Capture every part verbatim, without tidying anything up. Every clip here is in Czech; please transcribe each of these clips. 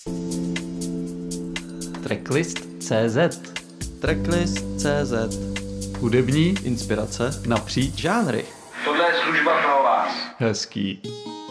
Tracklist tečka cé zet Tracklist tečka cé zet Hudební inspirace napříč žánry. Tohle je služba pro vás. Hezký.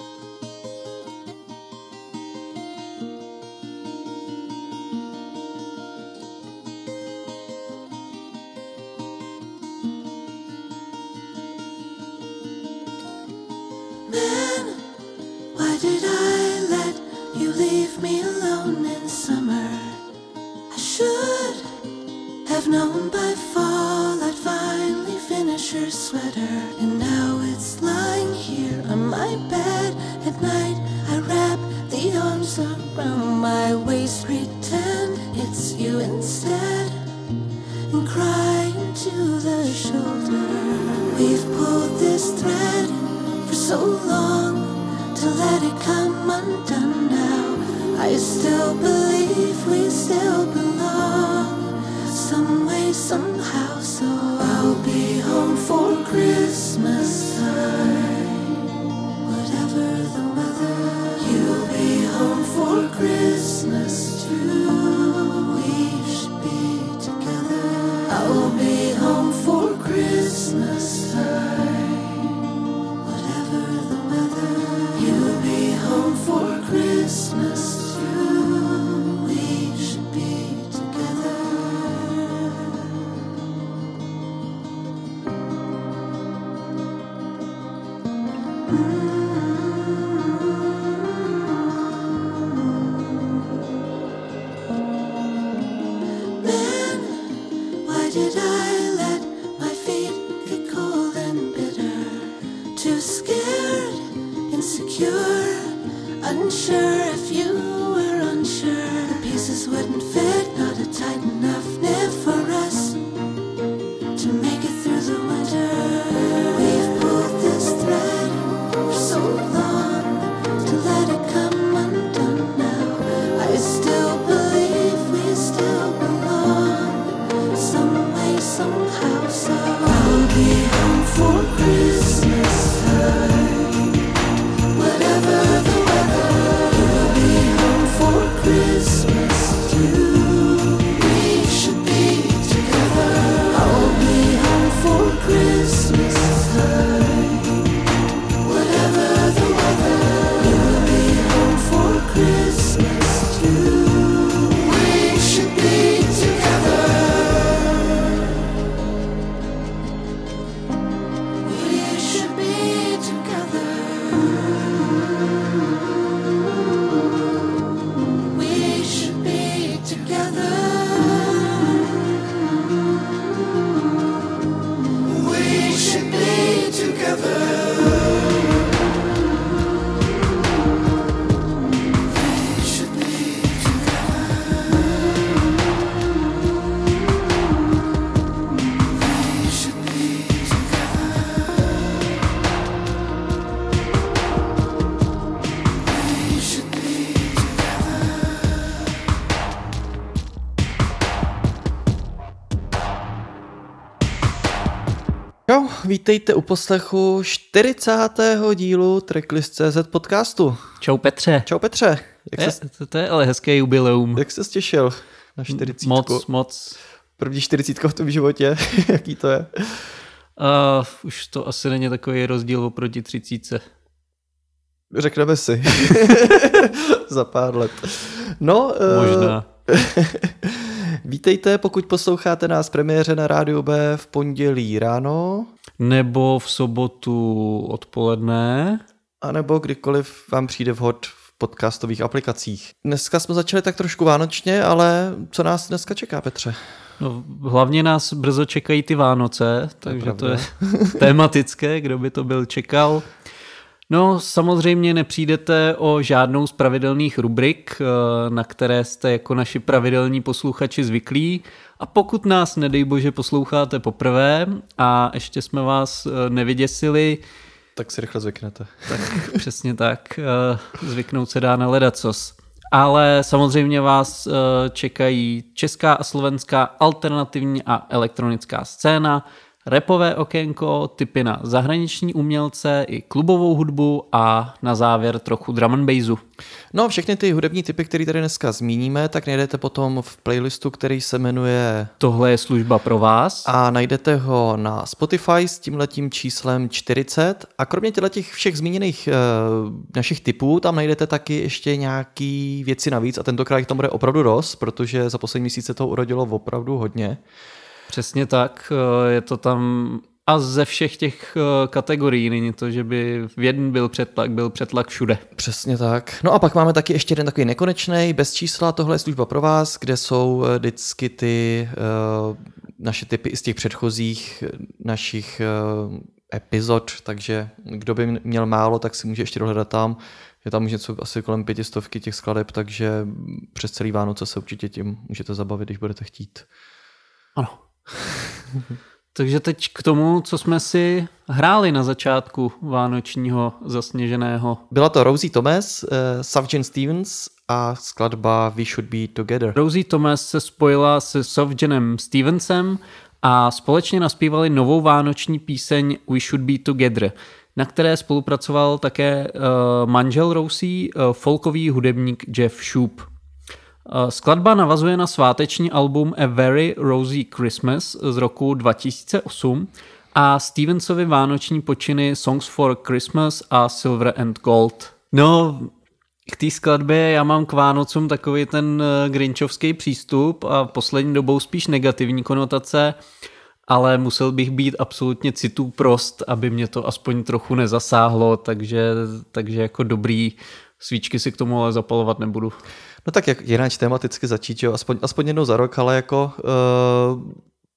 Čau, vítejte u poslechu čtyřicátého dílu Tracklist tečka cé zet podcastu. Čau Petře. Čau Petře. Jak je, ses... to, to je ale hezké jubileum. Jak ses těšil na čtyřicítku? Moc, moc. První čtyřicítka v tom životě, jaký to je? Uh, už to asi není takový rozdíl oproti třicítce. Řekneme si. Za pár let. No, možná. Uh... Vítejte, pokud posloucháte nás premiéře na Rádiu B v pondělí ráno. Nebo v sobotu odpoledne. A nebo kdykoliv vám přijde vhod v podcastových aplikacích. Dneska jsme začali tak trošku vánočně, ale co nás dneska čeká, Petře? No, hlavně nás brzo čekají ty Vánoce, takže to je, to je tematické, kdo by to byl čekal. No, samozřejmě nepřijdete o žádnou z pravidelných rubrik, na které jste jako naši pravidelní posluchači zvyklí. A pokud nás, nedej bože, posloucháte poprvé a ještě jsme vás nevyděsili, tak si rychle zvyknete. Tak přesně tak, zvyknout se dá na ledacos. Ale samozřejmě vás čekají česká a slovenská alternativní a elektronická scéna, rapové okénko, tipy na zahraniční umělce i klubovou hudbu a na závěr trochu drum and bassu. No, všechny ty hudební typy, které tady dneska zmíníme, tak najdete potom v playlistu, který se jmenuje Tohle je služba pro vás. A najdete ho na Spotify s tímhletím číslem čtyřicet. A kromě těch všech zmíněných e, našich typů, tam najdete taky ještě nějaký věci navíc a tentokrát tam bude opravdu dost, protože za poslední měsíce toho urodilo opravdu hodně. Přesně tak, je to tam a ze všech těch kategorií, není to, že by v jeden byl přetlak, byl přetlak všude. Přesně tak. No a pak máme taky ještě jeden takový nekonečný, bez čísla, tohle je služba pro vás, kde jsou vždycky ty uh, naše tipy i z těch předchozích našich uh, epizod, takže kdo by měl málo, tak si může ještě dohledat tam. Je tam už něco asi kolem pětistovky těch skladeb, takže přes celý Vánoce se určitě tím můžete zabavit, když budete chtít. Ano. Takže teď k tomu, co jsme si hráli na začátku vánočního zasněženého. Byla to Rosie Thomas, uh, Sufjan Stevens a skladba We Should Be Together. Rosie Thomas se spojila se Sufjanem Stevensem a společně naspívali novou vánoční píseň We Should Be Together, na které spolupracoval také uh, manžel Rosie, uh, folkový hudebník Jeff Shoup. Skladba navazuje na sváteční album A Very Rosy Christmas z roku dva tisíce osm a Stevensovy vánoční počiny Songs for Christmas a Silver and Gold. No, k té skladbě já mám k Vánocům takový ten grinchovský přístup a poslední dobou spíš negativní konotace, ale musel bych být absolutně citů prost, aby mě to aspoň trochu nezasáhlo, takže, takže jako dobrý svíčky si k tomu ale zapalovat nebudu. No tak jak jináč tematicky začít, jo? Aspoň, aspoň jednou za rok, ale jako uh,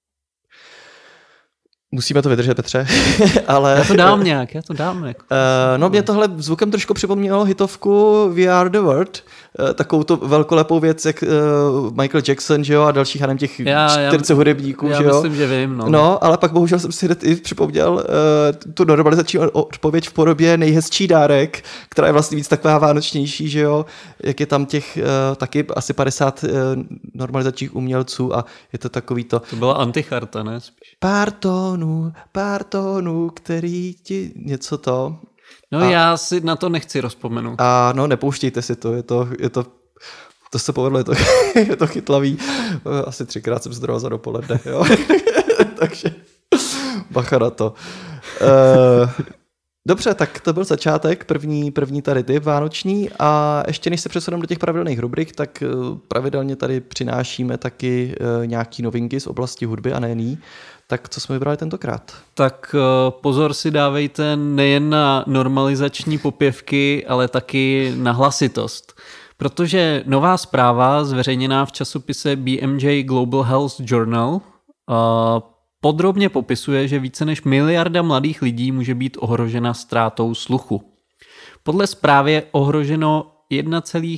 musíme to vydržet, Petře. ale, já to dám nějak, já to dám. Jako. Uh, no mě tohle zvukem trošku připomnělo hitovku We Are The World, uh, takovou to velkolepou věc, jak uh, Michael Jackson, že jo, a dalších, já nevím, těch já, čtyřicet já, hudebníků, já že jo. myslím, že vím, no. No, ale pak bohužel jsem si hned i připomněl uh, tu normalizační odpověď v podobě Nejhezčí dárek, která je vlastně víc taková vánočnější, že jo, jak je tam těch uh, taky asi padesát uh, normalizačních umělců a je to takový to... To byla anticharta, ne? Spíš. Pár tónů, pár tónů, který ti něco to... No a, já si na to nechci rozpomenout. A no, nepouštějte si to, je to, je to, to se povedlo, je to, je to chytlavý. Asi třikrát jsem zdroval za dopoledne, jo. Takže bacha na to. Uh, dobře, tak to byl začátek, první, první tady typ vánoční a ještě než se přesuneme do těch pravidelných rubrik, tak pravidelně tady přinášíme taky uh, nějaký novinky z oblasti hudby a nejen jí. Tak co jsme vybrali tentokrát? Tak pozor si dávejte nejen na normalizační popěvky, ale taky na hlasitost. Protože nová zpráva zveřejněná v časopise B M J Global Health Journal podrobně popisuje, že více než miliarda mladých lidí může být ohrožena ztrátou sluchu. Podle zprávy je ohroženo jedna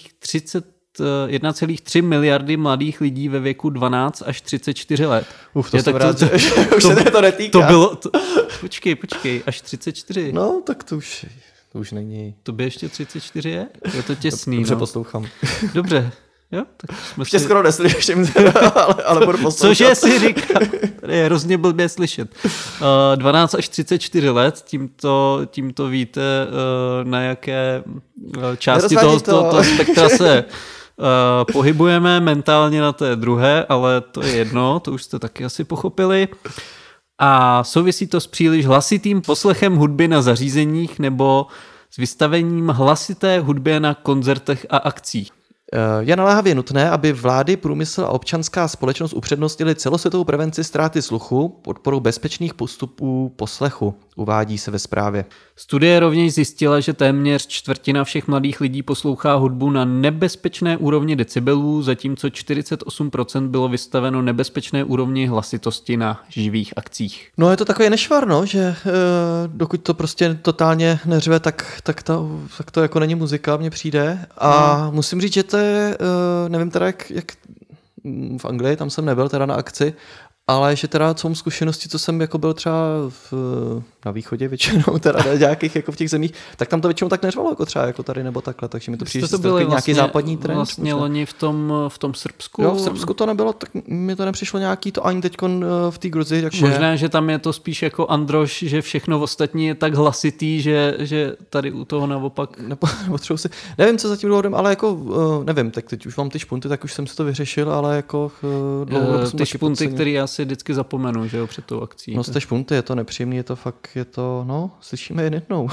celá tři miliardy mladých lidí ve věku dvanáct až třicet čtyři let. Uf, to je, jsem tak rád, to, že už to, se to netýká. To bylo, to, počkej, počkej, až třicet čtyři. No, tak to už, to už není. To by ještě třicet čtyři je? Je to těsný. Dobře no. poslouchám. Dobře. Jo, tak jsme Ještě si... skoro neslyším, ale, ale budu poslouchat. Cože si říká? Tady je hrozně blbě slyšet. Uh, dvanáct až třicet čtyři let, tímto, tímto víte, uh, na jaké části toho, to. toho, toho spektra se uh, pohybujeme, mentálně na té druhé, ale to je jedno, to už jste taky asi pochopili. A souvisí to s příliš hlasitým poslechem hudby na zařízeních nebo s vystavením hlasité hudbě na koncertech a akcích. Je naléhavě nutné, aby vlády, průmysl a občanská společnost upřednostnili celosvětovou prevenci ztráty sluchu podporou bezpečných postupů poslechu, uvádí se ve zprávě. Studie rovněž zjistila, že téměř čtvrtina všech mladých lidí poslouchá hudbu na nebezpečné úrovni decibelů, zatímco čtyřicet osm procent bylo vystaveno nebezpečné úrovni hlasitosti na živých akcích. No je to takové nešvar, no, že e, dokud to prostě totálně neřve, tak, tak, to, tak to jako není muzika, mně přijde. A no. Musím říct, že to je, e, nevím teda jak, jak v Anglii, tam jsem nebyl teda na akci, Ale že teda co mám zkušenosti, co jsem jako byl třeba v, na východě většinou, teda na nějakých jako v těch zemích, tak tam to většinou tak neřvalo jako třeba jako tady nebo takhle, takže mi to přijde, že to vlastně, nějaký západní trend. Vlastně loni v tom, v tom Srbsku. Jo, v Srbsku to nebylo, tak mi to nepřišlo nějaký to ani teďkon v té Gruzii. Takže... Možná, že tam je to spíš jako Androš, že všechno ostatní je tak hlasitý, že, že tady u toho naopak... Nebo, nebo si... Nevím, co za tím důvodem, ale jako nevím, tak teď už mám ty špunty, tak už jsem si to vyřešil, ale jako dlouho uh, ty špunty, které já si vždycky zapomenu, že jo, před tou akcí. No jste špunty, je to nepříjemný, je to fakt, je to, no, slyšíme jen jednou.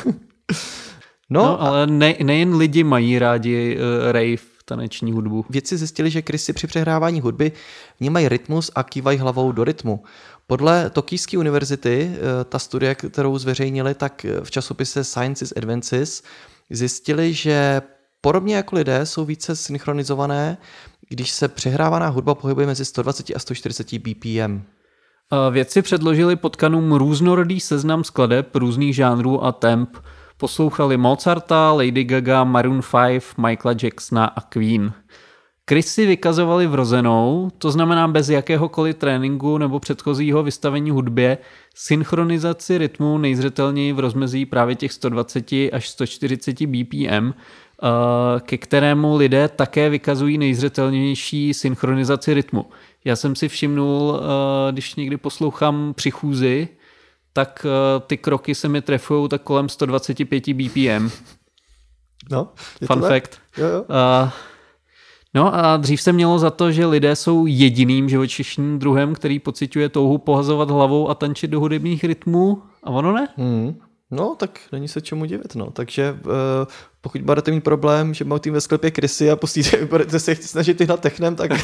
no, no, ale ne, nejen lidi mají rádi uh, rave, taneční hudbu. Vědci zjistili, že krysy při přehrávání hudby vnímají rytmus a kývají hlavou do rytmu. Podle Tokijské univerzity, ta studie, kterou zveřejnili, tak v časopise Sciences Advances zjistili, že podobně jako lidé jsou více synchronizované, když se přehrávaná hudba pohybuje mezi sto dvacet a sto čtyřicet B P M. Vědci předložili potkanům různorodý seznam skladeb různých žánrů a temp. Poslouchali Mozarta, Lady Gaga, Maroon pět, Michaela Jacksona a Queen. Krysy vykazovali vrozenou, to znamená bez jakéhokoliv tréninku nebo předchozího vystavení hudbě, synchronizaci rytmu nejzřetelněji v rozmezí právě těch sto dvacet až sto čtyřicet B P M, ke kterému lidé také vykazují nejzřetelnější synchronizaci rytmu. Já jsem si všimnul, když někdy poslouchám při chůzi, tak ty kroky se mi trefují tak kolem sto dvacet pět B P M. No, Fun fact. Jo, jo. Uh, no a dřív se mělo za to, že lidé jsou jediným živočišním druhem, který pociťuje touhu pohazovat hlavou a tančit do hudebních rytmů. A ono ne? Hmm. No, tak není se čemu divit, no. Takže uh, pokud budete mít problém, že máte ve sklepě krysy a pustíte, budete se snažit tyhle technem, tak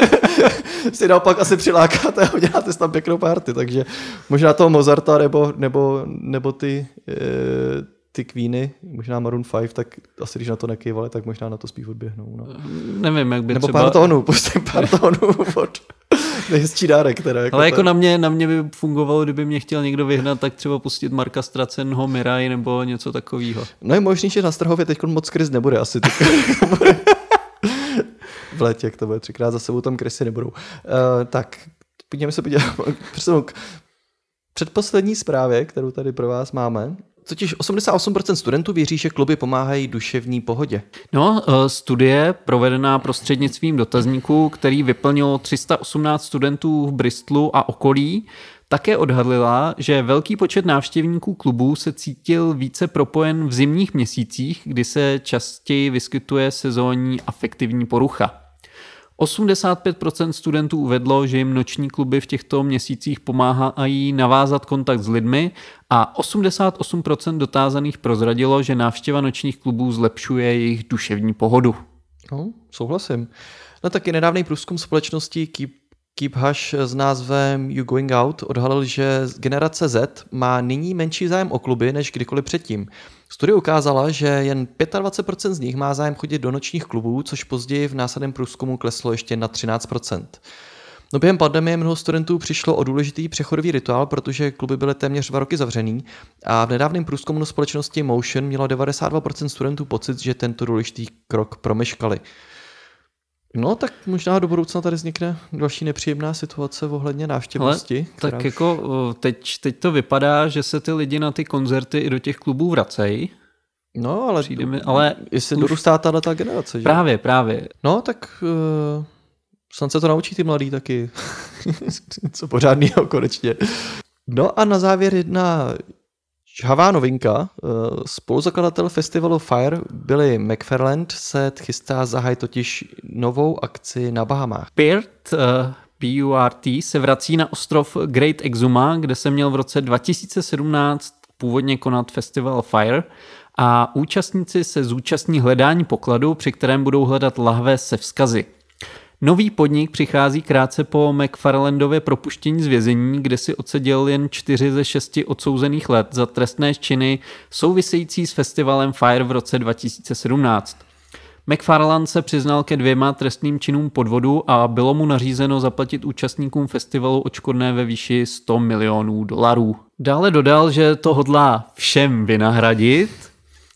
si naopak asi přilákáte a uděláte tam pěknou party. Takže možná toho Mozarta nebo, nebo, nebo ty, uh, ty Queeny, možná Maroon pět, tak asi když na to nekývali, tak možná na to spíš odběhnou. No. Nevím, jak by nebo třeba... pár tónů, pustím pár tónů od... Nejhezčí dárek teda. Jako ale jako to... na mě, na mě by fungovalo, kdyby mě chtěl někdo vyhnat, tak třeba pustit Marka Stracenho, Miraj nebo něco takového. No je možný, že na Strahově teď moc krys nebude asi. V létě, jak to bude třikrát za sebou, tam krysy nebudou. Uh, tak, pojďme se podívat k předposlední zprávě, kterou tady pro vás máme. Totiž osmdesát osm procent studentů věří, že kluby pomáhají duševní pohodě. No, studie provedená prostřednictvím dotazníku, který vyplnilo tři sta osmnáct studentů v Bristolu a okolí, také odhadlila, že velký počet návštěvníků klubů se cítil více propojen v zimních měsících, kdy se častěji vyskytuje sezónní afektivní porucha. osmdesát pět procent studentů uvedlo, že jim noční kluby v těchto měsících pomáhají navázat kontakt s lidmi a osmdesát osm procent dotázaných prozradilo, že návštěva nočních klubů zlepšuje jejich duševní pohodu. No, souhlasím. No taky nedávný průzkum společnosti Keep, Keep Hush s názvem You Going Out odhalil, že generace Z má nyní menší zájem o kluby než kdykoliv předtím. Studie ukázala, že jen dvacet pět procent z nich má zájem chodit do nočních klubů, což později v následném průzkumu kleslo ještě na třináct procent. No během pandemie mnoho studentů přišlo o důležitý přechodový rituál, protože kluby byly téměř dva roky zavřený a v nedávném průzkumu společnosti Motion mělo devadesát dva procent studentů pocit, že tento důležitý krok promeškali. No tak možná do budoucna tady vznikne další nepříjemná situace ohledně návštěvnosti. Ale tak už... jako teď, teď to vypadá, že se ty lidi na ty koncerty i do těch klubů vracejí. No ale, mi, ale jestli už... dorůstá tato generace. Že? Právě, právě. No tak uh, snad se to naučí ty mladí taky. Co pořádného konečně. No a na závěr jedna žhavá novinka. Spoluzakladatel festivalu Fire Billy McFarland se chystá zahájit totiž novou akci na Bahamách. Pirt, uh, P U R T, se vrací na ostrov Great Exuma, kde se měl v roce dva tisíce sedmnáct původně konat festival Fire a účastníci se zúčastní hledání pokladu, při kterém budou hledat lahve se vzkazy. Nový podnik přichází krátce po McFarlandově propuštění z vězení, kde si odseděl jen čtyři ze šesti odsouzených let za trestné činy související s festivalem Fire v roce dva tisíce sedmnáct. McFarland se přiznal ke dvěma trestným činům podvodu a bylo mu nařízeno zaplatit účastníkům festivalu odškodné ve výši sto milionů dolarů. Dále dodal, že to hodlá všem vynahradit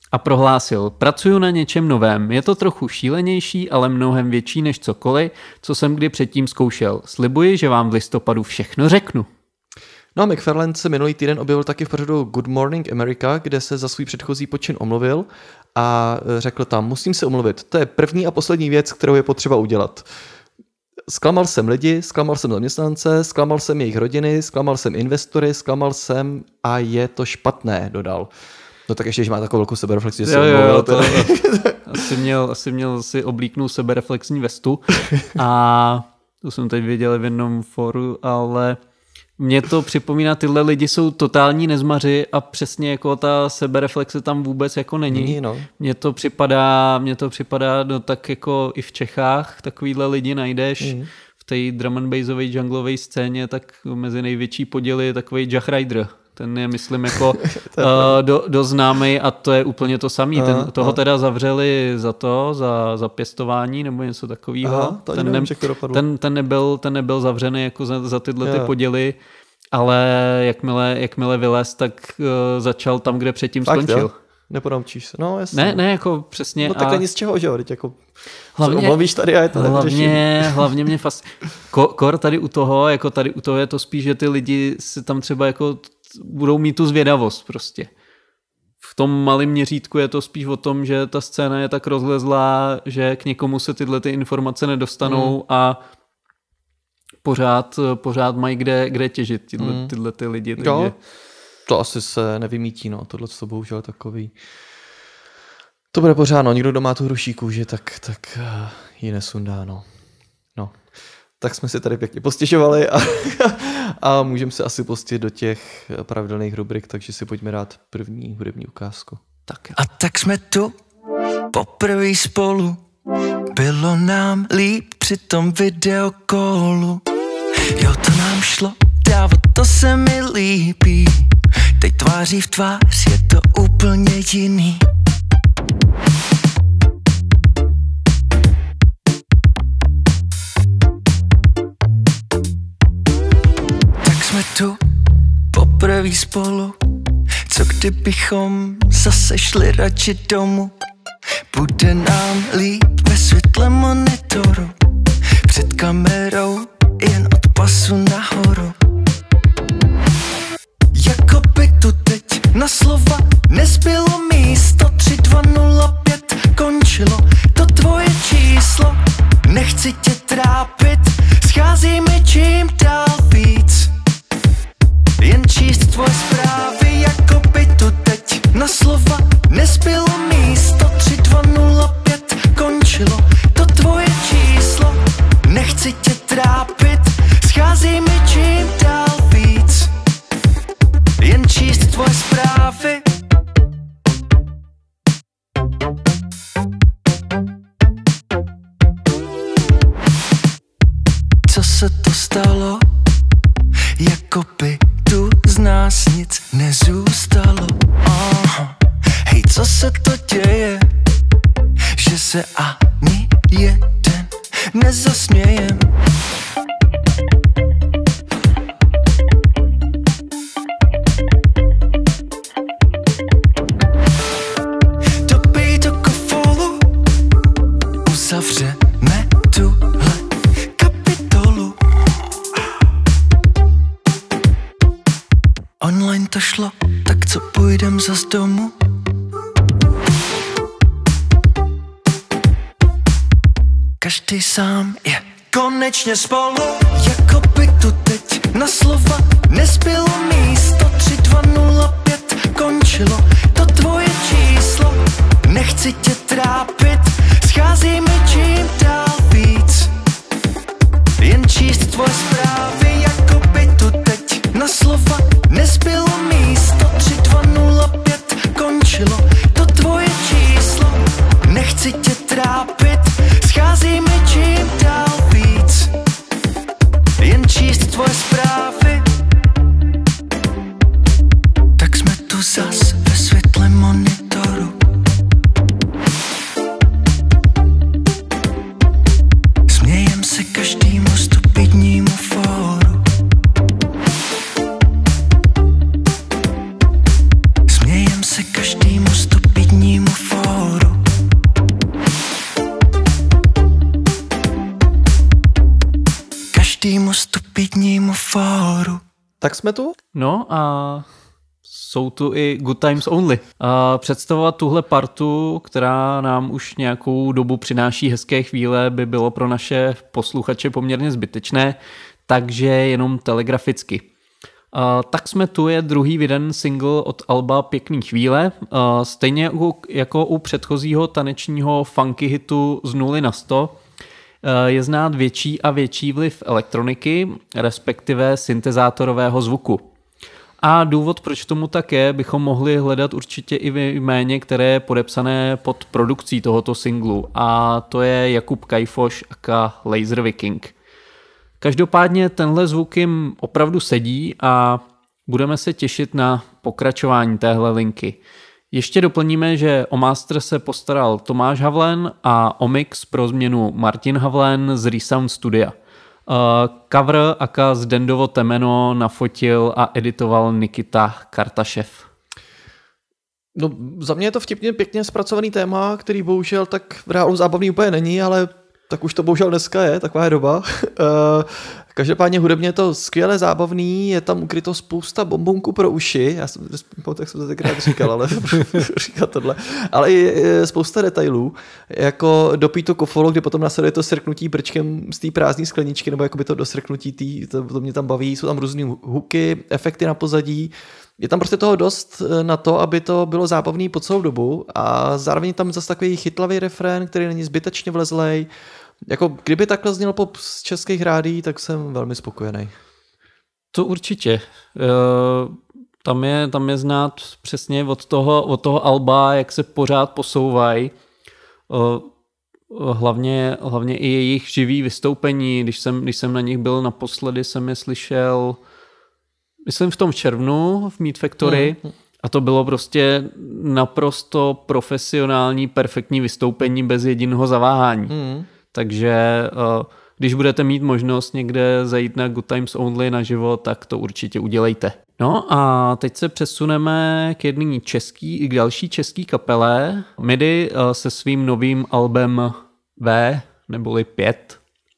a prohlásil, pracuju na něčem novém, je to trochu šílenější, ale mnohem větší než cokoliv, co jsem kdy předtím zkoušel. Slibuji, že vám v listopadu všechno řeknu. No a McFarlane se minulý týden objevil taky v pořadu Good Morning America, kde se za svůj předchozí počin omluvil a řekl tam, musím se omluvit, to je první a poslední věc, kterou je potřeba udělat. Zklamal jsem lidi, zklamal jsem zaměstnance, zklamal jsem jejich rodiny, zklamal jsem investory, zklamal jsem a je to špatné, dodal. No tak ještě, že má takovou velkou sebereflexi, že jo, se jo, omluvil. Jo, to, asi, měl, asi měl si oblíknout sebereflexní vestu a to jsem teď viděl v jednom fóru, ale mně to připomíná, tyhle lidi jsou totální nezmaři a přesně jako ta sebereflexe tam vůbec jako není. není no. Mně to připadá, mně to připadá, no tak jako i v Čechách takovýhle lidi najdeš. Mm. V té drum and bassové jungleové scéně, tak mezi největší podíly je takový Jah Ryder. Ten je, myslím, jako uh, do, do známej a to je úplně to samý. Ten, toho teda zavřeli za to, za, za pěstování nebo něco takového. Ten, ne, ten, ten, nebyl, ten nebyl zavřený jako za, za tyhle ty podíly, ale jakmile, jakmile vylez, tak uh, začal tam, kde předtím Fakt, skončil. Jo? Nepodamčíš se. No, jasně. Ne, ne, jako přesně. No tak není z čeho, že jo? Jako, hlavně, tady a je to hlavně, hlavně mě fast... Ko, kor tady u toho, jako tady u toho je to spíš, že ty lidi si tam třeba jako budou mít tu zvědavost prostě. V tom malém měřítku je to spíš o tom, že ta scéna je tak rozlezlá, že k někomu se tyhle ty informace nedostanou mm. a pořád, pořád mají kde, kde těžit tyhle, mm. tyhle ty lidi. Takže... Jo, to asi se nevymítí, no. Tohle to bohužel takový. To bude pořád, no. Někdo, kdo má tu hruší kůži, tak, tak ji nesundá, no. No. Tak jsme si tady pěkně postěžovali a, a můžeme se asi pustit do těch pravidelných rubrik, takže si pojďme dát první hudební ukázku. Tak. A tak jsme tu poprvé spolu, bylo nám líp při tom videokolu. Jo, to nám šlo, dávo, to se mi líbí. Teď tváří v tvář je to úplně jiný. Jsme tu poprvé spolu, co kdybychom zase šli radši domů. Bude nám líp ve světle monitoru, před kamerou jen od pasu nahoru. Jako by tu teď na slova nezbylo místo, tři dva nula pět končilo to tvoje číslo. Nechci tě trápit, schází mi čím dál víc. Jen číst tvoje zprávy, jako by tu teď na slova nezbylo místo, tři dva nula pět končilo to tvoje číslo. Nechci tě trápit, schází mi čím dál víc. Jen číst tvoje zprávy. Co se to stalo? Jako by tu z nás nic nezůstalo. Aha. Hej, co se to děje? Že se ani jeden nezasmějem. Dopij do kofolu, uzavřeme tuhle kapitolu. Online to šlo, tak co půjdem zas domů? Každý sám je konečně spolu. Jako by tu teď na slova nezbylo místo, tři dva nula pět končilo to tvoje číslo. Nechci tě trápit, schází mi čím dál víc. Jen číst tvoje zprávy, jako by tu teď na slova nezbylo místo, tři dva nula pět končilo to tvoje číslo. Nechci tě trápit, schází mi čím dál víc. Jen číst tvoje zprávy. Tak jsme tu zas ve světle monitoru. každému stupidnímu fóru. Tak jsme tu? No a jsou tu i Good Times Only. A představovat tuhle partu, která nám už nějakou dobu přináší hezké chvíle, by bylo pro naše posluchače poměrně zbytečné, takže jenom telegraficky. A tak jsme tu je druhý vydaný single od alba Pěkný chvíle. A stejně jako, jako u předchozího tanečního funky hitu z nuly na sto je znát větší a větší vliv elektroniky, respektive syntezátorového zvuku. A důvod, proč tomu tak je, bychom mohli hledat určitě i v jméně, které je podepsané pod produkcí tohoto singlu. A to je Jakub Kajfoš aka Laser Viking. Každopádně tenhle zvuk jim opravdu sedí a budeme se těšit na pokračování téhle linky. Ještě doplníme, že o master se postaral Tomáš Havlen a o mix pro změnu Martin Havlen z Resound Studia. Uh, cover aka Zdendovo temeno nafotil a editoval Nikita Kartašev. No, za mě je to vtipně pěkně zpracovaný téma, který bohužel tak v reálu zábavný úplně není, ale tak už to bohužel dneska je, taková je doba. Každopádně hudebně je to skvěle zábavný, je tam ukryto spousta bonbonku pro uši, já jsem, tak jsem to tenkrát říkal, ale říkat tohle, ale i spousta detailů, jako do Pítu Kofolo, kdy potom následuje to srknutí brčkem z té prázdné skleničky, nebo jakoby to dosrknutí, tý, to, to mě tam baví, jsou tam různý hooky, efekty na pozadí, je tam prostě toho dost na to, aby to bylo zábavný po celou dobu a zároveň tam zase takový chytlavý refrén, který není zbytečně vlezlej. Jako kdyby takhle zněl pop z českých rádií, tak jsem velmi spokojený. To určitě. Tam je, tam je znát přesně od toho, od toho alba, jak se pořád posouvají. Hlavně, hlavně i jejich živý vystoupení. Když jsem, když jsem na nich byl naposledy, jsem je slyšel, myslím v tom červnu v Meat Factory, hmm. a to bylo prostě naprosto profesionální, perfektní vystoupení bez jediného zaváhání. Hmm. Takže když budete mít možnost někde zajít na Good Times Only naživo, tak to určitě udělejte. No a teď se přesuneme k jedné český, k další český kapele. Midi se svým novým albem V, neboli pět.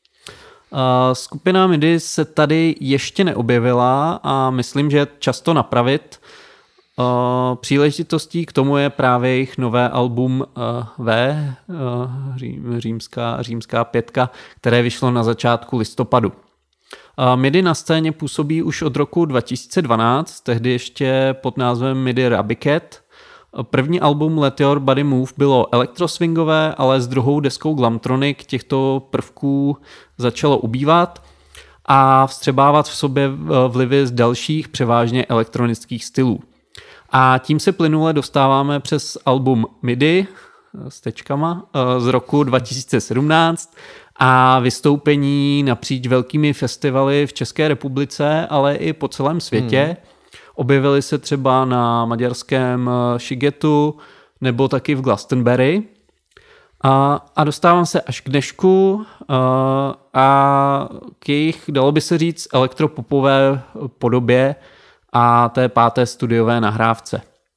Skupina Midi se tady ještě neobjevila a myslím, že je často napravit. Uh, příležitostí k tomu je právě jejich nové album uh, V, uh, řím, římská, římská pětka, které vyšlo na začátku listopadu. Uh, Midi na scéně působí už od roku dva tisíce dvanáct, tehdy ještě pod názvem Midi Rabicat. První album Let Your Body Move bylo elektroswingové, ale s druhou deskou Glamtronic těchto prvků začalo ubývat a vstřebávat v sobě vlivy z dalších převážně elektronických stylů. A tím se plynule dostáváme přes album Midi s tečkama z roku dva tisíce sedmnáct a vystoupení napříč velkými festivaly v České republice, ale i po celém světě. Hmm. Objevili se třeba na maďarském Shigetu nebo taky v Glastonbury. A, a dostávám se až k dnešku a, a k jejich, dalo by se říct, elektropopové podobě a té páté studiové nahrávce.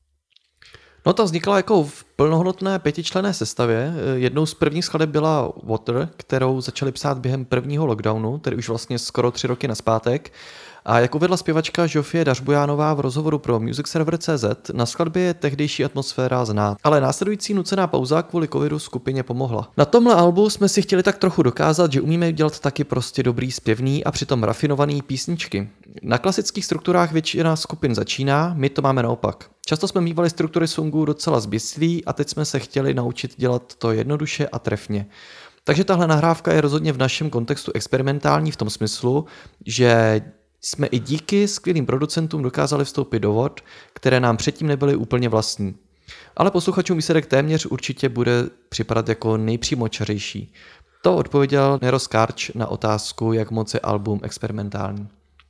No ta vznikla jako v plnohodnotné pětičlenné sestavě. Jednou z prvních skladeb byla Water, kterou začali psát během prvního lockdownu, tedy už vlastně skoro tři roky nazpátek. A jak uvedla zpěvačka Žofie Dařbojánová v rozhovoru pro Music Server tečka cé zet, na skladbě je tehdejší atmosféra znát, ale následující nucená pauza kvůli covidu skupině pomohla. Na tomhle albu jsme si chtěli tak trochu dokázat, že umíme dělat taky prostě dobrý zpěvný a přitom rafinovaný písničky. Na klasických strukturách většina skupin začíná, my to máme naopak. Často jsme mívali struktury songů docela zběsilý a teď jsme se chtěli naučit dělat to jednoduše a trefně. Takže tahle nahrávka je rozhodně v našem kontextu experimentální v tom smyslu, že jsme i díky skvělým producentům dokázali vstoupit do vod, které nám předtím nebyly úplně vlastní. Ale posluchačům výsledek téměř určitě bude připadat jako nejpřímočařejší. To odpověděl Nero Skarč na otázku, jak moc je album experimentální.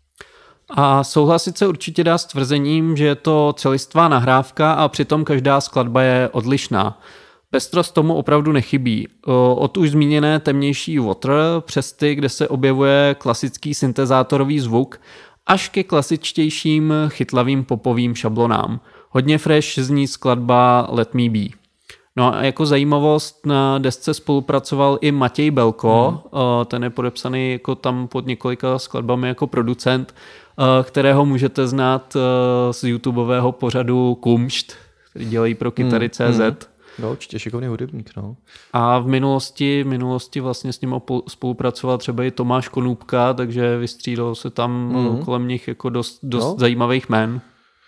A souhlasit se určitě dá s tvrzením, že je to celistvá nahrávka a přitom každá skladba je odlišná. Pestrost tomu opravdu nechybí. Od už zmíněné temnější Water přes ty, kde se objevuje klasický syntezátorový zvuk, až ke klasičtějším chytlavým popovým šablonám. Hodně fresh zní skladba Let Me Be. No a jako zajímavost na desce spolupracoval i Matěj Belko, hmm. ten je podepsaný jako tam pod několika skladbami jako producent, kterého můžete znát z YouTubeového pořadu Kumšt, který dělají pro kytary tečka cé zet. Hmm. No, určitě šikovný hudebník, no. A v minulosti, v minulosti vlastně s ním spolupracoval třeba i Tomáš Konůbka, takže vystřídalo se tam mm. kolem nich jako dost, dost no. zajímavých jmen.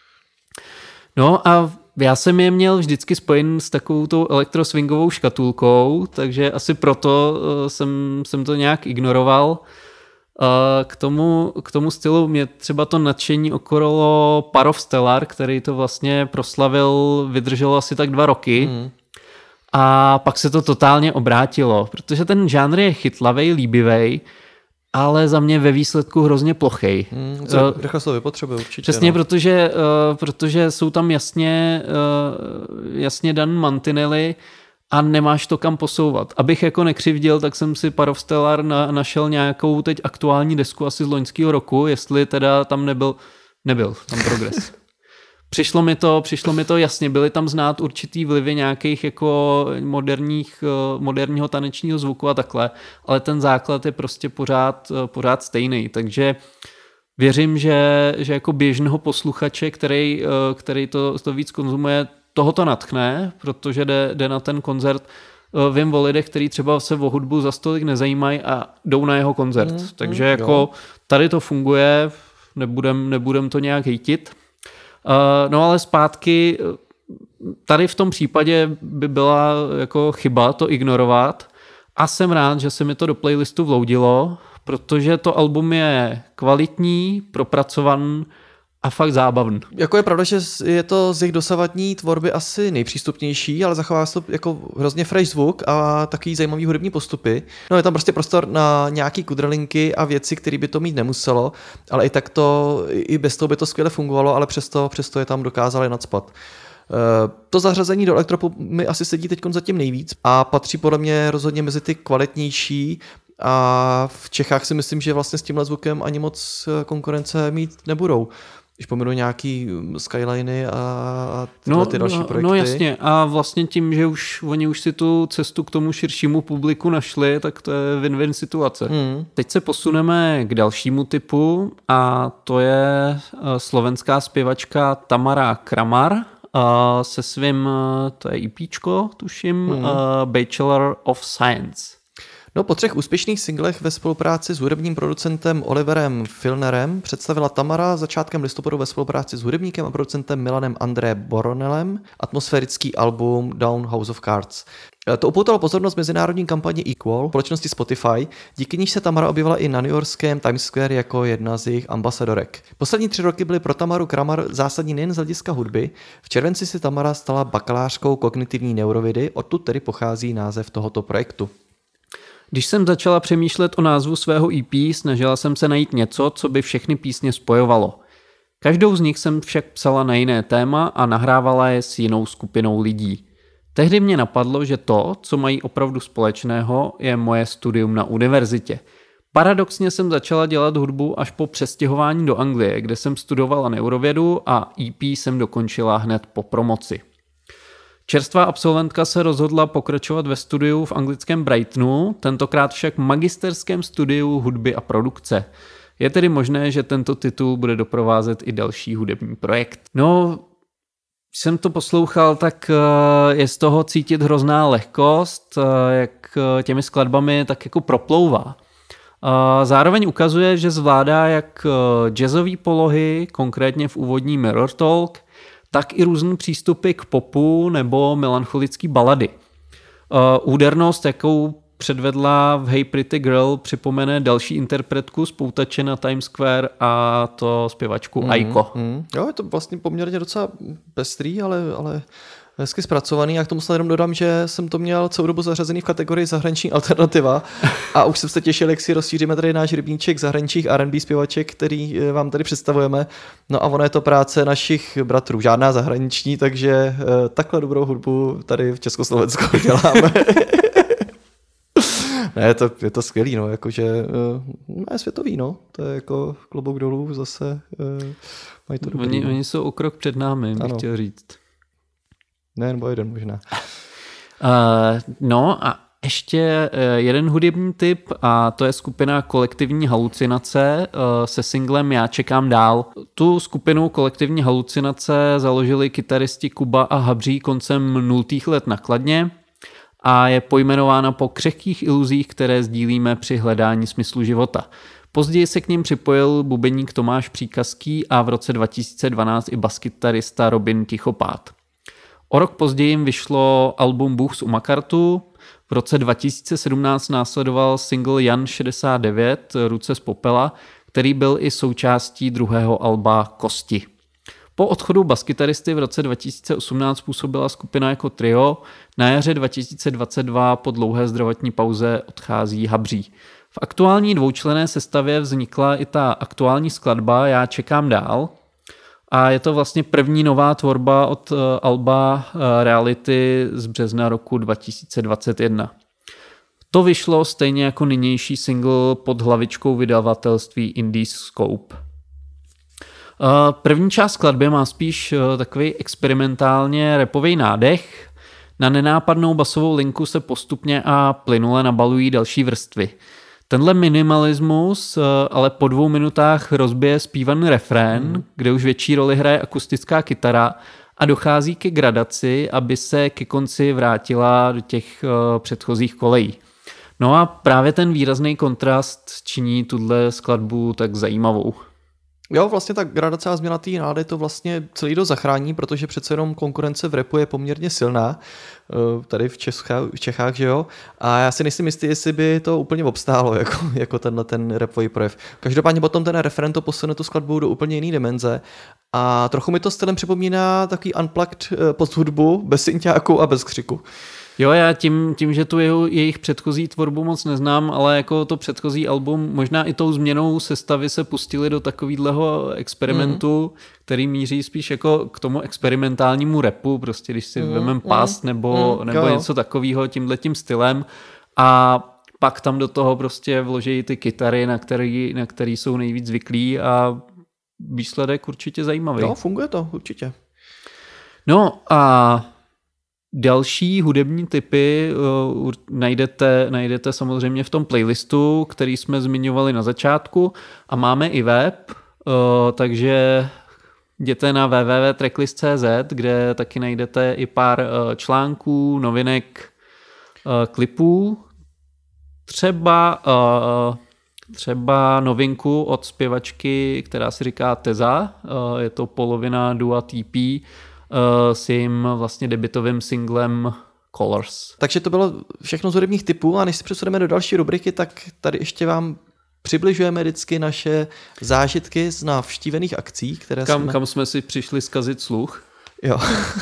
No a já jsem je měl vždycky spojen s takovou tou elektroswingovou škatulkou, takže asi proto jsem, jsem to nějak ignoroval. K tomu, k tomu stylu mě třeba to nadšení okolo Parov Stellar, který to vlastně proslavil, vydrželo asi tak dva roky. Mm. A pak se to totálně obrátilo, protože ten žánr je chytlavej, líbivej, ale za mě ve výsledku hrozně plochej. Mm, rychle se to vypotřebuje určitě. Přesně, no. protože, uh, protože jsou tam jasně, uh, jasně dan mantinely a nemáš to kam posouvat. Abych jako nekřivdil, tak jsem si Parov Stellar na, našel nějakou teď aktuální desku asi z loňského roku, jestli teda tam nebyl, nebyl tam progres. Přišlo mi to, přišlo mi to jasně, byly tam znát určitý vlivy nějakých jako moderních, moderního tanečního zvuku a takhle, ale ten základ je prostě pořád, pořád stejný, takže věřím, že, že jako běžného posluchače, který, který to, to víc konzumuje, toho to nadchne, protože jde, jde na ten koncert. Vím o lidech, kteří třeba se o hudbu za stolik nezajímají a jdou na jeho koncert, mm, takže mm, jako jo. Tady to funguje, nebudem, nebudem to nějak hejtit. Uh, no ale zpátky, tady v tom případě by byla jako chyba to ignorovat a jsem rád, že se mi to do playlistu vloudilo, protože to album je kvalitní, propracovaný a fakt zábavný. Jako je pravda, že je to z jejich dosavadní tvorby asi nejpřístupnější, ale zachová se to jako hrozně fresh zvuk a takový zajímavý hudební postupy. No je tam prostě prostor na nějaký kudrlinky a věci, které by to mít nemuselo, ale i tak to, i bez toho by to skvěle fungovalo, ale přesto, přesto je tam dokázali nacpat. To zařazení do elektropopu mi asi sedí teď zatím nejvíc a patří podle mě rozhodně mezi ty kvalitnější a v Čechách si myslím, že vlastně s tímhle zvukem ani moc konkurence mít nebudou. Když pominu nějaký Skyliny a, a tyhle no, ty další projekty. No jasně a vlastně tím, že už oni už si tu cestu k tomu širšímu publiku našli, tak to je win-win situace. Hmm. Teď se posuneme k dalšímu typu a to je slovenská zpěvačka Tamara Kramar se svým, to je EPčko, tuším, hmm. Bachelor of Science. No, po třech úspěšných singlech ve spolupráci s hudebním producentem Oliverem Filnerem představila Tamara začátkem listopadu ve spolupráci s hudebníkem a producentem Milanem André Boronelem atmosférický album Down House of Cards. To upoutalo pozornost mezinárodní kampaně Equal, společnosti Spotify, díky níž se Tamara objevila i na newyorském Times Square jako jedna z jejich ambasadorek. Poslední tři roky byly pro Tamaru Kramar zásadní nejen z hlediska hudby. V červenci si Tamara stala bakalářkou kognitivní neurovědy, odtud tedy pochází název tohoto projektu. Když jsem začala přemýšlet o názvu svého E P, snažila jsem se najít něco, co by všechny písně spojovalo. Každou z nich jsem však psala na jiné téma a nahrávala je s jinou skupinou lidí. Tehdy mě napadlo, že to, co mají opravdu společného, je moje studium na univerzitě. Paradoxně jsem začala dělat hudbu až po přestěhování do Anglie, kde jsem studovala neurovědu a E P jsem dokončila hned po promoci. Čerstvá absolventka se rozhodla pokračovat ve studiu v anglickém Brightonu, tentokrát však magisterském studiu hudby a produkce. Je tedy možné, že tento titul bude doprovázet i další hudební projekt. No, když jsem to poslouchal, tak je z toho cítit hrozná lehkost, jak těmi skladbami tak jako proplouvá. Zároveň ukazuje, že zvládá jak jazzové polohy, konkrétně v úvodní Mirror Talk, tak i různé přístupy k popu nebo melancholický balady. Údernost, jakou předvedla v Hey Pretty Girl, připomene další interpretku z Poutače na Times Square a to zpěvačku mm, Aiko. Mm. Jo, je to vlastně poměrně docela pestrý, ale, ale hezky zpracovaný. Já k tomu se jenom dodám, že jsem to měl celou dobu zařazený v kategorii zahraniční alternativa a už jsem se těšil, jak si rozšíříme tady náš rybníček zahraničních R and B zpěvaček, který vám tady představujeme. No a ono je to práce našich bratrů, žádná zahraniční, takže takhle dobrou hudbu tady v Československu děláme. Ne, je to, je to skvělý, no, jakože no, je světový, no, to je jako klobouk dolů, zase mají to dobrý. Oni, oni jsou o krok před námi, bych chtěl říct. Ne, nebo jeden možná. no a ještě jeden hudební tip a to je skupina Kolektivní halucinace se singlem Já čekám dál. Tu skupinu Kolektivní halucinace založili kytaristi Kuba a Habří koncem nultých let na Kladně a je pojmenována po křehkých iluzích, které sdílíme při hledání smyslu života. Později se k nim připojil bubeník Tomáš Příkazký a v roce dva tisíce dvanáct i baskytarista Robin Tichopát. O rok později jim vyšlo album Bůh z Umakartu, v roce dva tisíce sedmnáct následoval single Jan šedesát devět Ruce z popela, který byl i součástí druhého alba Kosti. Po odchodu baskytaristy v roce dva tisíce osmnáct působila skupina jako trio, na jaře dva tisíce dvacet dva po dlouhé zdravotní pauze odchází Habří. V aktuální dvoučlenné sestavě vznikla i ta aktuální skladba Já čekám dál a je to vlastně první nová tvorba od alba Reality z března roku dva tisíce dvacet jedna. To vyšlo stejně jako nynější single pod hlavičkou vydavatelství Indies Scope. První část skladby má spíš takový experimentálně rapový nádech. Na nenápadnou basovou linku se postupně a plynule nabalují další vrstvy. Tenhle minimalismus ale po dvou minutách rozbije zpívaný refrén, hmm. kde už větší roli hraje akustická kytara a dochází ke gradaci, aby se ke konci vrátila do těch předchozích kolejí. No a právě ten výrazný kontrast činí tuhle skladbu tak zajímavou. Jo, vlastně ta gradace a změna té nálady to vlastně celý dost zachrání, protože přece jenom konkurence v rapu je poměrně silná, tady v Čechách, v Čechách, že jo, a já si nejsem jistý, jestli by to úplně obstálo, jako, jako tenhle ten rapový projev. Každopádně potom ten referen to posune tu skladbu do úplně jiný dimenze a trochu mi to stylem připomíná takový unplugged posthudbu bez synťáku a bez křiku. Jo, já tím, tím, že tu jeho, jejich předchozí tvorbu moc neznám, ale jako to předchozí album, možná i tou změnou sestavy se pustili do takovýhleho experimentu, mm. který míří spíš jako k tomu experimentálnímu rapu, prostě když si mm. vemem past nebo, mm. nebo něco takového tímhletím stylem a pak tam do toho prostě vloží ty kytary, na který, na který jsou nejvíc zvyklí a výsledek určitě zajímavý. Jo, funguje to, určitě. No a další hudební tipy uh, najdete, najdete samozřejmě v tom playlistu, který jsme zmiňovali na začátku a máme i web, uh, takže jděte na w w w tečka tracklist tečka c z, kde taky najdete i pár uh, článků, novinek, uh, klipů, třeba, uh, třeba novinku od zpěvačky, která se říká Teza, uh, je to polovina dua T P, Uh, s jejím vlastně debutovým singlem Colors. Takže to bylo všechno z hudebních typů a než se přesuneme do další rubriky, tak tady ještě vám přibližujeme vždycky naše zážitky z navštívených akcí, které kam, jsme... Kam jsme si přišli zkazit sluch. Jo.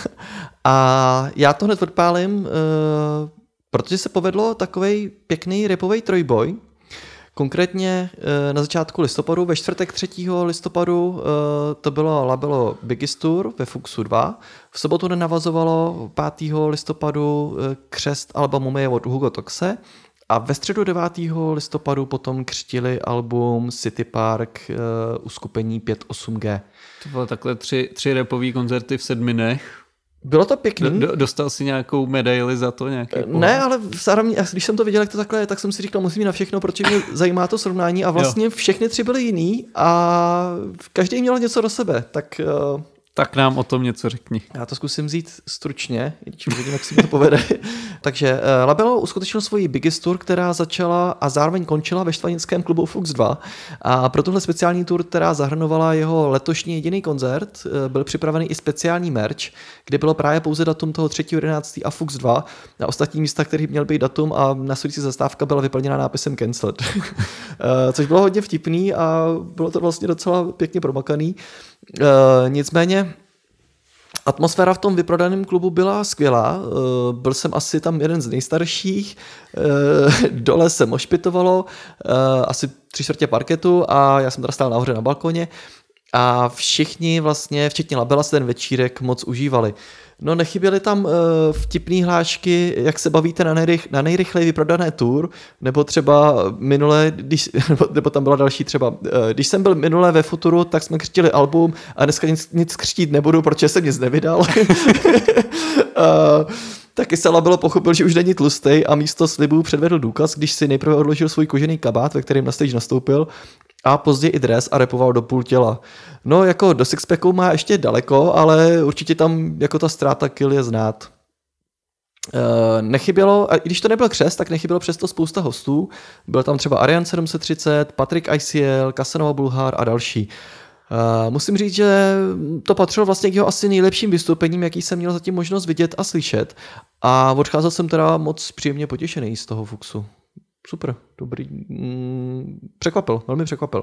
A já to hned odpálím, uh, protože se povedlo takovej pěkný rapovej trojboj. Konkrétně na začátku listopadu, ve čtvrtek třetího listopadu to bylo labelo Biggest Tour ve Fuxu dva. V sobotu nenavazovalo pátého listopadu křest alba Mumie od Hugo Toxe a ve středu devátého listopadu potom křtili album City Park u skupení pět osm G. To bylo takhle tři, tři rapový koncerty v sedmi dnech. Bylo to pěkný. Do, dostal si nějakou medaili za to? Nějaký ne, ale zároveň, když jsem to viděl, jak to takhle je, tak jsem si říkal, musím jít na všechno, protože mě zajímá to srovnání a vlastně jo. všechny tři byly jiný a každý měl něco do sebe, tak... Uh, tak nám o tom něco řekni. Já to zkusím vzít stručně, když uvidím, jak si mi to povede. Takže uh, labelo uskutečnil svoji Biggest Tour, která začala a zároveň končila ve štvanickém klubu Fux dva. A pro tuhle speciální tour, která zahrnovala jeho letošní jediný koncert, uh, byl připravený i speciální merch, kde bylo právě pouze datum toho třetího jedenáctého a Fux dva. Na ostatní místa, který měl být datum a následující zastávka byla vyplněna nápisem Cancelled. uh, což bylo hodně vtipný a bylo to vlastně docela pěkně promakaný. Uh, nicméně atmosféra v tom vyprodaném klubu byla skvělá. Uh, byl jsem asi tam jeden z nejstarších. Uh, dole se mošpitovalo, uh, asi tři čtvrtě parketu a já jsem teda stál nahoře na balkoně a všichni vlastně, včetně labela, se ten večírek moc užívali. No nechyběly tam uh, vtipný hlášky, jak se bavíte na, nejrych, na nejrychleji vyprodané tour, nebo třeba minule, když, nebo, nebo tam byla další třeba, uh, když jsem byl minule ve Futuru, tak jsme křtili album a dneska nic, nic křtít nebudu, protože jsem nic nevydal. uh, Taky se Labelo pochopil, že už není tlustej a místo slibů předvedl důkaz, když si nejprve odložil svůj kožený kabát, ve kterém na stage nastoupil, a později i dres a rapoval do půl těla. No jako do sixpacku má ještě daleko, ale určitě tam jako ta ztráta kill je znát. E, nechybělo, a i když to nebyl křest, tak nechybělo přesto spousta hostů. Byl tam třeba Arian sedm set třicet, Patrick I C L, Casanova Bulhar a další. Uh, musím říct, že to patřilo vlastně k jeho asi nejlepším vystoupením, jaký jsem měl zatím možnost vidět a slyšet. A odcházel jsem teda moc příjemně potěšený z toho Fuxu. Super, dobrý. Mm, překvapil, velmi překvapil.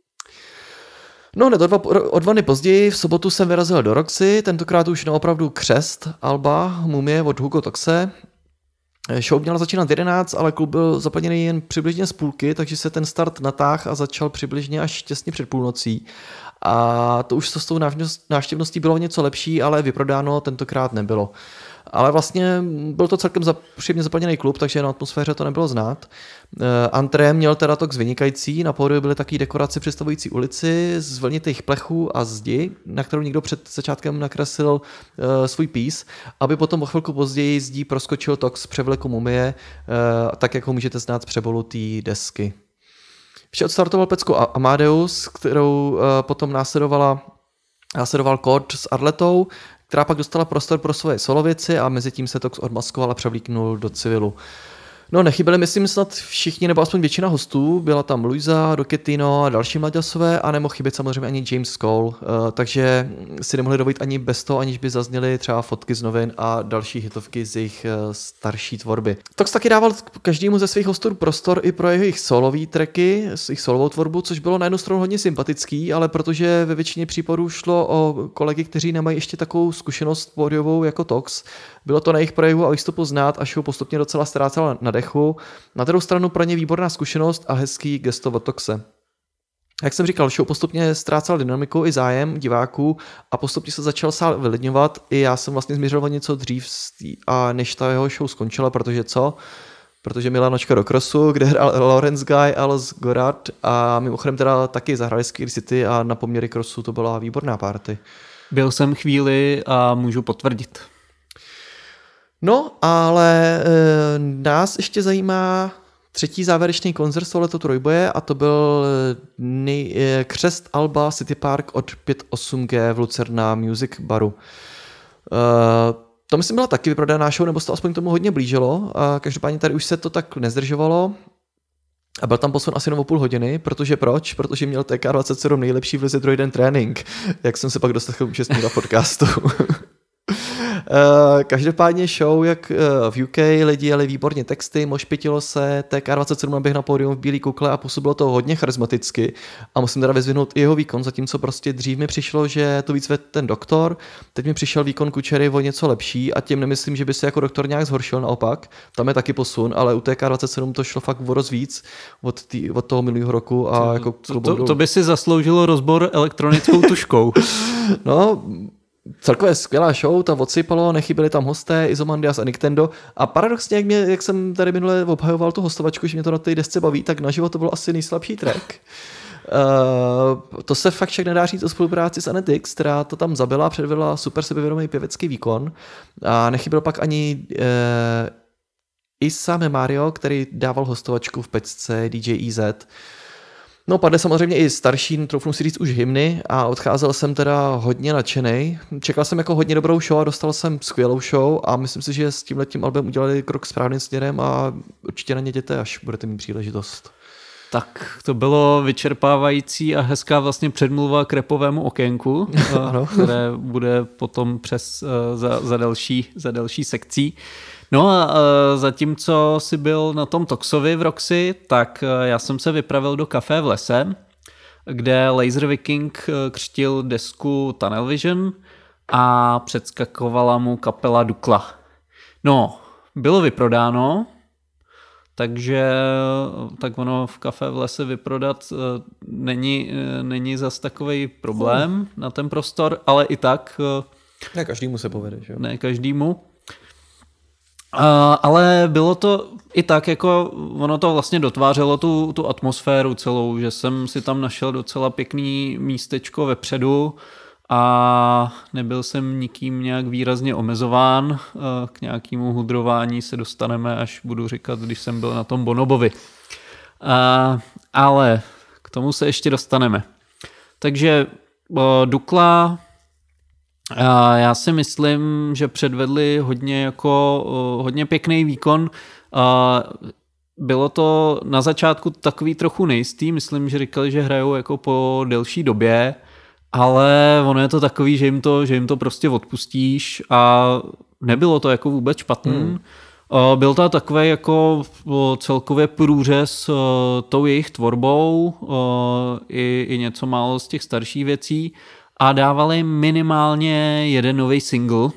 No hned o dva, o dva dny později v sobotu jsem vyrazil do Roxy, tentokrát už na opravdu křest alba Mumie od Hugo Toxe. Show měla začínat v jedenáct, ale klub byl zaplněný jen přibližně z půlky, takže se ten start natáhl a začal přibližně až těsně před půlnocí. A to už s tou návštěvností bylo něco lepší, ale vyprodáno tentokrát nebylo. Ale vlastně byl to celkem příjemně zaplněný klub, takže na atmosféře to nebylo znát. Antré měl teda Tox vynikající, na pódiu byly taky dekorace představující ulici z vlnitých plechů a zdi, na kterou někdo před začátkem nakreslil uh, svůj pís, aby potom o chvilku později zdí proskočil Tox převleku Mumie, uh, tak jak ho můžete znát z přebolu té desky. Vše odstartoval peckou Amadeus, kterou uh, potom následovala, následoval Kord s Arletou, která pak dostala prostor pro svoje solověci a mezi tím se Tox odmaskoval a převlíknul do civilu. No nechyběli, myslím, snad všichni, nebo aspoň většina hostů. Byla tam Luisa, Rockettino a další mladěsové a nemohl chybět samozřejmě ani James Cole, uh, takže si nemohli dovolit ani bez toho, aniž by zazněly třeba fotky z novin a další hitovky z jejich uh, starší tvorby. Tox taky dával každému ze svých hostů prostor i pro jejich solový tracky, jejich solovou tvorbu, což bylo na jednu stranu hodně sympatický, ale protože ve většině případů šlo o kolegy, kteří nemají ještě takovou zkušenost pódiovou jako Tox, bylo to na jejich projevu a výstupu znát a show postupně docela ztrácela na dechu. Na druhou stranu pro ně výborná zkušenost a hezký gesto od Toxe. Jak jsem říkal, show postupně ztrácel dynamiku i zájem diváků a postupně se začal sál vylidňovat. I já jsem vlastně zmiřil o něco dřív a než ta jeho show skončila, protože co? Protože Milanočka do crossu, kde hrál Lawrence Guy, Alice Gorard a mimochodem teda taky zahráli Skir City a na poměry crossu to byla výborná party. Byl jsem chvíli a můžu potvrdit. No, ale e, nás ještě zajímá třetí závěrečný koncert tohoto trojboje a to byl nej, e, křest alba City Park od pět osm G v Lucerna Music Baru. E, to myslím byla taky vyprodaná show, nebo se to aspoň tomu hodně blížilo. A každopádně tady už se to tak nezdržovalo. A byl tam posun asi na půl hodiny, protože proč? Protože měl T K dvacet sedm nejlepší v lize Droiden Training, jak jsem se pak dostal účastnit na podcastu. Uh, každopádně show, jak uh, v U K lidi jeli výborně texty, mošpitilo se, T K dvacet sedm naběh na pódium v bílý kukle a působilo to hodně charismaticky a musím teda vyzvihnout i jeho výkon, zatímco prostě dřív mi přišlo, že to víc vedl ten doktor, teď mi přišel výkon Kučery o něco lepší a tím nemyslím, že by se jako doktor nějak zhoršil, naopak, tam je taky posun, ale u T K dvacet sedm to šlo fakt o roz víc od, tý, od toho minulého roku a to, jako to, to, to by si zasloužilo rozbor elektronickou tuškou. No, celkově skvělá show, ta odsypalo, nechyběli tam hosté, Izomandias a Nintendo a paradoxně, jak, mě, jak jsem tady minule obhajoval tu hostovačku, že mě to na té desce baví, tak naživo to byl asi nejslabší track. Uh, to se fakt však nedá říct o spolupráci s Anetix, která to tam zabila a předvedla super sebevědomý pěvecký výkon a nechyběl pak ani uh, Issa Mario, který dával hostovačku v pecce D J E Z. No, padly samozřejmě i starší, troufnu si říct, už hymny a odcházel jsem teda hodně nadšenej. Čekal jsem jako hodně dobrou show a dostal jsem skvělou show a myslím si, že s tímhletím albem udělali krok správným směrem a určitě na ně jděte, až budete mít příležitost. Tak to bylo vyčerpávající a hezká vlastně předmluva k rapovému okénku, které bude potom přes za, za, další, za další sekcí. No a zatímco si byl na tom Toxovi v Roxy, tak já jsem se vypravil do kafe v lese, kde Laser Viking křtil desku Tunnel Vision a předskakovala mu kapela Dukla. No, bylo vyprodáno, takže tak ono v kafe v lese vyprodat není, není zas takový problém na ten prostor, ale i tak... Ne každému se povede, že jo? Ne každému. Uh, ale bylo to i tak, jako ono to vlastně dotvářelo tu, tu atmosféru celou, že jsem si tam našel docela pěkný místečko vepředu a nebyl jsem nikým nějak výrazně omezován. K nějakému hudrování se dostaneme, až budu říkat, když jsem byl na tom Bonobovi. A, ale k tomu se ještě dostaneme. Takže Dukla, já si myslím, že předvedli hodně, jako, hodně pěkný výkon. Bylo to na začátku takový trochu nejistý, myslím, že říkali, že hrajou jako po delší době, ale ono je to takový, že jim to, že jim to prostě odpustíš a nebylo to jako vůbec špatný. Hmm. Byl to takový jako celkově průřez tou jejich tvorbou i, i něco málo z těch starších věcí a dávali minimálně jeden nový single.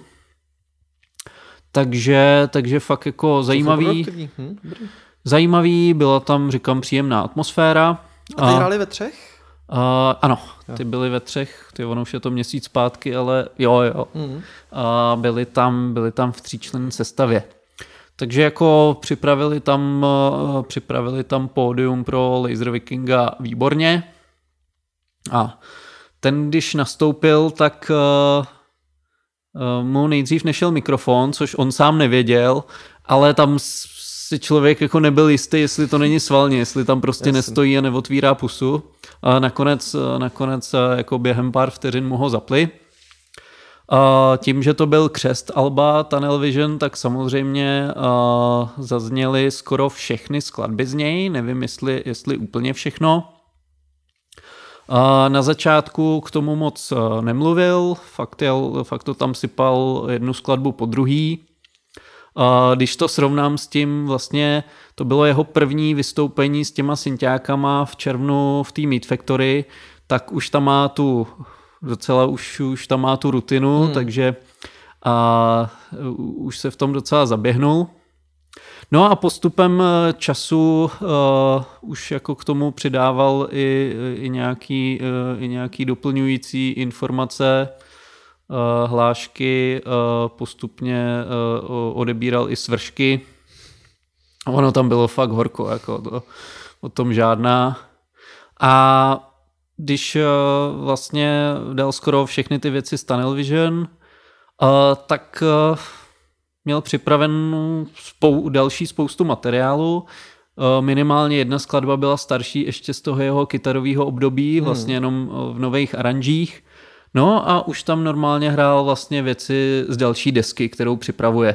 Takže, takže fakt jako zajímavý. Hm, zajímavý, byla tam, říkám, příjemná atmosféra. A ty hráli ve třech? Uh, ano, ty byli ve třech, ty ono už je to měsíc zpátky, ale jo, jo. Mm. Uh, byli tam, byli tam v tříčlenné sestavě. Takže jako připravili tam, uh, připravili tam pódium pro Laser Vikinga výborně. A ten, když nastoupil, tak uh, uh, mu nejdřív nešel mikrofon, což on sám nevěděl, ale tam si člověk jako nebyl jistý, jestli to není svalně, jestli tam prostě Jasně. nestojí a neotvírá pusu. A nakonec, nakonec jako během pár vteřin mu ho zapli. A tím, že to byl křest alba Tunnel Vision, tak samozřejmě zazněly skoro všechny skladby z něj, nevím, jestli, jestli úplně všechno. A na začátku k tomu moc nemluvil, fakt, jel, fakt to tam sypal jednu skladbu po druhý. A když to srovnám s tím, vlastně to bylo jeho první vystoupení s těma synťákama v červnu v té Meat Factory, tak už tam má tu docela už, už tam má tu rutinu, hmm. takže a, už se v tom docela zaběhnul. No a postupem času uh, už jako k tomu přidával i, i, nějaký, uh, i nějaký doplňující informace, uh, hlášky, uh, postupně uh, odebíral i svršky. Ono tam bylo fakt horko, jako to, o tom žádná. A když uh, vlastně dal skoro všechny ty věci z Tunnel Vision, uh, tak uh, měl připraven spou- další spoustu materiálu. Minimálně jedna skladba byla starší ještě z toho jeho kytarového období, vlastně jenom v nových aranžích. No a už tam normálně hrál vlastně věci z další desky, kterou připravuje.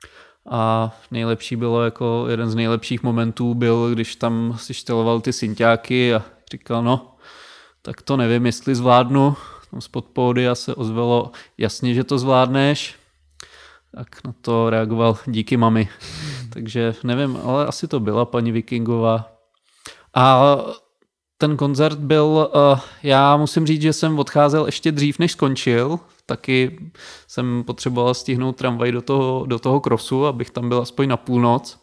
A nejlepší bylo, jako jeden z nejlepších momentů byl, když tam si šteloval ty synťáky a říkal, no, tak to nevím, jestli zvládnu. Tam spod pódia se ozvalo, jasně, že to zvládneš. Tak na to reagoval díky mami. Takže nevím, ale asi to byla paní Vikingová. A ten koncert byl, uh, já musím říct, že jsem odcházel ještě dřív, než skončil. Taky jsem potřeboval stihnout tramvaj do toho, do toho crossu, abych tam byl aspoň na půlnoc.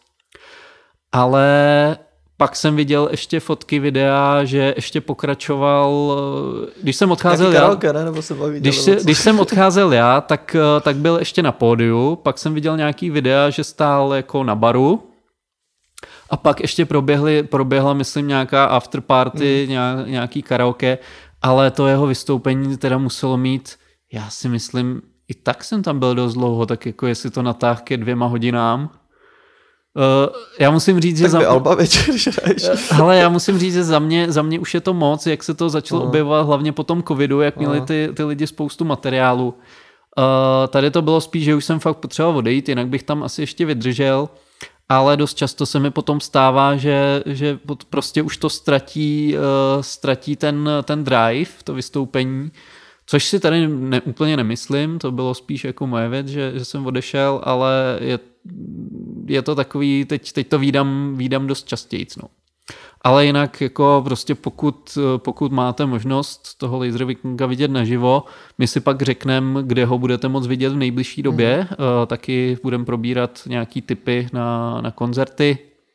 Ale pak jsem viděl ještě fotky, videa, že ještě pokračoval, když jsem odcházel já, karaoke, ne? Nebo jsem když, se, když jsem odcházel já, tak, tak byl ještě na pódiu, pak jsem viděl nějaký videa, že stál jako na baru a pak ještě proběhly, proběhla, myslím, nějaká afterparty, mm. nějaký karaoke, ale to jeho vystoupení teda muselo mít, já si myslím, i tak jsem tam byl dost dlouho, tak jako jestli to natáhl ke dvěma hodinám. Uh, já musím říct, že tak za... Alba večer, že Hele, já musím říct, že za mě, za mě už je to moc, jak se to začalo uh. objevovat, hlavně po tom covidu, jak měli ty, ty lidi spoustu materiálu. Uh, tady to bylo spíš, že už jsem fakt potřeboval odejít, jinak bych tam asi ještě vydržel, ale dost často se mi potom stává, že, že prostě už to ztratí, uh, ztratí ten, ten drive, to vystoupení, což si tady ne, úplně nemyslím, to bylo spíš jako moje věc, že, že jsem odešel, ale je, je to takový, teď, teď to vídám, vídám dost častěji. No. Ale jinak jako prostě pokud, pokud máte možnost toho Laser Vikinga vidět naživo, my si pak řekneme, kde ho budete moc vidět v nejbližší době, mm. uh, taky budeme probírat nějaký tipy na, na koncerty,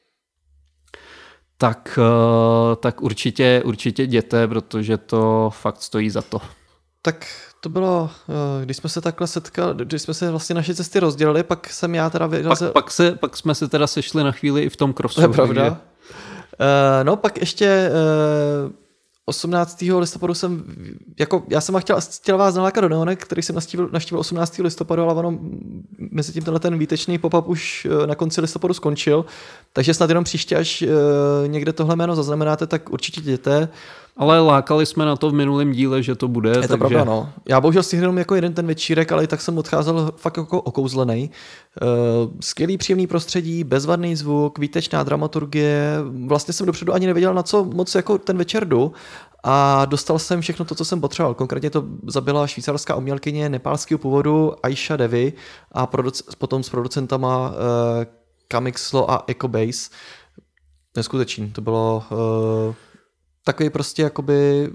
tak, uh, tak určitě, určitě jděte, protože to fakt stojí za to. Tak to bylo, když jsme se takhle setkali, když jsme se vlastně naše cesty rozdělili, pak jsem já teda věděl... Pak, se... pak, se, pak jsme se teda sešli na chvíli i v tom crossu. To je pravda. Takže... Uh, no pak ještě uh, osmnáctého listopadu jsem, jako já jsem chtěl, chtěl vás nalákat do Neonek, který jsem navštívil, navštívil osmnáctého listopadu, ale ono mezi tím tenhle ten výtečný pop-up už na konci listopadu skončil, takže snad jenom příště, až někde tohle jméno zaznamenáte, tak určitě jděte. Ale lákali jsme na to v minulém díle, že to bude. Je to takže... pravda, no. Já bohužel stihl jenom jako jeden ten večírek, ale i tak jsem odcházel fakt jako okouzlenej. Uh, skvělý, příjemný prostředí, bezvadný zvuk, výtečná dramaturgie. Vlastně jsem dopředu ani nevěděl, na co moc jako ten večer jdu. A dostal jsem všechno to, co jsem potřeboval. Konkrétně to zabila švýcarská umělkyně nepálského původu Aisha Devi a produc- potom s producentama uh, Kamixlo a Ecobase. Neskutečný. To bylo... Uh, takový prostě jakoby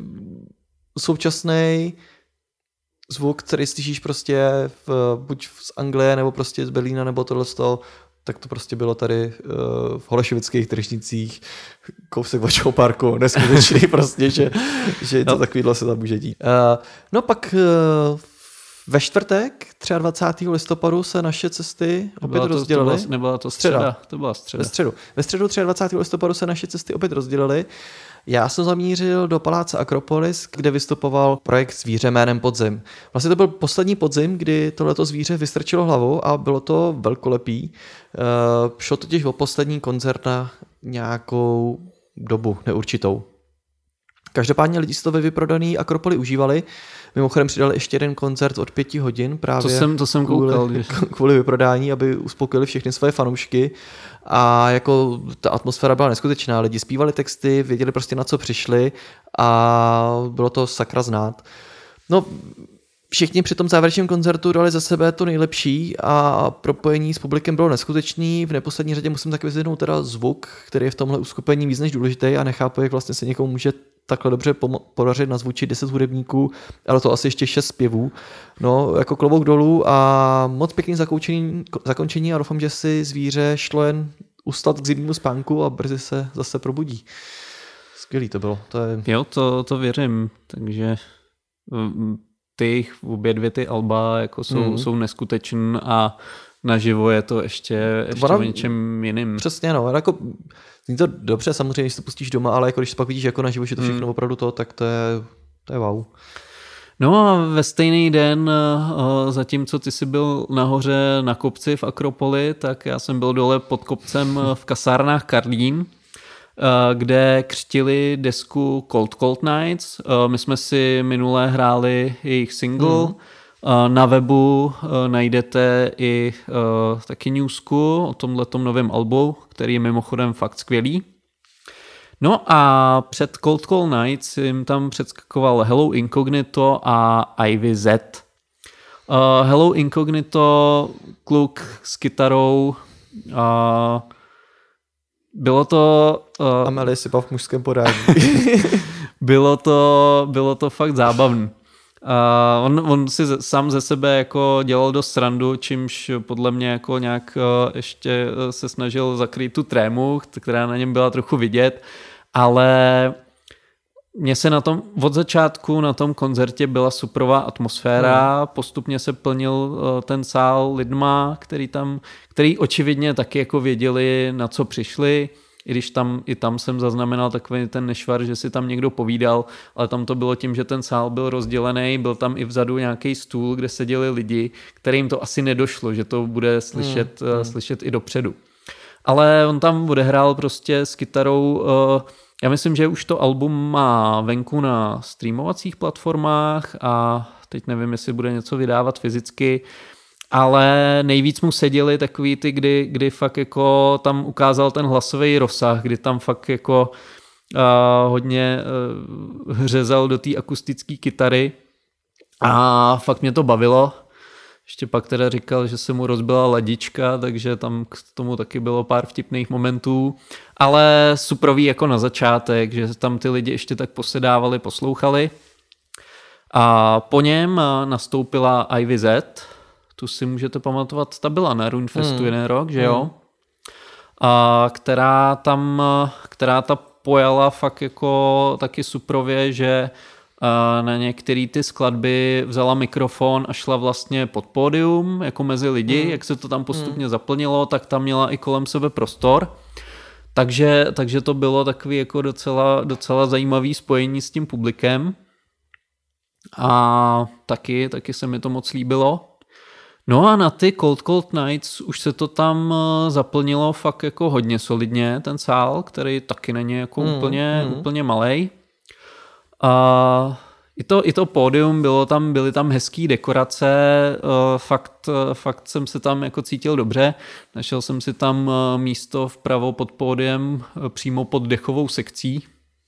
současný zvuk, který slyšíš prostě v, buď z Anglie, nebo prostě z Berlína, nebo tohle z toho, tak to prostě bylo tady uh, v Holešovických tržnicích, kousek od parku, neskutečný prostě, že, že to takovýhle se tam může dít. Uh, no pak uh, ve čtvrtek, dvacátého třetího listopadu, se naše cesty opět rozdělily. Nebyla to středa, středa, to byla středa. Ve středu. Ve středu dvacátého třetího listopadu se naše cesty opět rozdělily. Já jsem zamířil do paláce Akropolis, kde vystupoval projekt Zvíře jménem Podzim. Vlastně to byl poslední podzim, kdy tohleto zvíře vystrčilo hlavu a bylo to velkolepý. Uh, šlo totiž o poslední koncert na nějakou dobu neurčitou. Každopádně lidi si to ve vyprodaný Akropoli užívali. Mimochodem přidali ještě jeden koncert od pěti hodin právě to jsem, to jsem kvůli, koukal, kvůli vyprodání, aby uspokojili všechny své fanoušky. A jako ta atmosféra byla neskutečná. Lidi zpívali texty, věděli prostě na co přišli a bylo to sakra znát. No, všichni při tom závěrečném koncertu dali za sebe to nejlepší a propojení s publikem bylo neskutečný. V neposlední řadě musím taky vyzvednout teda zvuk, který je v tomhle uskupení víc než důležitý a nechápu, jak vlastně se někomu může takhle dobře podařit nazvučit deset hudebníků, ale to asi ještě šest zpěvů. No, jako klobouk dolů a moc pěkný zakončení, zakončení a doufám, že si zvíře šlo jen ustat k zimnímu spánku a brzy se zase probudí. Skvělý to bylo. To je... Jo, to, to věřím, takže ty obě dvě ty alba jako jsou, mm. jsou neskutečný a naživo je to ještě, ještě Ona, o něčem jiným. Přesně, no. Jako, zní to dobře, samozřejmě, když to pustíš doma, ale jako když to pak vidíš jako naživo, že to všechno mm. opravdu to, tak to je, to je wow. No a ve stejný den, zatímco ty jsi byl nahoře na kopci v Akropoli, tak já jsem byl dole pod kopcem v kasárnách Karlín, kde křtili desku Cold Cold Nights. My jsme si minule hráli jejich single. Mm. Na webu najdete i taky newsku o tomhletom novém albu, který je mimochodem fakt skvělý. No a před Cold Cold Nights jim tam předskakoval Hello Incognito a Ivy Z. Uh, Hello Incognito, kluk s kytarou. Uh, bylo to... Uh, Amelie sypa v mužském podání. bylo, to, bylo to fakt zábavný. Uh, on, on si z, sám ze sebe jako dělal dost srandu, čímž podle mě jako nějak uh, ještě se snažil zakrýt tu trému, která na něm byla trochu vidět, ale mně se na tom od začátku na tom koncertě byla superová atmosféra, hmm. postupně se plnil uh, ten sál lidma, který tam, který očividně taky jako věděli, na co přišli. I když tam, i tam jsem zaznamenal takový ten nešvar, že si tam někdo povídal, ale tam to bylo tím, že ten sál byl rozdělený, byl tam i vzadu nějaký stůl, kde seděli lidi, kterým to asi nedošlo, že to bude slyšet, hmm. uh, slyšet i dopředu. Ale on tam odehrál prostě s kytarou, uh, já myslím, že už to album má venku na streamovacích platformách a teď nevím, jestli bude něco vydávat fyzicky, ale nejvíc mu seděli takový ty, kdy, kdy fakt jako tam ukázal ten hlasový rozsah, kdy tam fakt jako uh, hodně uh, hřezal do té akustické kytary a fakt mě to bavilo. Ještě pak teda říkal, že se mu rozbila ladička, takže tam k tomu taky bylo pár vtipných momentů, ale suprový jako na začátek, že tam ty lidi ještě tak posedávali, poslouchali. A po něm nastoupila Ivy Z, tu si můžete pamatovat, ta byla na Ruinfestu hmm. jeden rok, že jo? Hmm. A která tam, která ta pojala fakt jako taky suprově, že na některé ty skladby vzala mikrofon a šla vlastně pod pódium, jako mezi lidi, hmm. jak se to tam postupně hmm. zaplnilo, tak tam měla i kolem sebe prostor. Takže, takže to bylo takový jako docela, docela zajímavý spojení s tím publikem a taky, taky se mi to moc líbilo. No a na ty Cold Cold Nights už se to tam zaplnilo fakt jako hodně solidně, ten sál, který taky není jako mm, úplně, mm. úplně malej. A i to, i to pódium, bylo tam, byly tam hezký dekorace, fakt, fakt jsem se tam jako cítil dobře. Našel jsem si tam místo vpravo pod pódiem přímo pod dechovou sekcí.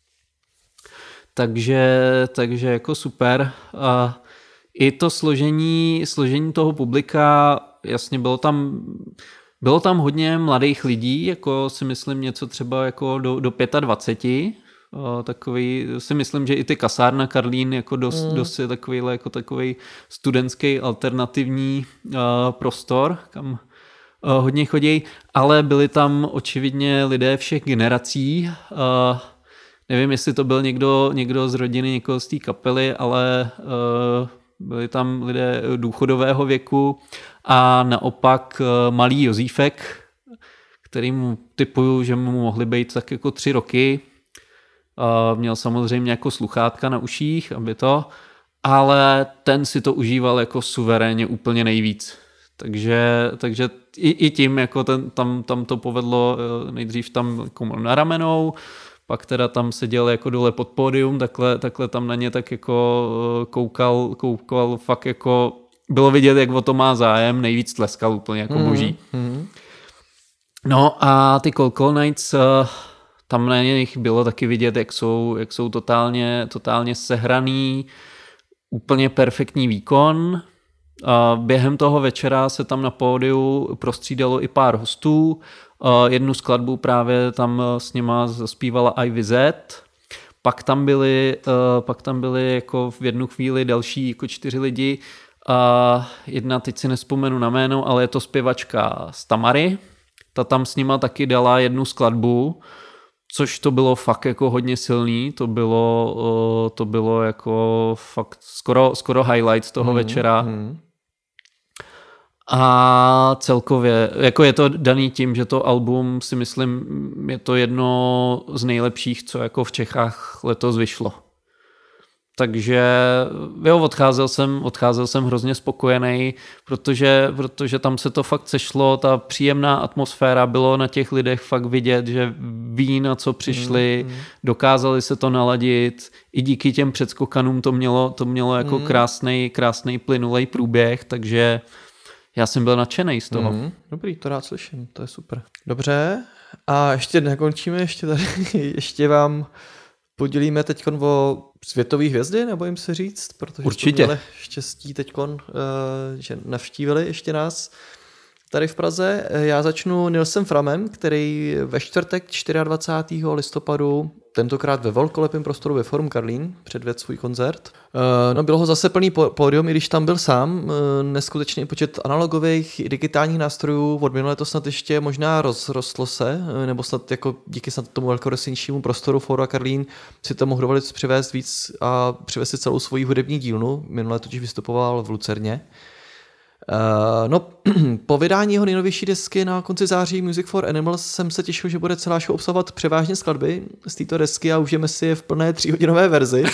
Takže, takže jako super. A i to složení, složení toho publika, jasně bylo tam, bylo tam hodně mladých lidí, jako si myslím něco třeba jako do, do dvacet pět. Takový, si myslím, že i ty kasárna Karlín jako dost, mm. dost je takový jako takový studentský alternativní uh, prostor, kam uh, hodně chodí, ale byli tam očividně lidé všech generací. Uh, nevím, jestli to byl někdo, někdo z rodiny, někoho z té kapely, ale uh, byli tam lidé důchodového věku a naopak uh, malý Jozífek, kterým typuju, že mu mohly být tak jako tři roky. Uh, měl samozřejmě jako sluchátka na uších, aby to, ale ten si to užíval jako suverénně úplně nejvíc. Takže, takže i, i tím jako ten, tam, tam to povedlo nejdřív tam jako na ramenou, pak teda tam seděl jako dole pod pódium, takhle, takhle tam na ně tak jako koukal, koukal fakt jako, bylo vidět, jak o to má zájem, nejvíc tleskal úplně jako boží. Mm-hmm. No a ty Cold Cold Nights, tam na nich bylo taky vidět, jak jsou, jak jsou totálně, totálně sehraný, úplně perfektní výkon. A během toho večera se tam na pódiu prostřídalo i pár hostů. A jednu skladbu právě tam s nima zaspívala Ivy Z. Pak tam byli, pak tam byli jako v jednu chvíli další jako čtyři lidi. A jedna, teď si nespomenu na jméno, ale je to zpěvačka z Tamary. Ta tam s nima taky dala jednu skladbu, což to bylo fakt jako hodně silný, to bylo, to bylo jako fakt skoro, skoro highlight toho mm, večera. Mm. A celkově, jako je to daný tím, že to album si myslím, je to jedno z nejlepších, co jako v Čechách letos vyšlo. Takže jo, odcházel jsem, odcházel jsem hrozně spokojený, protože, protože tam se to fakt sešlo, ta příjemná atmosféra, bylo na těch lidech fakt vidět, že ví, na co přišli, mm, mm. dokázali se to naladit, i díky těm předskokanům to mělo, to mělo jako mm. krásnej, krásnej plynulej průběh, takže já jsem byl nadšenej z toho. Mm. Dobrý, to rád slyším, to je super. Dobře, a ještě nekončíme, ještě tady, ještě vám podělíme teďkon o světové hvězdy, nebojím se říct, protože určitě jsme měli štěstí teďkon, že navštívili ještě nás tady v Praze. Já začnu Nilsem Framem, který ve čtvrtek dvacátého čtvrtého listopadu, tentokrát ve velkolepém prostoru ve Forum Karlín, předvedl svůj koncert. No, bylo ho zase plný pódium, i když tam byl sám. Neskutečný počet analogových i digitálních nástrojů, od minulé to snad ještě možná rozrostlo se, nebo snad jako díky snad tomu velkorysejšímu prostoru Fora Karlín si to mohl dovolit přivést víc a přivést si celou svoji hudební dílnu. Minulé totiž vystupoval v Lucerně. Uh, no, po vydání jeho nejnovější desky na konci září Music for Animals jsem se těšil, že bude celá show obsahovat převážně skladby z této desky a užijeme si je v plné tříhodinové verzi.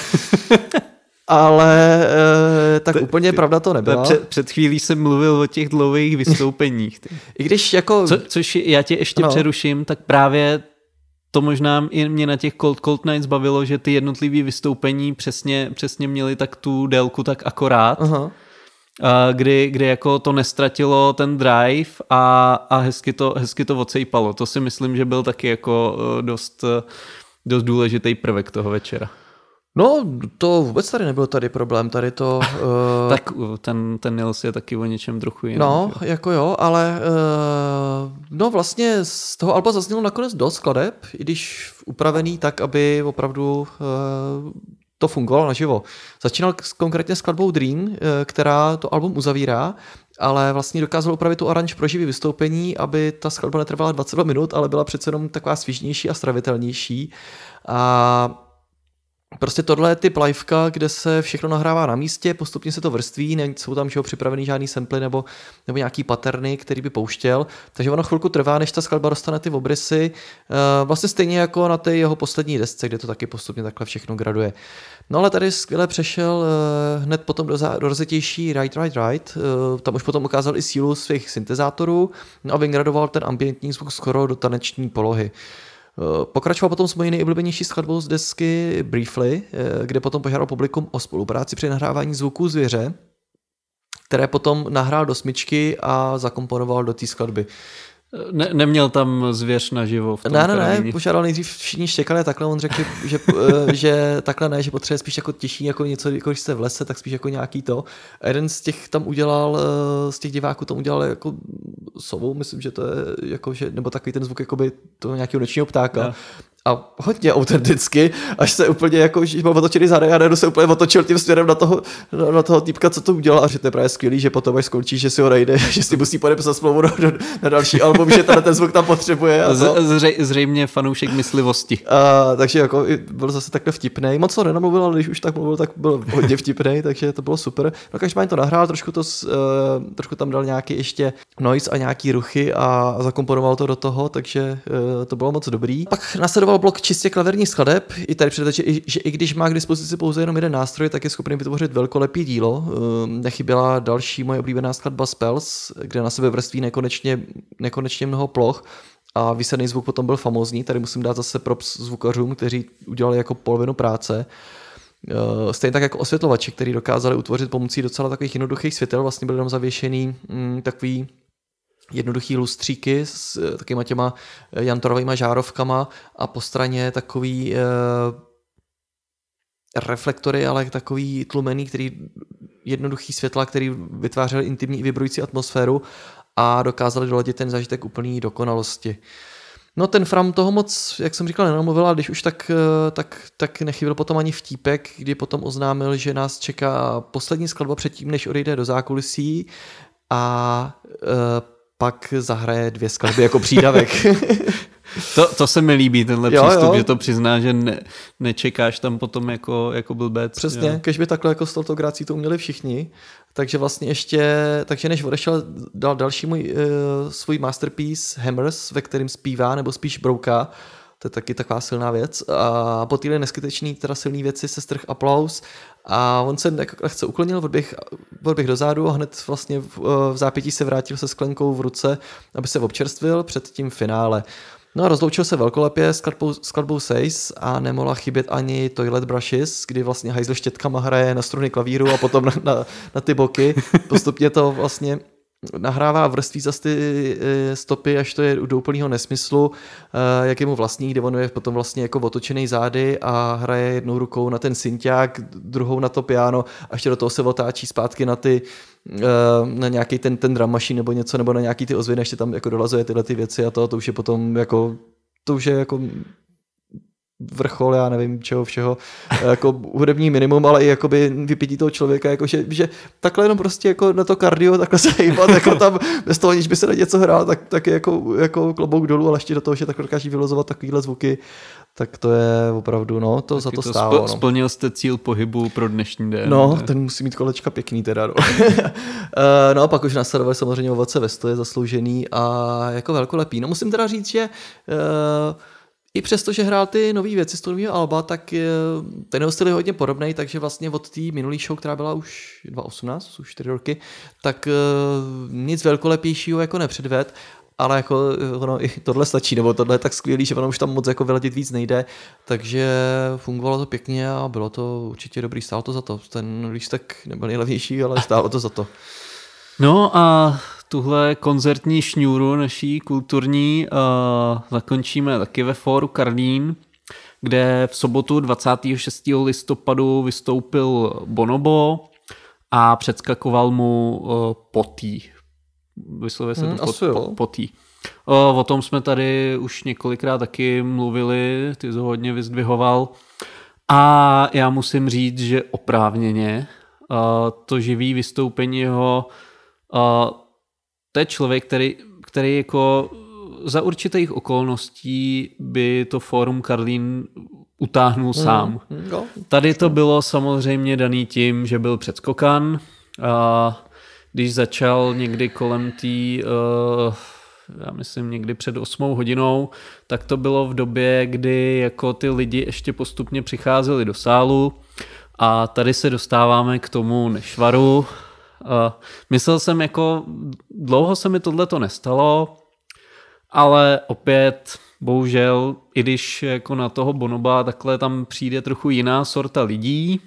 Ale uh, tak to, úplně pravda to nebyla. Před, před chvílí jsem mluvil o těch dlouhých vystoupeních. I když jako... Co, což já tě ještě no. přeruším, tak právě to možná i mě na těch Cold Cold Nights bavilo, že ty jednotlivé vystoupení přesně, přesně měly tak tu délku tak akorát. Aha. Kdy, kdy jako to nestratilo ten drive a, a hezky, to, hezky to odsejpalo. To si myslím, že byl taky jako dost, dost důležitý prvek toho večera. No, to vůbec tady nebyl tady problém, tady to... Uh... tak ten, ten Nils je taky o něčem trochu jiným. No, jo. jako jo, ale uh, no vlastně z toho alba zaznělo nakonec dost skladeb, i když upravený tak, aby opravdu... Uh, to fungovalo naživo. Začínal konkrétně skladbou Dream, která to album uzavírá, ale vlastně dokázal upravit tu aranž pro živý vystoupení, aby ta skladba netrvala dvacet dva minut, ale byla přece jenom taková svížnější a stravitelnější. A Prostě tohle je typ liveka, kde se všechno nahrává na místě, postupně se to vrství, nejsou tam všeho připravený žádný samply nebo, nebo nějaký paterny, který by pouštěl, takže ono chvilku trvá, než ta skladba dostane ty obrysy, vlastně stejně jako na té jeho poslední desce, kde to taky postupně takhle všechno graduje. No ale tady skvěle přešel hned potom do, zá, do rozjetější Right, Right, Right, tam už potom ukázal i sílu svých syntezátorů, no a vygradoval ten ambientní zvuk skoro do taneční polohy. Pokračoval potom s mojí nejoblíbenější skladbou z desky Briefly, kde potom požádal publikum o spolupráci při nahrávání zvuků zvěře, které potom nahrál do smyčky a zakomponoval do té skladby. Ne, neměl tam zvěř naživo v tom Ne, ne, ne, krajině. požádal nejdřív všichni štěkali takhle, on řekl, že, že, že takhle ne, že potřebuje spíš jako těžší, jako něco, jako když jste v lese, tak spíš jako nějaký to. A jeden z těch tam udělal, z těch diváků tam udělal jako sovou, myslím, že to je jako, že, nebo takový ten zvuk jakoby toho nějakého nočního ptáka. No. A hodně autenticky, až se úplně jako, že byl otočený zády a najednou se úplně otočil tím směrem na toho, na, na toho týpka, co to udělal, a že to je právě skvělý, že potom až skončí, že si ho najde, že si musí podepsat smlouvu na, na další album, že ten zvuk tam potřebuje. A to. Zře, zřejmě fanoušek myslivosti. A, takže jako byl zase takhle vtipnej. Moc to nenamluvil, ale když už tak mluvil, tak byl hodně vtipnej, takže to bylo super. No každopádně to nahrál, trošku, to, uh, trošku tam dal nějaký ještě noise a nějaký ruchy a, a zakomponoval to do toho, takže uh, to bylo moc dobrý. Pak nasledoval blok čistě klaverních skladeb. I tady předat, že, že i když má k dispozici pouze jenom jeden nástroj, tak je schopný vytvořit velkolepý dílo. Nechyběla další moje oblíbená skladba Spells, kde na sebe vrství nekonečně, nekonečně mnoho ploch a výsledný zvuk potom byl famózní. Tady musím dát zase props zvukařům, kteří udělali jako polovinu práce. Stejně tak jako osvětlovači, kteří dokázali utvořit pomocí docela takových jednoduchých světel, vlastně byly tam zavěšený mm, takový jednoduchý lustříky s takovýma těma jantorovými žárovkama a po straně takový e, reflektory, ale takový tlumený, který jednoduchý světla, který vytvářely intimní i vibrující atmosféru a dokázali doladit ten zážitek úplný dokonalosti. No ten Fram toho moc, jak jsem říkal, nenamluvil, ale když už tak, tak, tak nechyběl potom ani vtípek, kdy potom oznámil, že nás čeká poslední skladba předtím, než odejde do zákulisí a e, pak zahraje dvě skladby jako přídavek. to, to se mi líbí, tenhle jo, přístup, jo. že to přizná, že ne, nečekáš tam potom jako, jako blbec. Přesně, jo. kež by takhle jako s touto grácí to uměli všichni. Takže vlastně ještě, takže než odešel, dal další můj uh, svůj masterpiece Hammers, ve kterým zpívá nebo spíš brouká. To je taky taková silná věc. A po téhle neskutečný, teda silný věci se strh aplaus a on se lehce uklonil, odběh, odběh dozadu a hned vlastně v, v zápětí se vrátil se sklenkou v ruce, aby se občerstvil před tím finále. No a rozloučil se velkolepě s skladbou, skladbou Says a nemohla chybět ani Toilet Brushes, kdy vlastně hajzl štětkama hraje na struny klavíru a potom na, na, na ty boky. Postupně to vlastně nahrává vrství zase ty stopy, až to je do úplného nesmyslu, jak je mu vlastní, kde on je potom vlastně jako otočený zády a hraje jednou rukou na ten synťák, druhou na to piano a ještě do toho se otáčí zpátky na ty na nějaký ten, ten drum machine nebo něco, nebo na nějaký ty ozvěny, ještě tam jako dolazuje tyhle ty věci a to, to už je potom jako, to už je jako vrchol, já nevím čeho všeho, jako hudební minimum, ale i jakoby vypití toho člověka, jako že, že takhle jenom prostě jako na to kardio, takhle se hýbat, jako tam bez toho, aniž by se na něco hrál, tak, tak je jako, jako klobouk dolů, ale ještě do toho, že takhle dokáží vylozovat takovýhle zvuky, tak to je opravdu, no, to Taky za to, to stálo. Sp- splnil jste cíl pohybu pro dnešní den. No, ne? ten musí mít kolečka pěkný teda, no. No a pak už následovali samozřejmě ovoce ve stoje, zasloužený a jako velkolepý. No musím teda říct, že uh, i přesto, že hrál ty nové věci z toho nového alba, tak ten jeho styl je hodně podobný, takže vlastně od té minulé show, která byla už dva tisíce osmnáct, už čtyři roky, tak uh, nic velkolepějšího jako nepředved, ale jako ono i tohle stačí, nebo tohle je tak skvělý, že ono už tam moc jako vyladit víc nejde, takže fungovalo to pěkně a bylo to určitě dobrý, stálo to za to. Ten lístek nebyl nejlevnější, ale stálo to za to. No a tuhle koncertní šňůru naší kulturní uh, zakončíme taky ve fóru Karlín, kde v sobotu dvacátého šestého listopadu vystoupil Bonobo a předskakoval mu uh, Potý. Vyslovuje se hmm, to pot, pot, Potý. Uh, o tom jsme tady už několikrát taky mluvili, ty jsi ho hodně vyzdvihoval. A já musím říct, že oprávněně uh, to živý vystoupení jeho Uh, to je člověk, který, který jako za určitých okolností by to fórum Karlín utáhnul mm, sám. Mm, no, Tady to bylo samozřejmě daný tím, že byl předskokan a když začal někdy kolem té, uh, já myslím někdy před osmou hodinou, tak to bylo v době, kdy jako ty lidi ještě postupně přicházeli do sálu a tady se dostáváme k tomu nešvaru. Uh, myslel jsem jako, dlouho se mi tohleto nestalo, ale opět, bohužel, i když jako na toho Bonoba takhle tam přijde trochu jiná sorta lidí,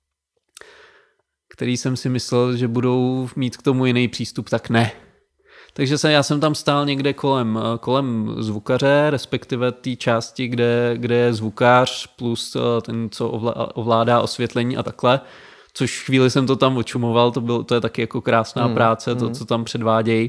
který jsem si myslel, že budou mít k tomu jiný přístup, tak ne. Takže se, já jsem tam stál někde kolem, kolem zvukaře, respektive té části, kde, kde je zvukář plus ten, co ovládá osvětlení a takhle, což chvíli jsem to tam očumoval, to, byl, to je taky jako krásná hmm, práce, hmm. to, co tam předvádějí.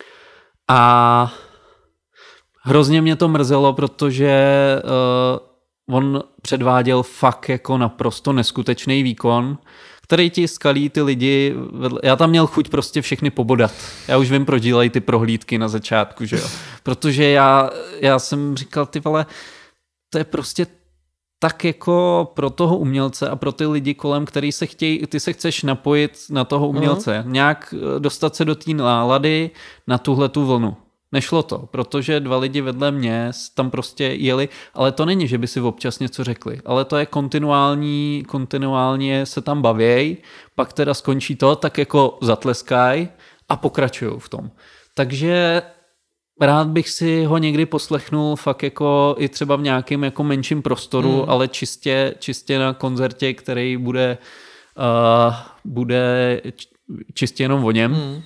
A hrozně mě to mrzelo, protože uh, on předváděl fakt jako naprosto neskutečný výkon, který ti skalí ty lidi vedle. Já tam měl chuť prostě všechny pobodat. Já už vím, proč dělají ty prohlídky na začátku, že jo. Protože já, já jsem říkal, ty vole, to je prostě tak jako pro toho umělce a pro ty lidi kolem, který se chtějí, ty se chceš napojit na toho umělce. Uh-huh. Nějak dostat se do té nálady na tuhle tu vlnu. Nešlo to, protože dva lidi vedle mě tam prostě jeli, ale to není, že by si občas něco řekli, ale to je kontinuální, kontinuálně se tam bavěj, pak teda skončí to, tak jako zatleskaj a pokračujou v tom. Takže rád bych si ho někdy poslechnul fakt jako i třeba v nějakém jako menším prostoru, mm. ale čistě, čistě na koncertě, který bude, uh, bude čistě jenom o něm. Mm.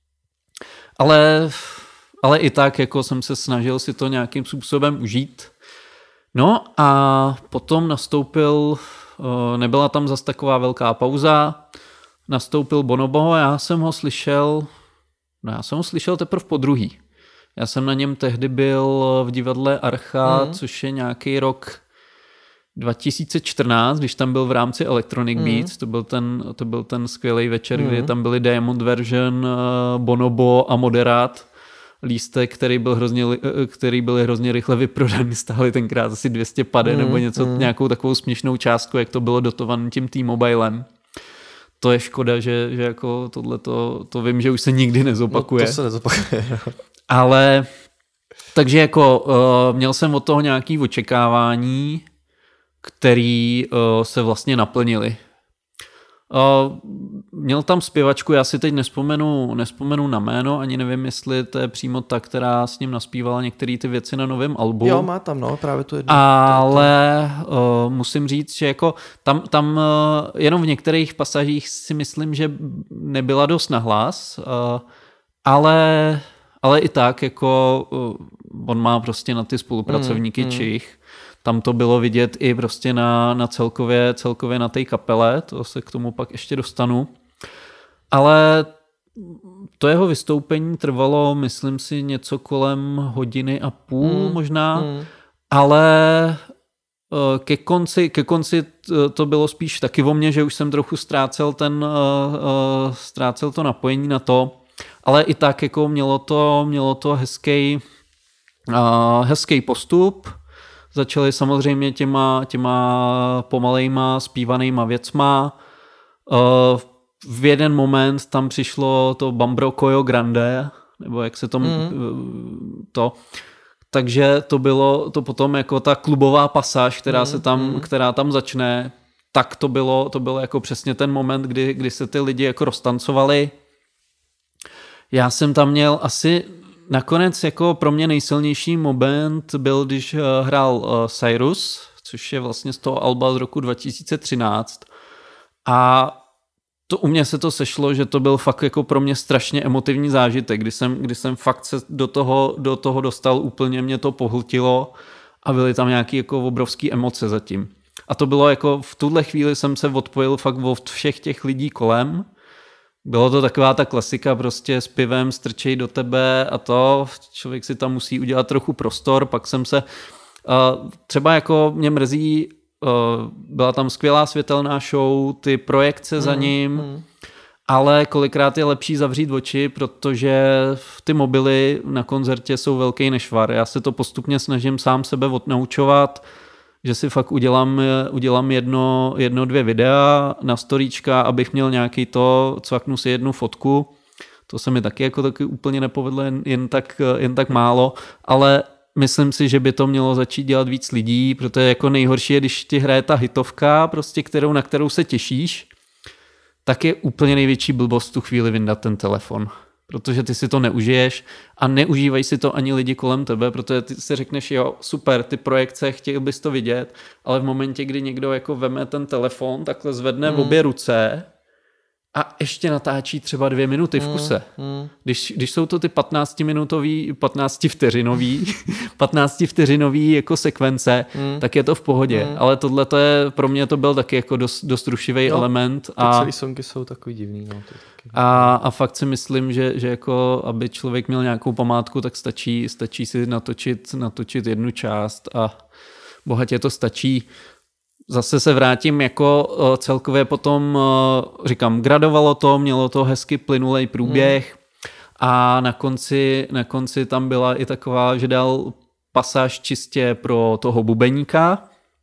Ale... Ale i tak jako jsem se snažil si to nějakým způsobem užít. No a potom nastoupil, nebyla tam zas taková velká pauza, nastoupil Bonobo a já jsem ho slyšel, no já jsem ho slyšel teprve po druhý. Já jsem na něm tehdy byl v divadle Archa, mm. což je nějaký rok dva tisíce čtrnáct, když tam byl v rámci Electronic mm. Beats, to byl ten, to byl ten skvělý večer, mm. kdy tam byly Diamond Version, Bonobo a Moderát. Lístek, který byl hrozně, který byl hrozně rychle vyprodaný, stály tenkrát asi dvě stě pade mm, nebo něco, mm. nějakou takovou směšnou částku, jak to bylo dotované tím T-Mobilem. To je škoda, že, že jako tohleto, to vím, že už se nikdy nezopakuje. No, to se nezopakuje. Ale, takže jako uh, měl jsem od toho nějaké očekávání, který uh, se vlastně naplnily. Uh, měl tam zpěvačku, já si teď nespomenu, nespomenu na jméno, ani nevím, jestli to je přímo ta, která s ním naspívala některé ty věci na novém albu. Jo, má tam, no, právě tu jednu. Ale uh, musím říct, že jako tam, tam uh, jenom v některých pasažích si myslím, že nebyla dost nahlas, uh, ale, ale i tak, jako uh, on má prostě na ty spolupracovníky mm, čich. Mm. Tam to bylo vidět i prostě na, na celkově, celkově na té kapele, to se k tomu pak ještě dostanu. Ale to jeho vystoupení trvalo, myslím si, něco kolem hodiny a půl mm, možná, mm. ale ke konci, ke konci to bylo spíš taky o mně, že už jsem trochu ztrácel, ten, ztrácel to napojení na to, ale i tak jako mělo to, mělo to hezký, hezký postup. Začali samozřejmě těma, těma pomalejma zpívanýma věcma. V jeden moment tam přišlo to Bambro Coyo Grande, nebo jak se to... Mm. to. Takže to bylo to potom jako ta klubová pasáž, která, mm. se tam, mm. která tam začne. Tak to bylo, to bylo jako přesně ten moment, kdy, kdy se ty lidi jako roztancovali. Já jsem tam měl asi... Nakonec jako pro mě nejsilnější moment byl, když hrál Cyrus, což je vlastně z toho alba z roku dva tisíce třináct. A to u mě se to sešlo, že to byl fakt jako pro mě strašně emotivní zážitek, kdy jsem, kdy jsem fakt se do toho, do toho dostal, úplně mě to pohltilo a byly tam nějaké jako obrovské emoce zatím. A to bylo jako v tuhle chvíli jsem se odpojil fakt od všech těch lidí kolem. Bylo to taková ta klasika, prostě s pivem strčej do tebe a to, člověk si tam musí udělat trochu prostor, pak jsem se, uh, třeba jako mě mrzí, uh, byla tam skvělá světelná show, ty projekce mm, za ním, mm. ale kolikrát je lepší zavřít oči, protože ty mobily na koncertě jsou velký nešvar. Já se to postupně snažím sám sebe odnaučovat, že si fakt udělám, udělám jedno, jedno, dvě videa na storíčka, abych měl nějaký to, cvaknu si jednu fotku. To se mi taky jako taky úplně nepovedlo, jen, jen, tak, jen tak málo, ale myslím si, že by to mělo začít dělat víc lidí, protože jako nejhorší je, když ti hraje ta hitovka, prostě kterou, na kterou se těšíš, tak je úplně největší blbost tu chvíli vyndat ten telefon. Protože ty si to neužiješ a neužívají si to ani lidi kolem tebe, protože ty si řekneš, jo, super, ty projekce, chtěl bys to vidět, ale v momentě, kdy někdo jako veme ten telefon, takhle zvedne v obě ruce a ještě natáčí třeba dvě minuty v kuse. Mm. Když, když jsou to ty patnáctiminutový, patnáctivteřinový, patnáctivteřinový jako sekvence, mm. tak je to v pohodě. Mm. Ale tohle to je, pro mě to byl taky jako dost, dost rušivý no, element. A celý songy jsou takový divný. No, to taky. A, a fakt si myslím, že, že jako, aby člověk měl nějakou památku, tak stačí, stačí si natočit, natočit jednu část a bohatě to stačí. Zase se vrátím jako celkově potom, říkám, gradovalo to, mělo to hezky plynulej průběh hmm. a na konci, na konci tam byla i taková, že dal pasáž čistě pro toho bubeníka.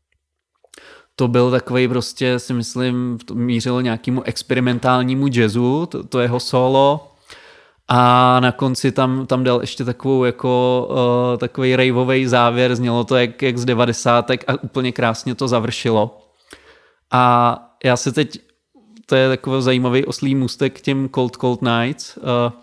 To byl takovej prostě, si myslím, mířil nějakému experimentálnímu jazzu, to, to jeho solo. A na konci tam, tam dal ještě takovou jako uh, takový raveový závěr, znělo to jak, jak z devadesátek a úplně krásně to završilo. A já se teď, to je takový zajímavý oslý můstek k těm Cold Cold Nights, uh,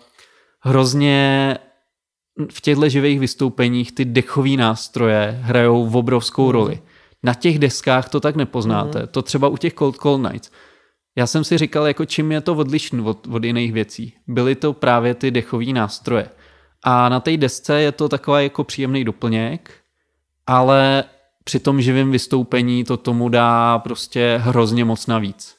hrozně v těchto živých vystoupeních ty dechový nástroje hrajou v obrovskou mm. roli. Na těch deskách to tak nepoznáte, mm. to třeba u těch Cold Cold Nights. Já jsem si říkal, jako čím je to odlišný od, od jiných věcí. Byly to právě ty dechový nástroje. A na té desce je to takový jako příjemný doplněk, ale při tom živém vystoupení to tomu dá prostě hrozně moc navíc.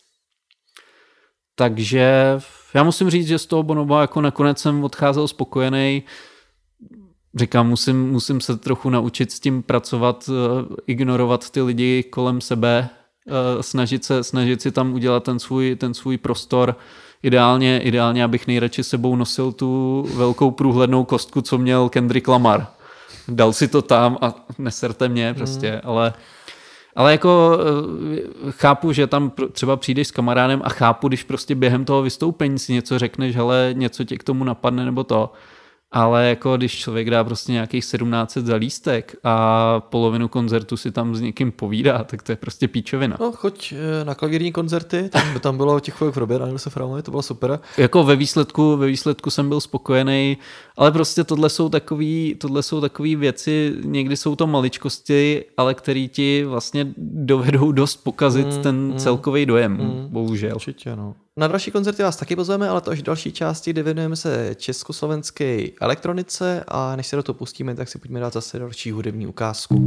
Takže já musím říct, že z toho Bonoba jako nakonec jsem odcházel spokojený. Říkám, musím, musím se trochu naučit s tím pracovat, ignorovat ty lidi kolem sebe, snažit se, snažit si tam udělat ten svůj, ten svůj prostor. Ideálně, ideálně, abych nejradši sebou nosil tu velkou průhlednou kostku, co měl Kendrick Lamar. Dal si to tam a neserte mě prostě, mm. ale, ale jako chápu, že tam třeba přijdeš s kamarádem a chápu, když prostě během toho vystoupení si něco řekneš, hele, něco tě k tomu napadne nebo to. Ale jako když člověk dá prostě nějakých sedmnáct set za lístek a polovinu koncertu si tam s někým povídá, tak to je prostě píčovina. No, choď na klavírní koncerty, tam, tam bylo těch chvílek v Robě, Daniel Soframovi, to bylo super. Jako ve výsledku, ve výsledku jsem byl spokojený, ale prostě tohle jsou takový, tohle jsou takový věci, někdy jsou to maličkosti, ale který ti vlastně dovedou dost pokazit mm, ten mm, celkový dojem, mm, bohužel. Určitě, no. Na další koncerty vás taky pozveme, ale to až v další části, kde věnujeme se československé elektronice a než se do toho pustíme, tak si pojďme dát zase další hudební ukázku.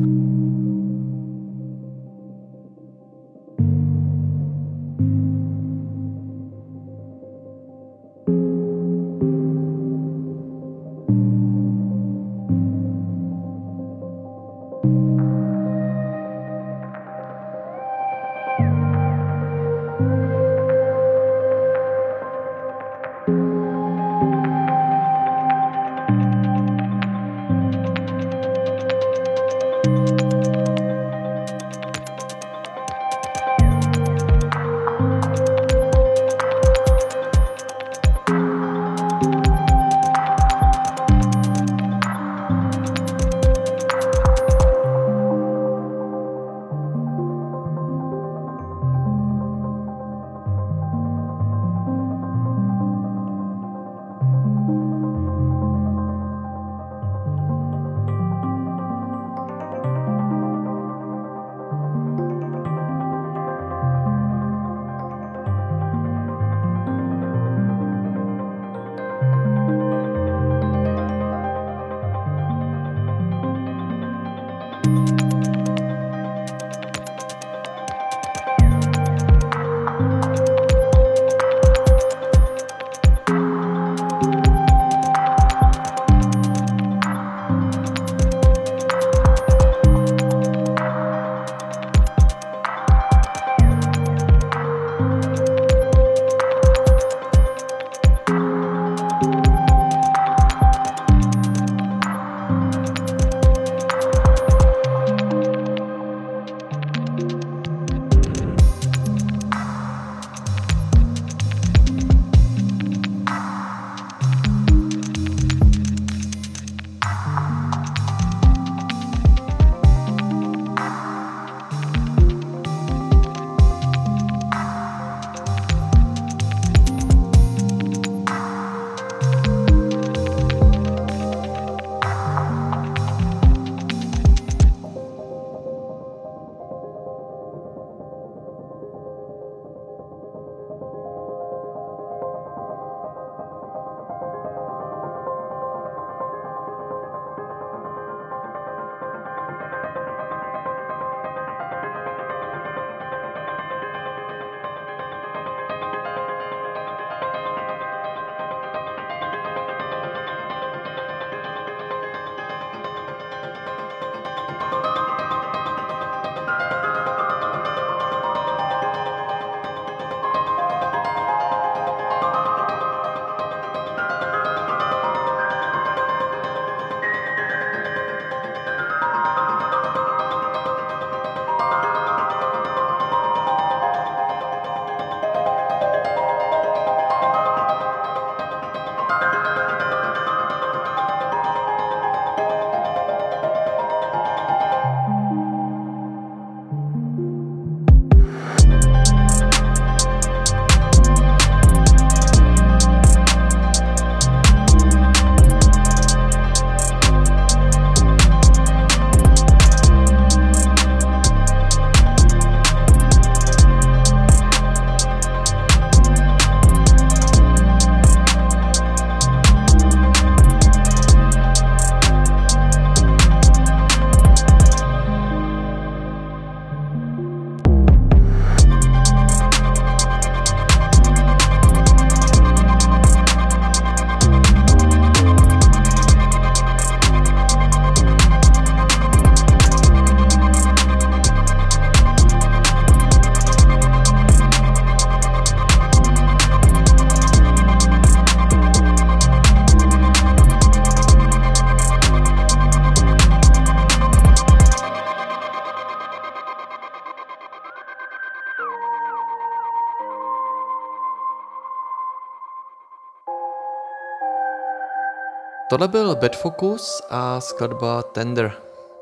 Tohle byl Bad Focus a skladba Tender.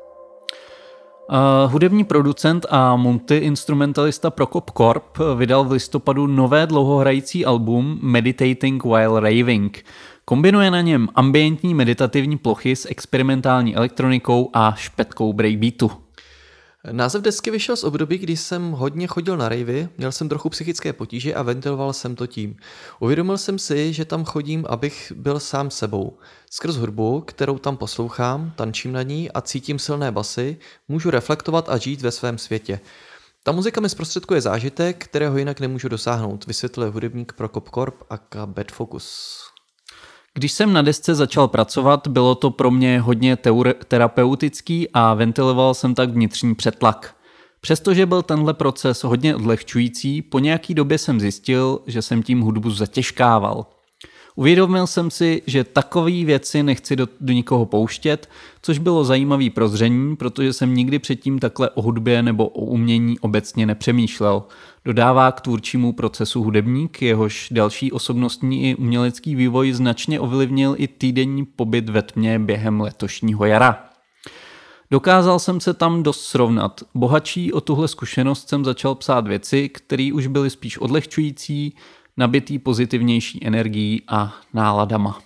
Uh, hudební producent a multi-instrumentalista Prokop Korp vydal v listopadu nové dlouhohrající album Meditating While Raving. Kombinuje na něm ambientní meditativní plochy s experimentální elektronikou a špetkou breakbeatu. Název desky vyšel z období, kdy jsem hodně chodil na ravey, měl jsem trochu psychické potíže a ventiloval jsem to tím. Uvědomil jsem si, že tam chodím, abych byl sám sebou. Skrz hudbu, kterou tam poslouchám, tančím na ní a cítím silné basy, můžu reflektovat a žít ve svém světě. Ta muzika mi zprostředkuje zážitek, kterého jinak nemůžu dosáhnout, vysvětlil hudebník Prokop Korp aka Bad Focus. Když jsem na desce začal pracovat, bylo to pro mě hodně teure- terapeutický a ventiloval jsem tak vnitřní přetlak. Přestože byl tenhle proces hodně odlehčující, po nějaký době jsem zjistil, že jsem tím hudbu zatěžkával. Uvědomil jsem si, že takové věci nechci do, do nikoho pouštět, což bylo zajímavé prozření, protože jsem nikdy předtím takhle o hudbě nebo o umění obecně nepřemýšlel. Dodává k tvůrčímu procesu hudebník, jehož další osobnostní i umělecký vývoj značně ovlivnil i týdenní pobyt ve tmě během letošního jara. Dokázal jsem se tam dost srovnat. Bohatší o tuhle zkušenost jsem začal psát věci, které už byly spíš odlehčující, nabitý pozitivnější energií a náladama.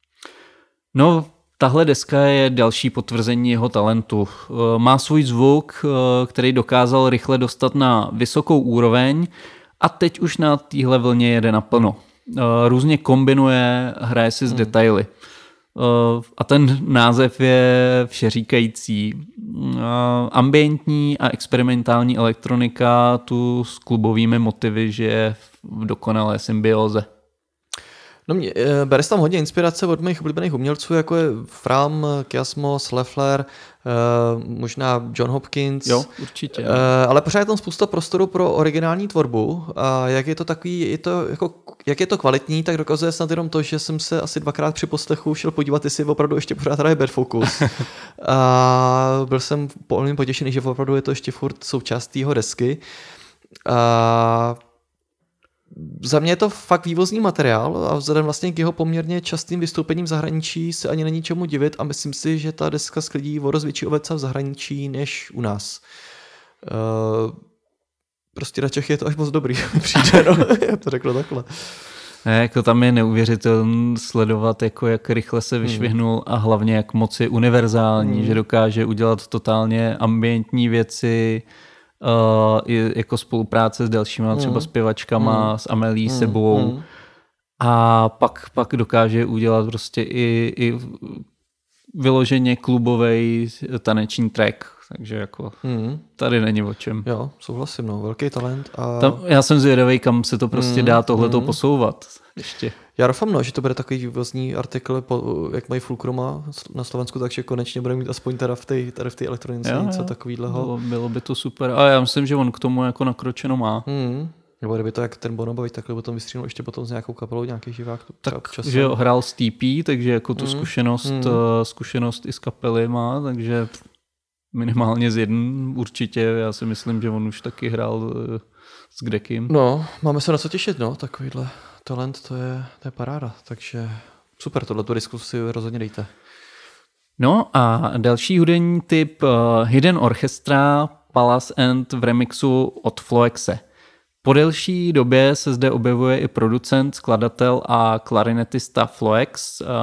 No, tahle deska je další potvrzení jeho talentu. Má svůj zvuk, který dokázal rychle dostat na vysokou úroveň a teď už na téhle vlně jede naplno. Různě kombinuje, hraje si s hmm. detaily. A ten název je všeříkající. Ambientní a experimentální elektronika tu s klubovými motivy, že je v dokonalé symbióze. No mě, bere tam hodně inspirace od mých oblíbených umělců, jako je Fram, Kiasmos, Leffler, možná John Hopkins. Jo, určitě. Ale pořád je tam spousta prostoru pro originální tvorbu. A jak je to takový, je to jako, jak je to kvalitní, tak dokazuje snad jenom to, že jsem se asi dvakrát při poslechu šel podívat, jestli opravdu ještě pořád hraje Bad Focus. A byl jsem velmi potěšený, že opravdu je to ještě furt součástí jeho desky. A za mě je to fakt vývozní materiál a vzhledem vlastně k jeho poměrně častým vystoupením v zahraničí se ani není čemu divit a myslím si, že ta deska sklidí o dost větší oveca v zahraničí než u nás. Uh, prostě na Čechy je to až moc dobrý, přijde, no, já to řekl takhle. Ne, jako tam je neuvěřitelný sledovat, jako jak rychle se vyšvihnul hmm. a hlavně jak moc je univerzální, hmm. že dokáže udělat totálně ambientní věci, Uh, i jako spolupráce s dalšíma třeba zpěvačkama, mm. s Amelí mm. Sebou mm. a pak, pak dokáže udělat prostě i, i vyloženě klubovej taneční track, takže jako mm. tady není o čem. Jo, souhlasím, no, velký talent. A... Tam, já jsem zvědavý, kam se to prostě mm. dá tohleto mm. posouvat ještě. Já doufám, no, že to bude takový vývozní artikl, jak mají Fulcroma na Slovensku, takže konečně budeme mít aspoň teda v té tady v té elektronice jo, něco takovýhleho. Bylo, bylo by to super. A já myslím, že on k tomu jako nakročeno má. Mm. Nebo kdyby to jak ten Bonobovi takhle potom vystříhnul ještě potom s nějakou kapelou nějaký živák. Tak, že jo, hrál s T P, takže jako tu mm. zkušenost, mm. zkušenost i z kapely má, takže minimálně z jedn určitě. Já si myslím, že on už taky hrál s kdekým. No, máme se na co těšit, no, takovýhle talent, to je, to je paráda, takže super, tohleto diskusi rozhodně dejte. No a další hudební typ uh, Hidden Orchestra Palace and v remixu od Floexe. Po delší době se zde objevuje i producent, skladatel a klarinetista Floex uh,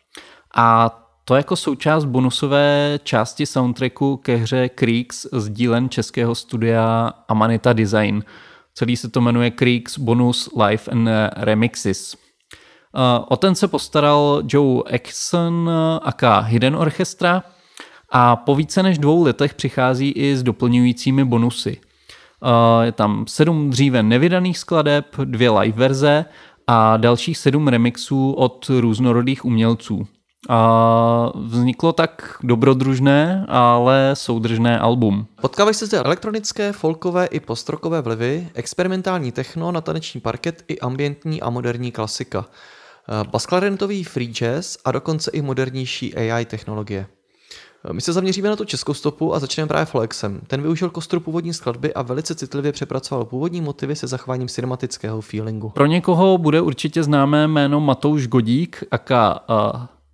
a to jako součást bonusové části soundtracku ke hře Creeks z dílen českého studia Amanita Design. Celý se to jmenuje Creeks Bonus Live and Remixes. Uh, o ten se postaral Joe Exon aka Hidden Orchestra a po více než dvou letech přichází i s doplňujícími bonusy. Uh, je tam sedm dříve nevydaných skladeb, dvě live verze a dalších sedm remixů od různorodých umělců. A vzniklo tak dobrodružné, ale soudržné album. Potkávají se zde elektronické, folkové i postrokové vlivy, experimentální techno na taneční parket i ambientní a moderní klasika. Basklarinetový free jazz a dokonce i modernější A I technologie. My se zaměříme na tu českou stopu a začneme právě Floexem. Ten využil kostru původní skladby a velice citlivě přepracoval původní motivy se zachováním cinematického feelingu. Pro někoho bude určitě známé jméno Matouš Godík, aka uh,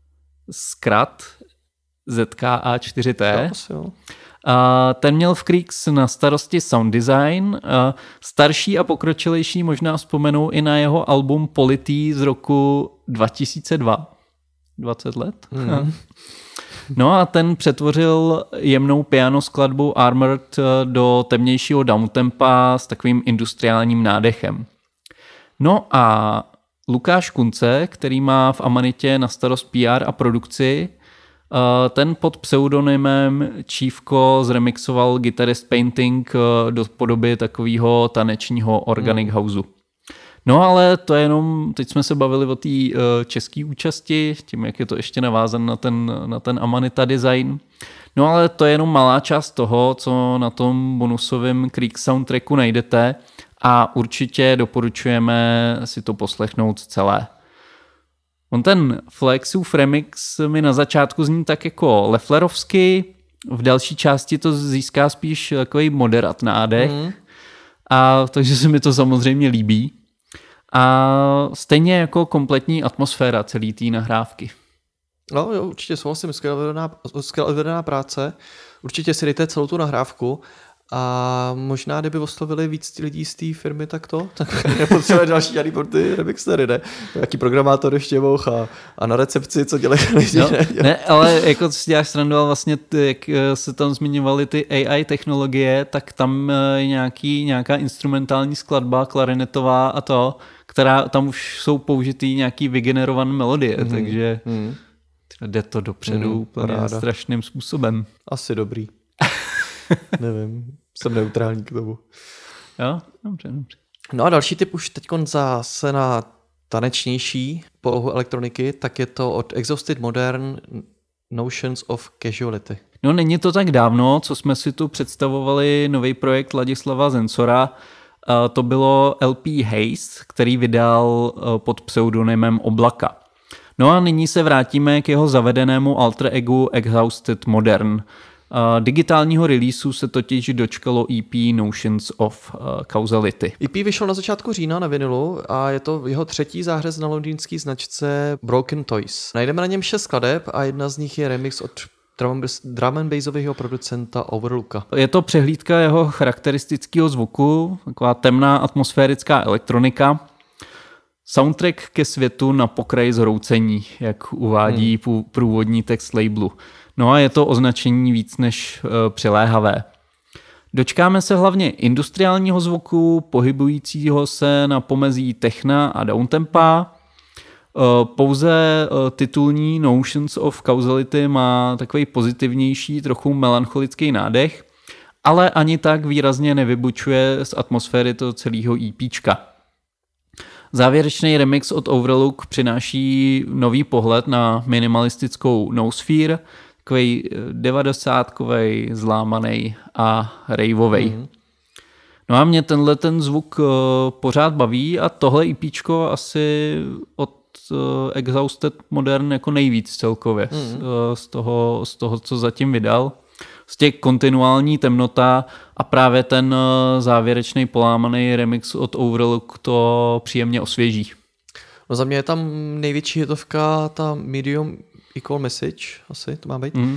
zkrat Z K A čtyři T. Asi, jo. A ten měl v Creeks na starosti sound design. A starší a pokročilejší možná vzpomenou i na jeho album Polity z roku dva tisíce dva. dvacet let. Mm. No a ten přetvořil jemnou piano skladbu Armored do temnějšího downtempa s takovým industriálním nádechem. No a Lukáš Kunce, který má v Amanitě na starost P R a produkci, ten pod pseudonymem Čívko zremixoval Guitarist Painting do podoby takového tanečního organic hmm. houseu. No ale to je jenom, teď jsme se bavili o té české účasti, tím, jak je to ještě navázan na ten, na ten Amanita design. No ale to je jenom malá část toho, co na tom bonusovém Creek soundtracku najdete a určitě doporučujeme si to poslechnout celé. On ten Flexův remix mi na začátku zní tak jako lefflerovsky, v další části to získá spíš takový moderat nádech, mm. a takže se mi to samozřejmě líbí. A stejně jako kompletní atmosféra celý té nahrávky. No jo, určitě souhlasím, skvěle odvedená práce. Určitě si dejte celou tu nahrávku a možná, kdyby oslovili víc lidí z té firmy, tak to, tak nepotřebuje další žádný pro ty remixery, ne? Jaký programátor ještě mohl a, a na recepci, co dělají lidi, no, ne? Ne, ale jako si děláš srandu, vlastně ty, jak se tam zmiňovaly ty A I technologie, tak tam je nějaký, nějaká instrumentální skladba, klarinetová a to, která tam už jsou použitý nějaký vygenerované melodie, mm. takže mm. jde to dopředu mm, úplně paráda. Strašným způsobem. Asi dobrý. Nevím, jsem neutrální k tomu. Jo, dobře, dobře. No a další typ už teď zase na tanečnější polohu elektroniky, tak je to od Exhausted Modern Notions of Casuality. No není to tak dávno, co jsme si tu představovali nový projekt Ladislava Zensora. To bylo L P Haze, který vydal pod pseudonymem Oblaka. No a nyní se vrátíme k jeho zavedenému alter egu Exhausted Modern. Digitálního releaseu se totiž dočkalo E P Notions of Causality. E P vyšel na začátku října na vinilu a je to jeho třetí zářez na londýnské značce Broken Toys. Najdeme na něm šest skladeb a jedna z nich je remix od drum and bassového producenta Overlooka. Je to přehlídka jeho charakteristického zvuku, taková temná atmosférická elektronika. Soundtrack ke světu na pokraji zhroucení, jak uvádí hmm. průvodní text labelu. No a je to označení víc než uh, přiléhavé. Dočkáme se hlavně industriálního zvuku, pohybujícího se na pomezí techna a downtempa. Uh, pouze uh, titulní Notions of Causality má takový pozitivnější, trochu melancholický nádech, ale ani tak výrazně nevybučuje z atmosféry toho celého EPčka. Závěrečný remix od Overlook přináší nový pohled na minimalistickou Nosphere, takovej devadesátkovej, zlámanej a raveovej. Mm. No a mě tenhle ten zvuk uh, pořád baví a tohle EPčko asi od uh, Exhausted Modern jako nejvíc celkově mm. z, uh, z, toho, z toho, co zatím vydal. Z těch kontinuální temnota a právě ten uh, závěrečný polámaný remix od Overlook to příjemně osvěží. No za mě je tam největší hitovka ta Medium Equal Message, asi to má být. Mm. Uh,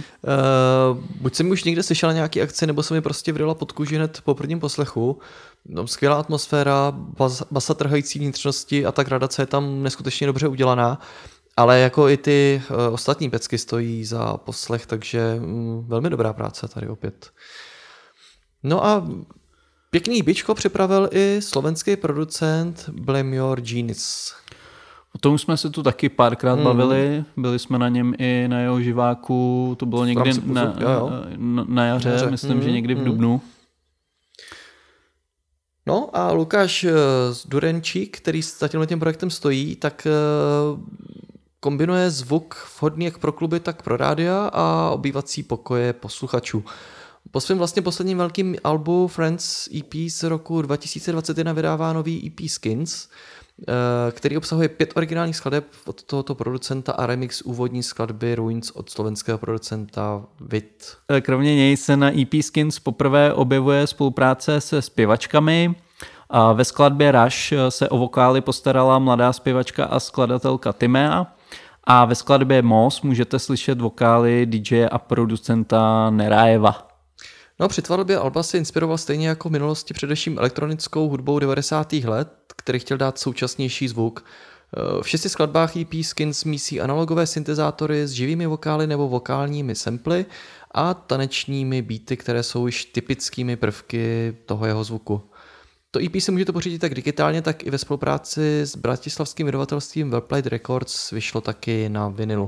buď jsem už někde slyšel na nějaký akci, nebo se mi prostě vrila pod kůži hned po prvním poslechu. No, skvělá atmosféra, bas, basa trhající vnitřnosti a ta gradace je tam neskutečně dobře udělaná. Ale jako i ty uh, ostatní pecky stojí za poslech, takže um, velmi dobrá práce tady opět. No a pěkný bičko připravil i slovenský producent Blame Your Genius. O tom jsme se tu taky párkrát mm. bavili, byli jsme na něm i na jeho živáku, to bylo někdy na, jo, jo. na, na jaře, jaře, myslím, mm. že někdy v mm. dubnu. No a Lukáš Durenčík, který za tímhle tím projektem stojí, tak kombinuje zvuk vhodný jak pro kluby, tak pro rádia a obývací pokoje posluchačů. Po svém vlastně posledním velkým albu Friends E P z roku dva tisíce dvacet jedna vydává nový E P Skins, který obsahuje pět originálních skladeb od tohoto producenta a remix úvodní skladby Ruins od slovenského producenta Vit. Kromě něj se na E P Skins poprvé objevuje spolupráce se zpěvačkami. A ve skladbě Rush se o vokály postarala mladá zpěvačka a skladatelka Timea A ve skladbě Moss můžete slyšet vokály dý džeje a producenta Nerajeva. No, při tvorbě alba se inspiroval stejně jako v minulosti především elektronickou hudbou devadesátých let, který chtěl dát současnější zvuk. V šesti skladbách E P Skins mísí analogové syntezátory s živými vokály nebo vokálními samply a tanečními beaty, které jsou již typickými prvky toho jeho zvuku. To E P si můžete pořídit tak digitálně, tak i ve spolupráci s bratislavským vydavatelstvím Wellplayed Records vyšlo taky na vinilu.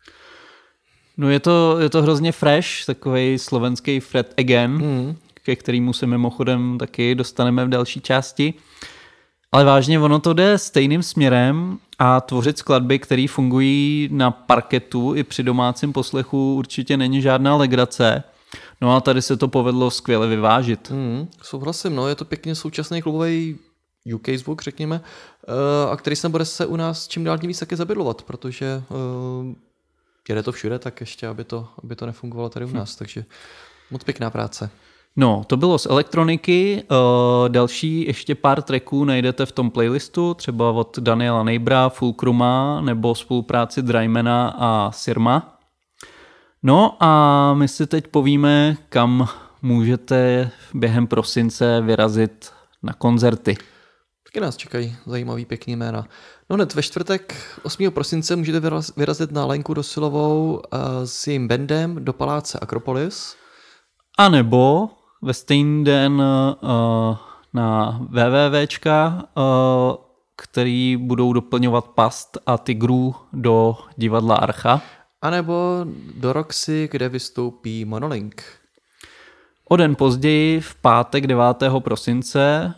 No je to, je to hrozně fresh, takovej slovenský Fred Again, Mm. ke kterému se mimochodem taky dostaneme v další části. Ale vážně ono to jde stejným směrem a tvořit skladby, které fungují na parketu i při domácím poslechu určitě není žádná legrace. No a tady se to povedlo skvěle vyvážit. Mm, souhlasím, no, je to pěkně současný klubový U K zvuk, řekněme, a který se bude se u nás čím dál tím víc taky zabydlovat, protože uh, jede to všude, tak ještě, aby to, aby to nefungovalo tady u nás, hm. takže moc pěkná práce. No, to bylo z elektroniky, uh, další ještě pár tracků najdete v tom playlistu, třeba od Daniela Neighbora, Fulcruma nebo spolupráci Drymana a Sirma. No a my si teď povíme, kam můžete během prosince vyrazit na koncerty. Taky nás čekají zajímavý pěkný jména. No hned ve čtvrtek osmého prosince můžete vyrazit na Lenku Dosilovou uh, s jejím bandem do paláce Akropolis. A nebo ve stejný den uh, na WWWčka, uh, který budou doplňovat Past a Tigrů do divadla Archa. A nebo do Roxy, kde vystoupí Monolink. O den později, v pátek devátého prosince,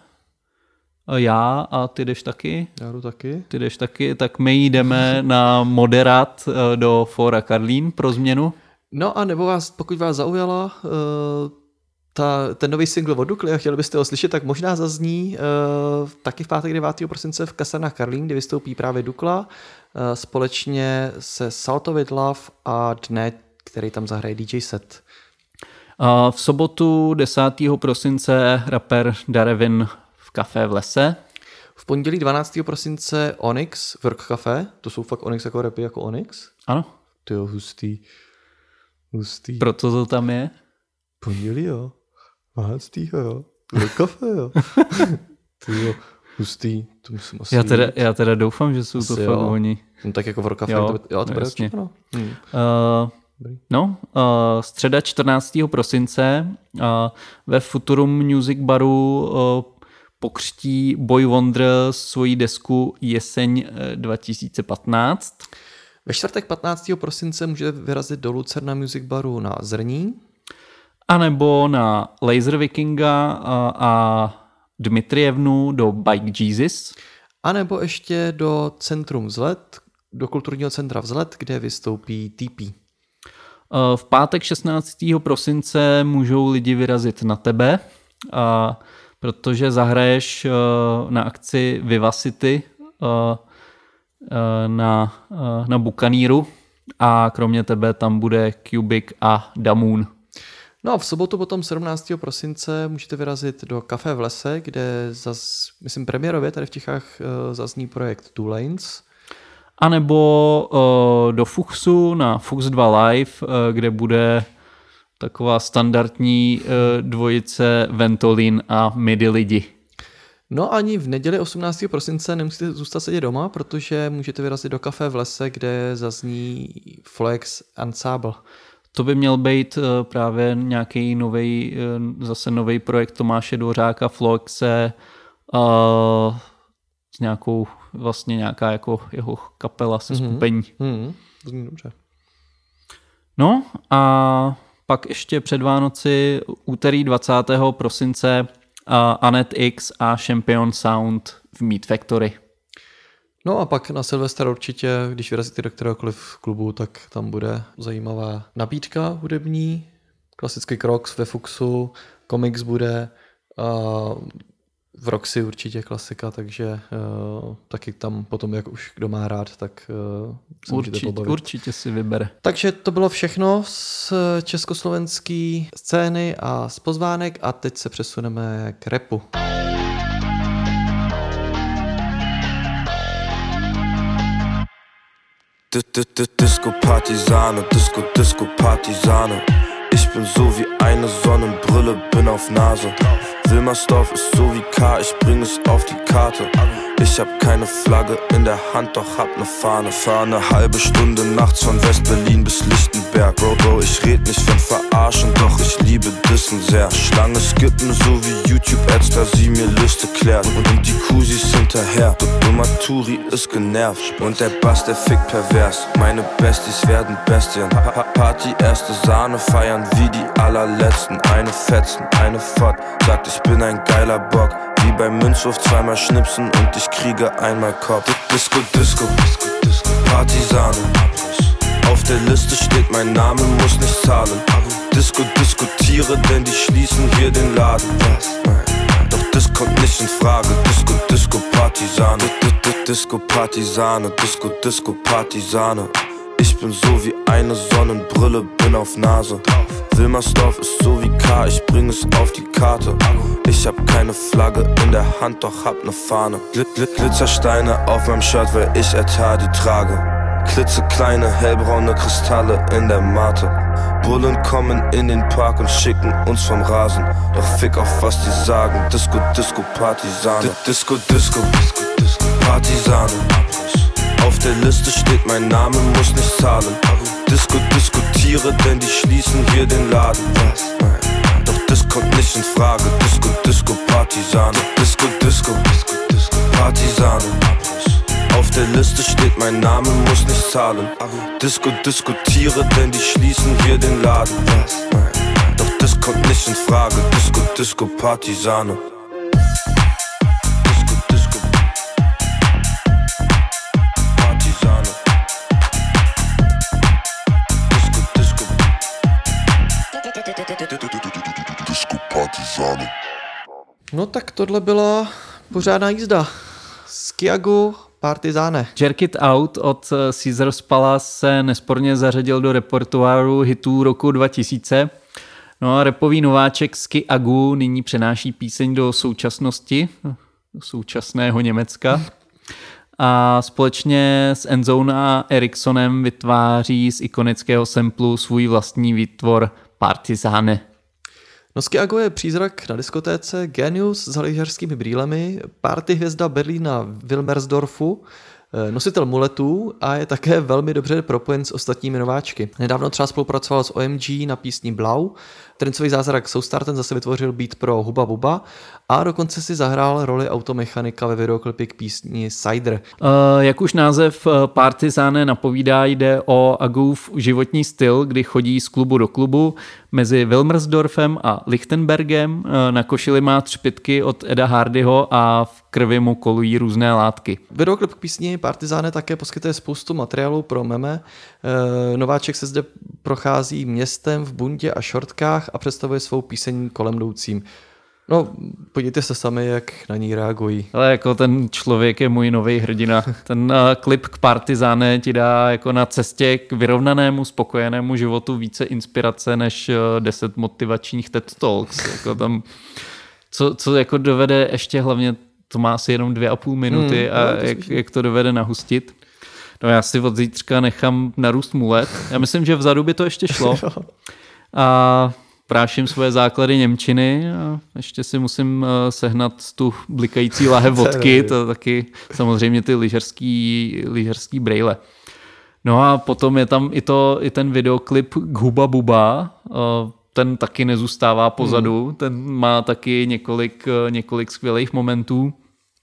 já a ty jdeš taky? Já jdu taky. Ty jdeš taky, tak my jdeme na Moderat do Fóra Karlín pro změnu. No a nebo vás, pokud vás zaujala uh, ta, ten nový single od Dukly a chtěli byste ho slyšet, tak možná zazní uh, taky v pátek devátého prosince v kasarnách Karlín, kde vystoupí právě Dukla uh, společně se Salto with Love a Dne, který tam zahraje D J set. Uh, v sobotu desátého prosince rapper Darevin v Café v lese. V pondělí dvanáctého prosince Onyx v Rock Café. To jsou fakt Onyx jako rapy jako Onyx? Ano. Ty jo, hustý. Hustý. Proto to tam je? Pondělí jo. dvanáctého jo. Rock Café jo. Ty jo, hustý. To musím asi já, teda, já teda doufám, že jsou asi to fakt jo. Oni. No tak jako v Rock Café. Jo, to, by, jo, to bude jasně. určitě, no. Hmm. Uh, No, uh, středa čtrnáctého prosince uh, ve Futurum Music Baru uh, pokřtí Boy Wonder svoji desku Jeseň dva tisíce patnáct. Ve čtvrtek patnáctého prosince můžete vyrazit do Lucerna Music Baru na Zrní. A nebo na Laser Vikinga uh, a Dmitrievnu do Bike Jesus. A nebo ještě do Centrum Vzlet, do kulturního centra Vzlet, kde vystoupí T P. V pátek šestnáctého prosince můžou lidi vyrazit na tebe, a protože zahraješ na akci Vivacity na, na Bukaníru a kromě tebe tam bude Cubic a Damoon. No a v sobotu potom sedmnáctého prosince můžete vyrazit do Café v lese, kde zas, myslím premiérově tady v Čechách zazní projekt Two Lanes. A nebo uh, do Fuchsu na Fuchs dva Live, uh, kde bude taková standardní uh, dvojice Ventolin a Midi lidi. No ani v neděli osmnáctého prosince nemusíte zůstat sedět doma, protože můžete vyrazit do Café v lese, kde zazní Flex Ensemble. To by měl být uh, právě nějaký novej, uh, zase nový projekt Tomáše Dvořáka, Floxe, uh, s nějakou, vlastně nějaká jako jeho kapela se skupení. Mm-hmm. Zní dobře. No a pak ještě před Vánoci úterý dvacátého prosince uh, Anet X a Champion Sound v Meat Factory. No a pak na Silvestra určitě, když vyrazíte do kteréhokoliv klubu, tak tam bude zajímavá nabídka hudební, klasický Crocs ve Fuchsu, Comics bude, uh, v Roxy určitě klasika, takže uh, taky tam potom, jak už kdo má rád, tak uh, se určitě, můžete pobavit. Určitě si vybere. Takže to bylo všechno z československé scény a z pozvánek a teď se přesuneme k rapu. Disco-Partisane, Disco-Disco-Partisane. Ich bin so wie eine Sonnenbrille, bin auf Nase. Wilmersdorf ist so wie K, ich bring es auf die Karte. Ich hab keine Flagge in der Hand, doch hab ne Fahne. Fahr ne halbe Stunde nachts von West-Berlin bis Lichtenberg. Bro, Bro, ich red nicht von Verarschen, doch ich liebe Dissen sehr. Schlange skippen, so wie YouTube-Ads, da sie mir Liste klärt. Und, und die Kusis hinterher, dummer Turi ist genervt. Und der Bass, der fickt pervers. Meine Besties werden Bestien. Pa Party, erste Sahne, feiern wie die allerletzten. Eine Fetzen, eine Fott, sagt ich bin ein geiler Bock. Wie beim Münzwurf zweimal schnipsen und ich kriege einmal Kopf. Disco, Disco, Disco, Disco, Partisane. Auf der Liste steht mein Name, muss nicht zahlen. Disco, diskutiere, denn die schließen hier den Laden. Doch das kommt nicht in Frage. Disco, Disco, Partisane. Disco, Partisane. Disco, Disco, Partisane. Ich bin so wie eine Sonnenbrille, bin auf Nase. Wilmersdorf ist so wie K, ich bring es auf die Karte. Ich hab keine Flagge in der Hand, doch hab ne Fahne. Gl Gl Glitzersteine auf meinem Shirt, weil ich Etat die trage. Klitzekleine, hellbraune Kristalle in der Mate. Bullen kommen in den Park und schicken uns vom Rasen. Doch fick auf was die sagen. Disco, Disco, Partisane. Disco, Disco, Disco, Disco, Partisane. Auf der Liste steht mein Name, muss nicht zahlen. Disco, diskutiere, denn die schließen hier den Laden. Doch das kommt nicht in Frage. Disco, Disco, Partisane. Disco, Disco, Disco, Disco, Partisane. Auf der Liste steht mein Name, muss nicht zahlen. Disco, diskutiere, denn die schließen hier den Laden. Doch das kommt nicht in Frage. Disco, Disco, Partisane. No tak tohle byla pořádná jízda. Skiagu Partisane. Jerk It Out od Caesars Palace se nesporně zařadil do repertoáru hitů roku dva tisíce. No a rapový nováček Skiagu nyní přenáší píseň do současnosti, do současného Německa. A společně s Enzone a Eriksonem vytváří z ikonického samplu svůj vlastní výtvor Partisane. No Skiagu je přízrak na diskotéce, genius s lyžařskými brýlemi, party hvězda Berlína Wilmersdorfu, nositel muletů a je také velmi dobře propojen s ostatními nováčky. Nedávno třeba spolupracoval s O M G na písni Blau, trencový zázrak Soustar ten zase vytvořil beat pro Huba Buba a dokonce si zahrál roli automechanika ve videoklipi k písni Cider. Uh, jak už název Partisane napovídá, jde o Agův životní styl, kdy chodí z klubu do klubu mezi Wilmersdorfem a Lichtenbergem. Uh, na košili má třpytky od Eda Hardyho a v krvi mu kolují různé látky. Videoklip k písni Partisane také poskytuje spoustu materiálu pro meme. Uh, nováček se zde prochází městem v bundě a šortkách a představuje svou píseň kolem jdoucím. No, podívejte se sami, jak na ní reagují. Ale jako ten člověk je můj nový hrdina. Ten uh, klip k Partisane ti dá jako na cestě k vyrovnanému, spokojenému životu více inspirace než uh, deset motivačních TED Talks. Jako tam, co, co jako dovede ještě hlavně, to má asi jenom dvě a půl minuty hmm, a no, jak, jak to dovede nahustit. No já si od zítřka nechám narůst mulet. Já myslím, že vzadu by to ještě šlo. A práším svoje základy němčiny a ještě si musím sehnat tu blikající lahev vodky, to taky samozřejmě ty lyžařský, lyžařský brejle. No a potom je tam i, to, i ten videoklip k Huba Buba, ten taky nezůstává pozadu, hmm. ten má taky několik, několik skvělých momentů.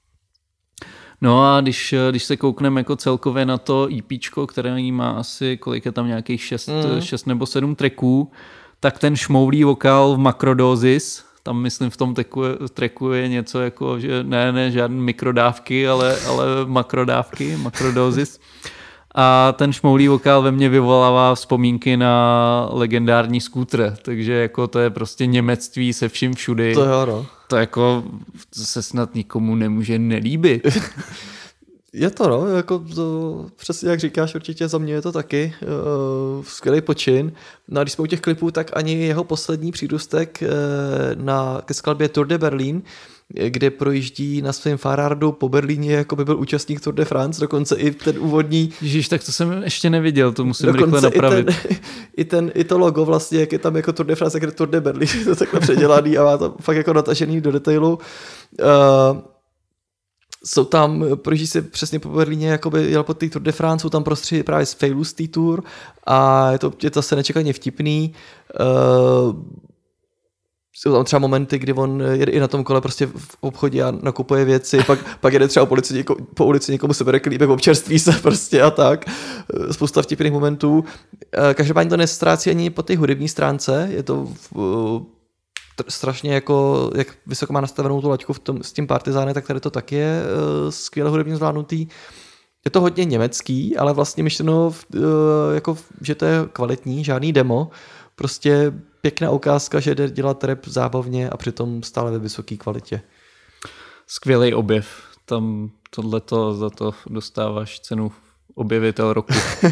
No a když, když se koukneme jako celkově na to EPčko, které má asi, kolik je tam nějakých šest, mm. šest nebo sedm tracků, tak ten šmoulý vokál v Makrodózis, tam myslím v tom tracku je něco jako, že ne, ne žádné mikrodávky, ale, ale makrodávky, Makrodózis. A ten šmoulý vokál ve mně vyvolává vzpomínky na legendární skútr, takže jako to je prostě němectví se vším všudy. To jo, no. To jako se snad nikomu nemůže nelíbit. Je to, no, jako to, přesně jak říkáš, určitě za mě je to taky uh, skvělý počin. No a když jsme u těch klipů, tak ani jeho poslední přírůstek uh, na, ke skladbě Tour de Berlin, kde projíždí na svém Fahrradu po Berlíně, jako by byl účastník Tour de France, dokonce i ten úvodní... Ježíš, tak to jsem ještě neviděl, to musím rychle napravit. I, ten, i, ten, i to logo vlastně, jak je tam jako Tour de France, jak je Tour de Berlin, to je takhle předělaný a má to fakt jako natažený do detailu. Uh, Jsou tam, projíždí si přesně po Berlíně, jakoby jel po té Tour de France, jsou tam prostředí právě z failů z té tour a je to, je to zase nečekaně vtipný. Uh, jsou tam třeba momenty, kdy on jede i na tom kole prostě v obchodě a nakupuje věci, pak, pak jede třeba po ulici, něko, po ulici někomu se bere klíbek, občerství se prostě a tak. Spousta vtipných momentů. Uh, každopádně to nestrácí ani po té hudební stránce, je to uh, strašně jako, jak vysoko má nastavenou tu laťku v tom, s tím Partizánem, tak tady to taky je uh, skvěle hudebně zvládnutý. Je to hodně německý, ale vlastně myšleno, uh, jako, že to je kvalitní, žádný demo, prostě pěkná ukázka, že jde dělat rap zábavně a přitom stále ve vysoké kvalitě. Skvělý objev. Tam tohleto, za to dostáváš cenu objevitel roku.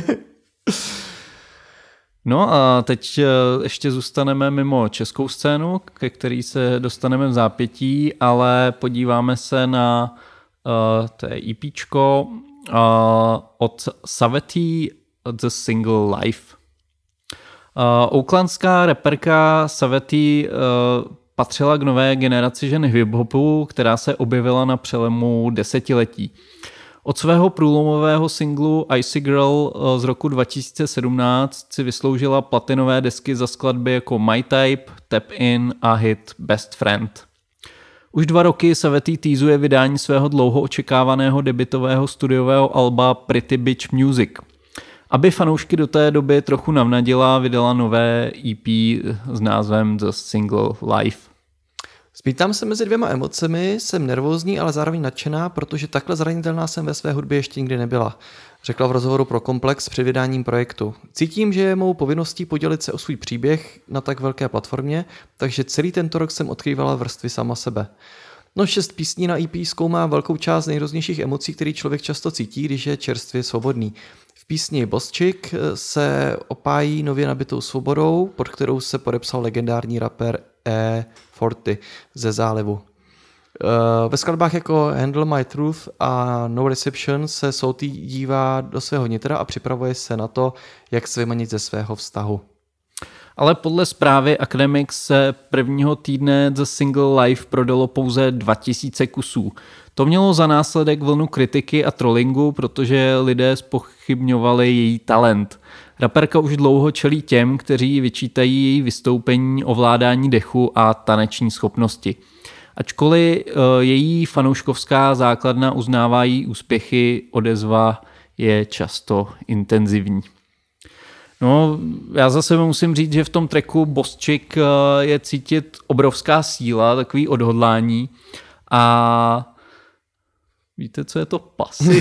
No a teď ještě zůstaneme mimo českou scénu, ke který se dostaneme v zápětí, ale podíváme se na uh, to je EPčko uh, od Savety The Single Life. Uh, oaklandská raperka Savety uh, patřila k nové generaci žen hip-hopu, která se objevila na přelomu desetiletí. Od svého průlomového singlu Icy Girl z roku dva tisíce sedmnáct si vysloužila platinové desky za skladby jako My Type, Tap In a hit Best Friend. Už dva roky Savety teasuje vydání svého dlouho očekávaného debutového studiového alba Pretty Bitch Music. Aby fanoušky do té doby trochu navnadila, vydala nové E P s názvem The Single Life. Zmítám se mezi dvěma emocemi, jsem nervózní, ale zároveň nadšená, protože takhle zranitelná jsem ve své hudbě ještě nikdy nebyla, řekla v rozhovoru pro Komplex před vydáním projektu. Cítím, že je mou povinností podělit se o svůj příběh na tak velké platformě, takže celý tento rok jsem odkrývala vrstvy sama sebe. No šest písní na E P zkoumá velkou část nejrůznějších emocí, který člověk často cítí, když je čerstvě svobodný. V písni Boss Chick se opájí nově nabitou svobodou, pod kterou se podepsal legendární rapper E čtyřicet ze Zálivu. Ve skladbách jako Handle My Truth a No Reception se Sauty dívá do svého nitra a připravuje se na to, jak se vymanit ze svého vztahu. Ale podle zprávy Academics se prvního týdne The Single Life prodalo pouze dva tisíce kusů. To mělo za následek vlnu kritiky a trollingu, protože lidé zpochybňovali její talent. Raperka už dlouho čelí těm, kteří vyčítají její vystoupení, ovládání dechu a taneční schopnosti. Ačkoliv její fanouškovská základna uznává její úspěchy, odezva je často intenzivní. No, já za sebe musím říct, že v tom tracku Boss Chick je cítit obrovská síla, takový odhodlání a víte, co je to Pussy?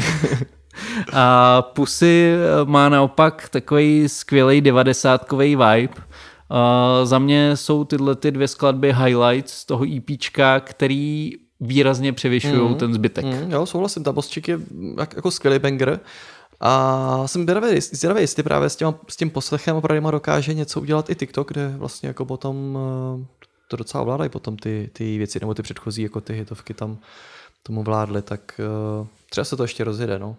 A Pussy má naopak takový skvělý devadesátkový vibe. A za mě jsou tyhle ty dvě skladby highlights z toho EPčka, který výrazně převyšují mm, ten zbytek. Mm, jo, souhlasím, ta Boss Chick je jako skvělý banger. A jsem zvědavý, zvědavý jestli právě s, těma, s tím poslechem opravdu dokáže něco udělat i TikTok, kde vlastně jako potom to docela ovládají potom ty, ty věci, nebo ty předchozí jako ty hitovky tam tomu vládly, tak uh, třeba se to ještě rozjede, no.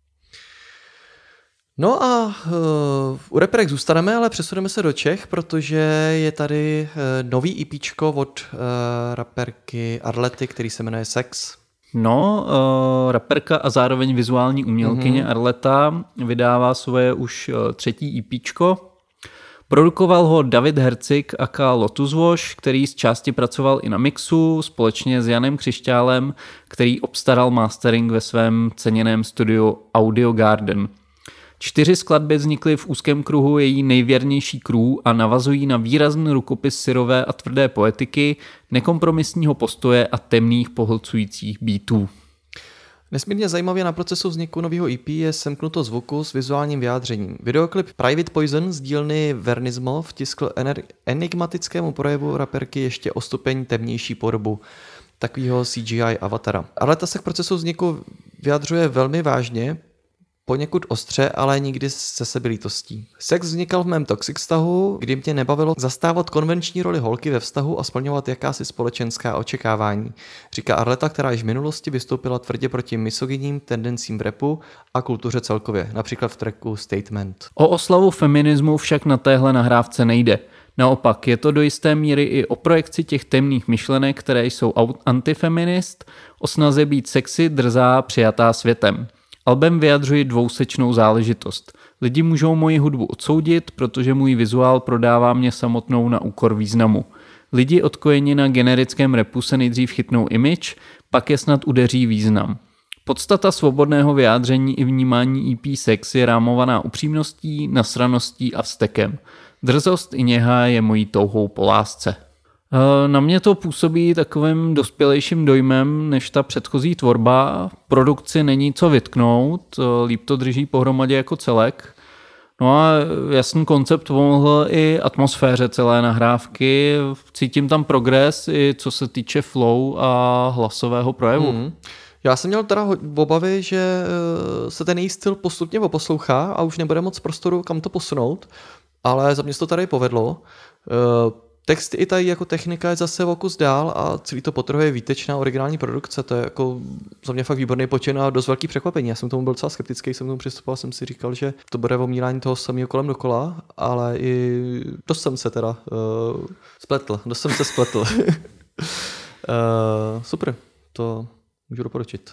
No a uh, u raperek zůstaneme, ale přesuneme se do Čech, protože je tady uh, nový EPčko od uh, raperky Arlety, který se jmenuje Sex. No, uh, raperka a zároveň vizuální umělkyně mm-hmm. Arleta vydává svoje už uh, třetí EPčko. Produkoval ho David Hercik aka Lotus Wash, který z části pracoval i na mixu společně s Janem Křišťálem, který obstaral mastering ve svém ceněném studiu Audio Garden. Čtyři skladby vznikly v úzkém kruhu její nejvěrnější crew a navazují na výrazný rukopis syrové a tvrdé poetiky, nekompromisního postoje a temných pohlcujících beatů. Nesmírně zajímavě na procesu vzniku nového E P je semknuto zvuku s vizuálním vyjádřením. Videoklip Private Poison z dílny Vernismo vtiskl enigmatickému projevu raperky ještě o stupeň temnější podobu takového C G I avatara. Arleta se k procesu vzniku vyjadřuje velmi vážně, poněkud ostře, ale nikdy se sebilítostí. Sex vznikal v mém toxic vztahu, kdy mě nebavilo zastávat konvenční roli holky ve vztahu a splňovat jakási společenská očekávání, říká Arleta, která již v minulosti vystoupila tvrdě proti misogyním tendencím v rapu a kultuře celkově, například v tracku Statement. O oslavu feminismu však na téhle nahrávce nejde. Naopak, je to do jisté míry i o projekci těch temných myšlenek, které jsou antifeminist, o snaze být sexy, drzá, přijatá světem. Albem vyjadřuji dvousečnou záležitost. Lidi můžou moji hudbu odsoudit, protože můj vizuál prodává mě samotnou na úkor významu. Lidi odkojeni na generickém rapu se nejdřív chytnou image, pak je snad udeří význam. Podstata svobodného vyjádření i vnímání E P Sex je rámovaná upřímností, nasraností a vztekem. Drzost i něha je mojí touhou po lásce. Na mě to působí takovým dospělejším dojmem než ta předchozí tvorba. Produkci není co vytknout, líp to drží pohromadě jako celek. No a jasný koncept pomohl i atmosféře celé nahrávky. Cítím tam progres i co se týče flow a hlasového projevu. Hmm. Já jsem měl teda obavy, že se ten její styl postupně oposlouchá a už nebude moc prostoru kam to posunout, ale za mě se to tady povedlo. Text i tady jako technika je zase o kus dál a celý to potrhuje výtečná originální produkce. To je jako za mě fakt výborný počin a dost velký překvapení. Já jsem tomu byl docela skeptický, jsem k tomu přistupoval, jsem si říkal, že to bude omírání toho samého kolem dokola, ale i dost jsem se teda uh, spletl, dost jsem se spletl. uh, super, to můžu doporučit.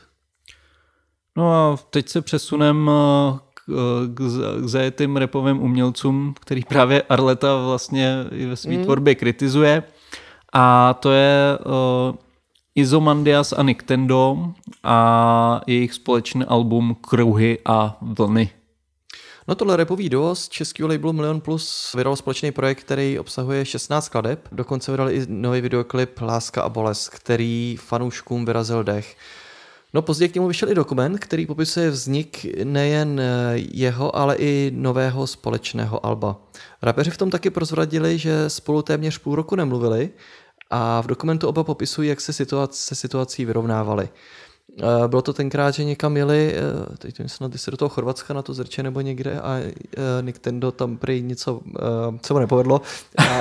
No a teď se přesunem k zajetým rapovým umělcům, který právě Arleta vlastně i ve své mm. tvorbě kritizuje. A to je uh, Izomandias a Niktendo a jejich společný album Kruhy a vlny. No tohle rapový duo z českého labelu Milion Plus vydal společný projekt, který obsahuje šestnáct skladeb. Dokonce vydali i nový videoklip Láska a bolest, který fanouškům vyrazil dech. No později k němu vyšel i dokument, který popisuje vznik nejen jeho, ale i nového společného alba. Rapeři v tom taky prozradili, že spolu téměř půl roku nemluvili a v dokumentu oba popisují, jak se situace, se situací vyrovnávali. Bylo to tenkrát, že někam jeli, teď to snad se do toho Chorvatska na to Zrče nebo někde a Niktendo tam prý něco, co mu nepovedlo a,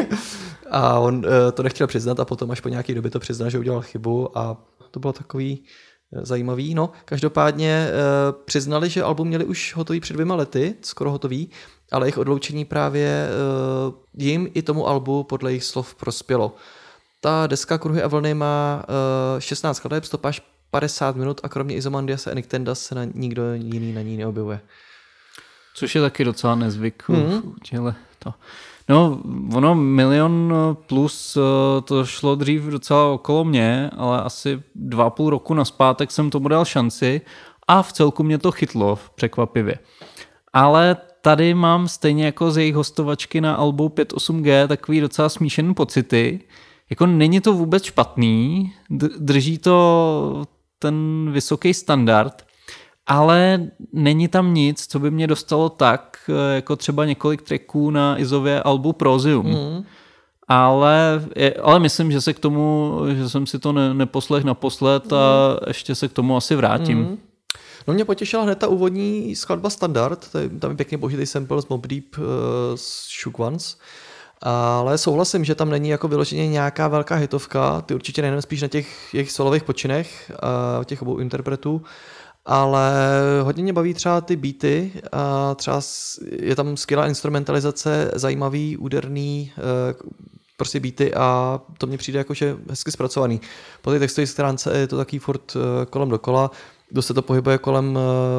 a on to nechtěl přiznat a potom až po nějaké době to přiznal, že udělal chybu a to bylo takový zajímavý. No, každopádně e, přiznali, že album měli už hotový před dvěma lety, skoro hotový, ale jejich odloučení právě e, jim i tomu albu podle jejich slov prospělo. Ta deska Kruhy a vlny má e, šestnáct skladeb, sto až padesát minut a kromě Izomandiase a Niktenda se na nikdo jiný na ní neobjevuje. Což je taky docela nezvyk. Mm. To. No, ono Milion Plus to šlo dřív docela okolo mě, ale asi dva a půl roku naspátek jsem tomu dal šanci a v celku mě to chytlo překvapivě. Ale tady mám stejně jako z jejich hostovačky na albu pět osm G takový docela smíšený pocity. Jako není to vůbec špatný, drží to ten vysoký standard, ale není tam nic, co by mě dostalo tak, jako třeba několik tracků na Izově albu Prozium. Mm. Ale, ale myslím, že se k tomu, že jsem si to ne, neposlech naposled a mm. ještě se k tomu asi vrátím. Mm. No mě potěšila hned ta úvodní skladba Standard, tam je pěkně použitý sample z Mobb Deep uh, z Shook Ones. Ale souhlasím, že tam není jako vyloženě nějaká velká hitovka, ty určitě nejenom spíš na těch jejich solových počinech, uh, těch obou interpretů, ale hodně mě baví třeba ty beaty a třeba je tam skvělá instrumentalizace, zajímavý, úderný prostě beaty a to mně přijde jakože hezky zpracovaný. Po té textové stránce je to taky furt kolem dokola, dost se to pohybuje kolem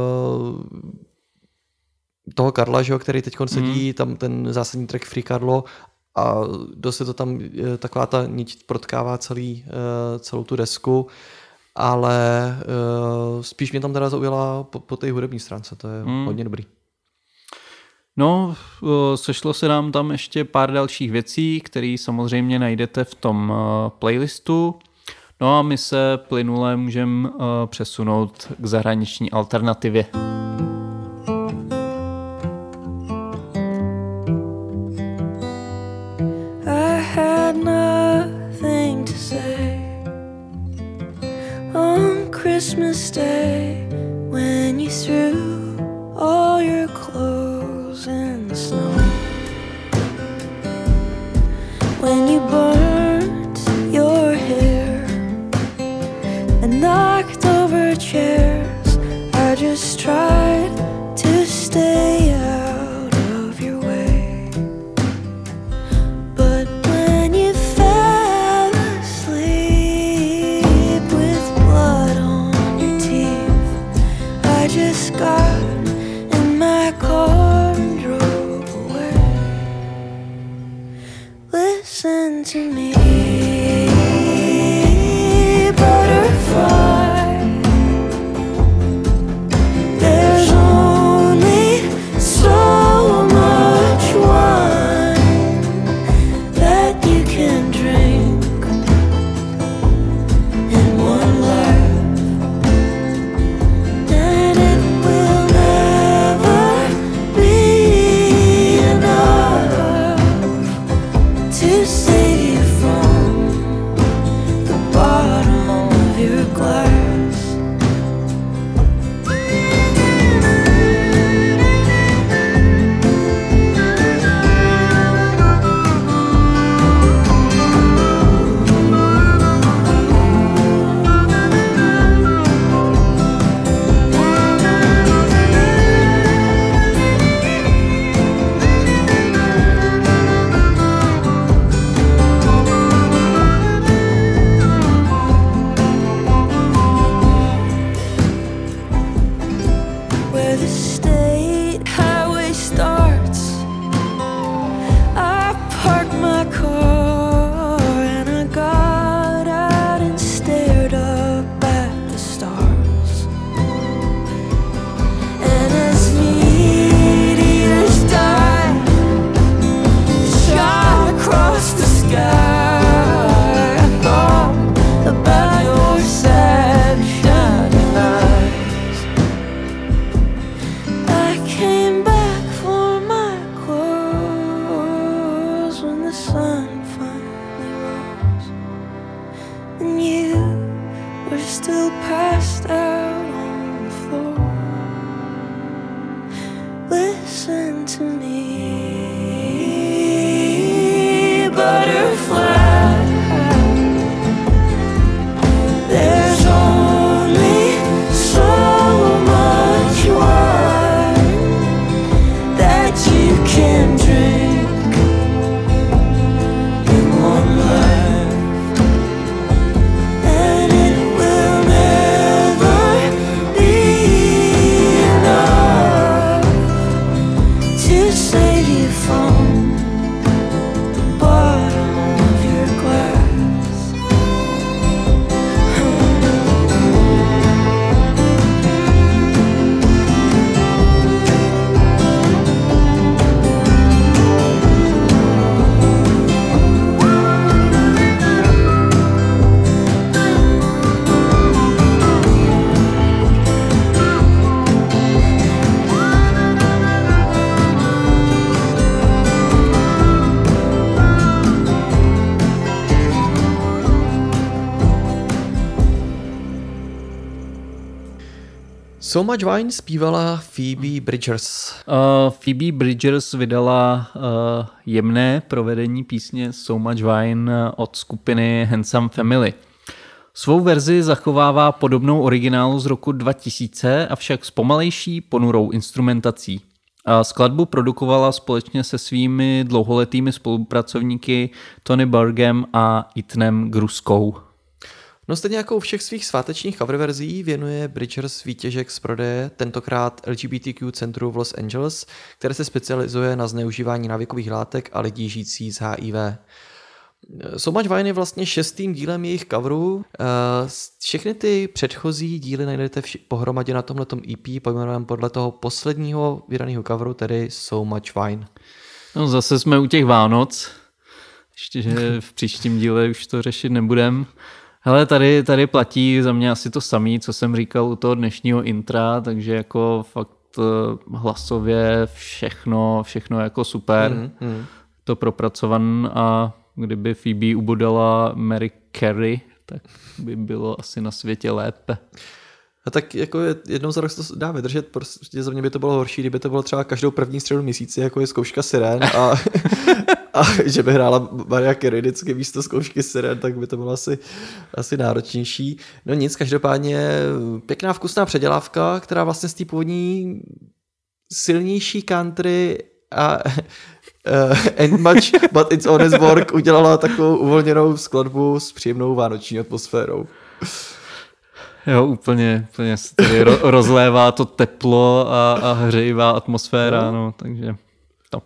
toho Karla, že, který teď sedí, mm. tam ten zásadní track Free Karlo a dost se to tam, taková ta niť protkává celý, celou tu desku. Ale uh, spíš mě tam teda zaujala po, po té hudební stránce, to je hmm. hodně dobrý. No, uh, sešlo se nám tam ještě pár dalších věcí, které samozřejmě najdete v tom uh, playlistu. No a my se plynule můžeme uh, přesunout k zahraniční alternativě. I had nothing to say on Christmas Christmas Day when you threw all your clothes in the snow, when you burned your hair and knocked over chairs. I just tried to stay out of your way, but when you fell asleep with blood on your teeth, I just got in my car and drove away. Listen to me, butterfly. There's only so much wine that you can drink in one life, and it will never be enough to save you from the bottom of your glass. Where the state highway starts, I parked my car and I got out and stared up at the stars. And as meteors die, shot across the sky, I thought about your sad shining eyes. I came back for my clothes when the sun finally rose, and you were still passed out on the floor. Listen to me, butterfly. There's only so much wine that you can drink in one life, and it will never be enough to save you from the bottom of your glass. So Much Wine zpívala Phoebe Bridgers. Uh, Phoebe Bridgers vydala uh, jemné provedení písně So Much Wine od skupiny Handsome Family. Svou verzi zachovává podobnou originálu z roku dva tisíce, avšak s pomalejší ponurou instrumentací. A skladbu produkovala společně se svými dlouholetými spolupracovníky Tony Bergem a Ethanem Gruskou. No stejně jako u všech svých svátečních cover verzí věnuje Bridgers výtěžek z prodeje tentokrát L G B T Q centru v Los Angeles, které se specializuje na zneužívání návykových látek a lidí žijící s H I V. So Much Wine je vlastně šestým dílem jejich coverů. Všechny ty předchozí díly najdete vši- pohromadě na tomhletom E P, pojmenovaném podle toho posledního vydaného coveru, tedy So Much Wine. No zase jsme u těch Vánoc. Ještě, že v příštím díle už to řešit nebudem. Hele, tady, tady platí za mě asi to samé, co jsem říkal u toho dnešního intra, takže jako fakt hlasově všechno, všechno jako super. Mm, mm. To propracovan a kdyby Phoebe ubodala Mary Carey, tak by bylo asi na světě lépe. A tak jako jednou za rok se to dá vydržet, prostě za mě by to bylo horší, kdyby to bylo třeba každou první středu měsíci, jako je zkouška Siren a, a že by hrála Mariah Carey vždycky místo zkoušky Siren, tak by to bylo asi, asi náročnější. No nic, každopádně pěkná vkusná předělávka, která vlastně z té původní silnější country a uh, and much but it's honest work udělala takovou uvolněnou skladbu s příjemnou vánoční atmosférou. Jo, úplně, úplně se tady ro- rozlévá to teplo a, a hřejivá atmosféra, no, no takže to.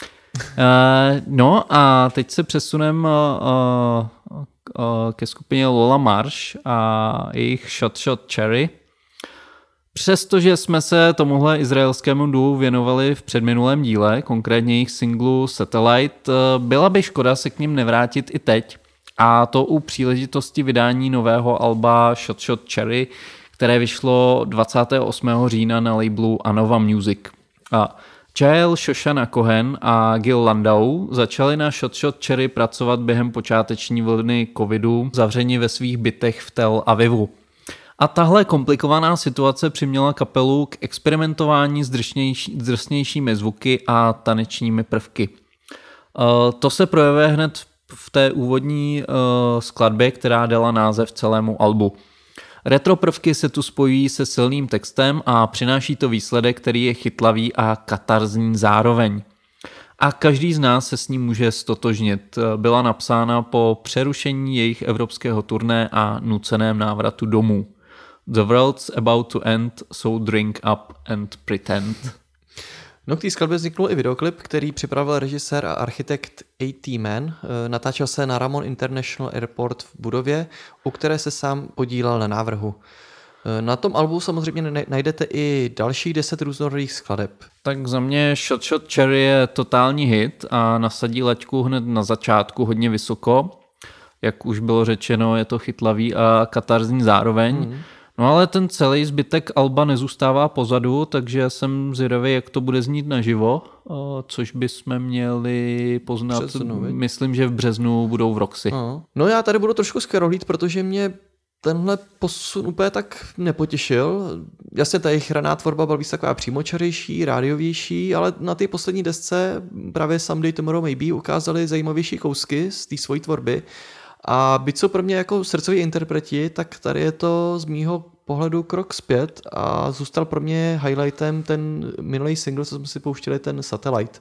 Uh, no a teď se přesuneme uh, uh, ke skupině Lola Marsh a jejich Shot Shot Cherry. Přestože jsme se tomuhle izraelskému duo věnovali v předminulém díle, konkrétně jejich singlu Satellite, byla by škoda se k ním nevrátit i teď. A to u příležitosti vydání nového alba Shot Shot Cherry, které vyšlo dvacátého osmého října na labelu Anova Music. A Jael, Shoshana Cohen a Gil Landau začali na Shot Shot Cherry pracovat během počáteční vlny covidu, zavřeni ve svých bytech v Tel Avivu. A tahle komplikovaná situace přiměla kapelu k experimentování s drsnějšími zvuky a tanečními prvky. To se projevuje hned v té úvodní skladbě, která dala název celému albu. Retro prvky se tu spojují se silným textem a přináší to výsledek, který je chytlavý a katarzní zároveň. A každý z nás se s ním může stotožnit. Byla napsána po přerušení jejich evropského turné a nuceném návratu domů. The world's about to end, so drink up and pretend. No, k té skladbě vzniknul i videoklip, který připravil režisér a architekt A T Man. Natáčel se na Ramon International Airport v budově, u které se sám podílel na návrhu. Na tom albu samozřejmě najdete i dalších deset různorodých skladeb. Tak za mě Shot Shot Cherry je totální hit a nasadí laťku hned na začátku hodně vysoko. Jak už bylo řečeno, je to chytlavý a katarzní zároveň. Mm. No ale ten celý zbytek alba nezůstává pozadu, takže jsem zvědavý, jak to bude znít naživo, což bychom měli poznat. Březnu, myslím, že v březnu budou v Roxy. No, no já tady budu trošku skvěrohlít, protože mě tenhle posun úplně tak nepotěšil. Jasně, ta jejich raná tvorba byla víc taková přímočařejší, rádiovější, ale na té poslední desce právě Someday Tomorrow Maybe ukázali zajímavější kousky z té svojí tvorby. A byť jsou pro mě jako srdcoví interpreti, tak tady je to z mýho pohledu krok zpět a zůstal pro mě highlightem ten minulý single, co jsme si pouštěli, ten Satellite.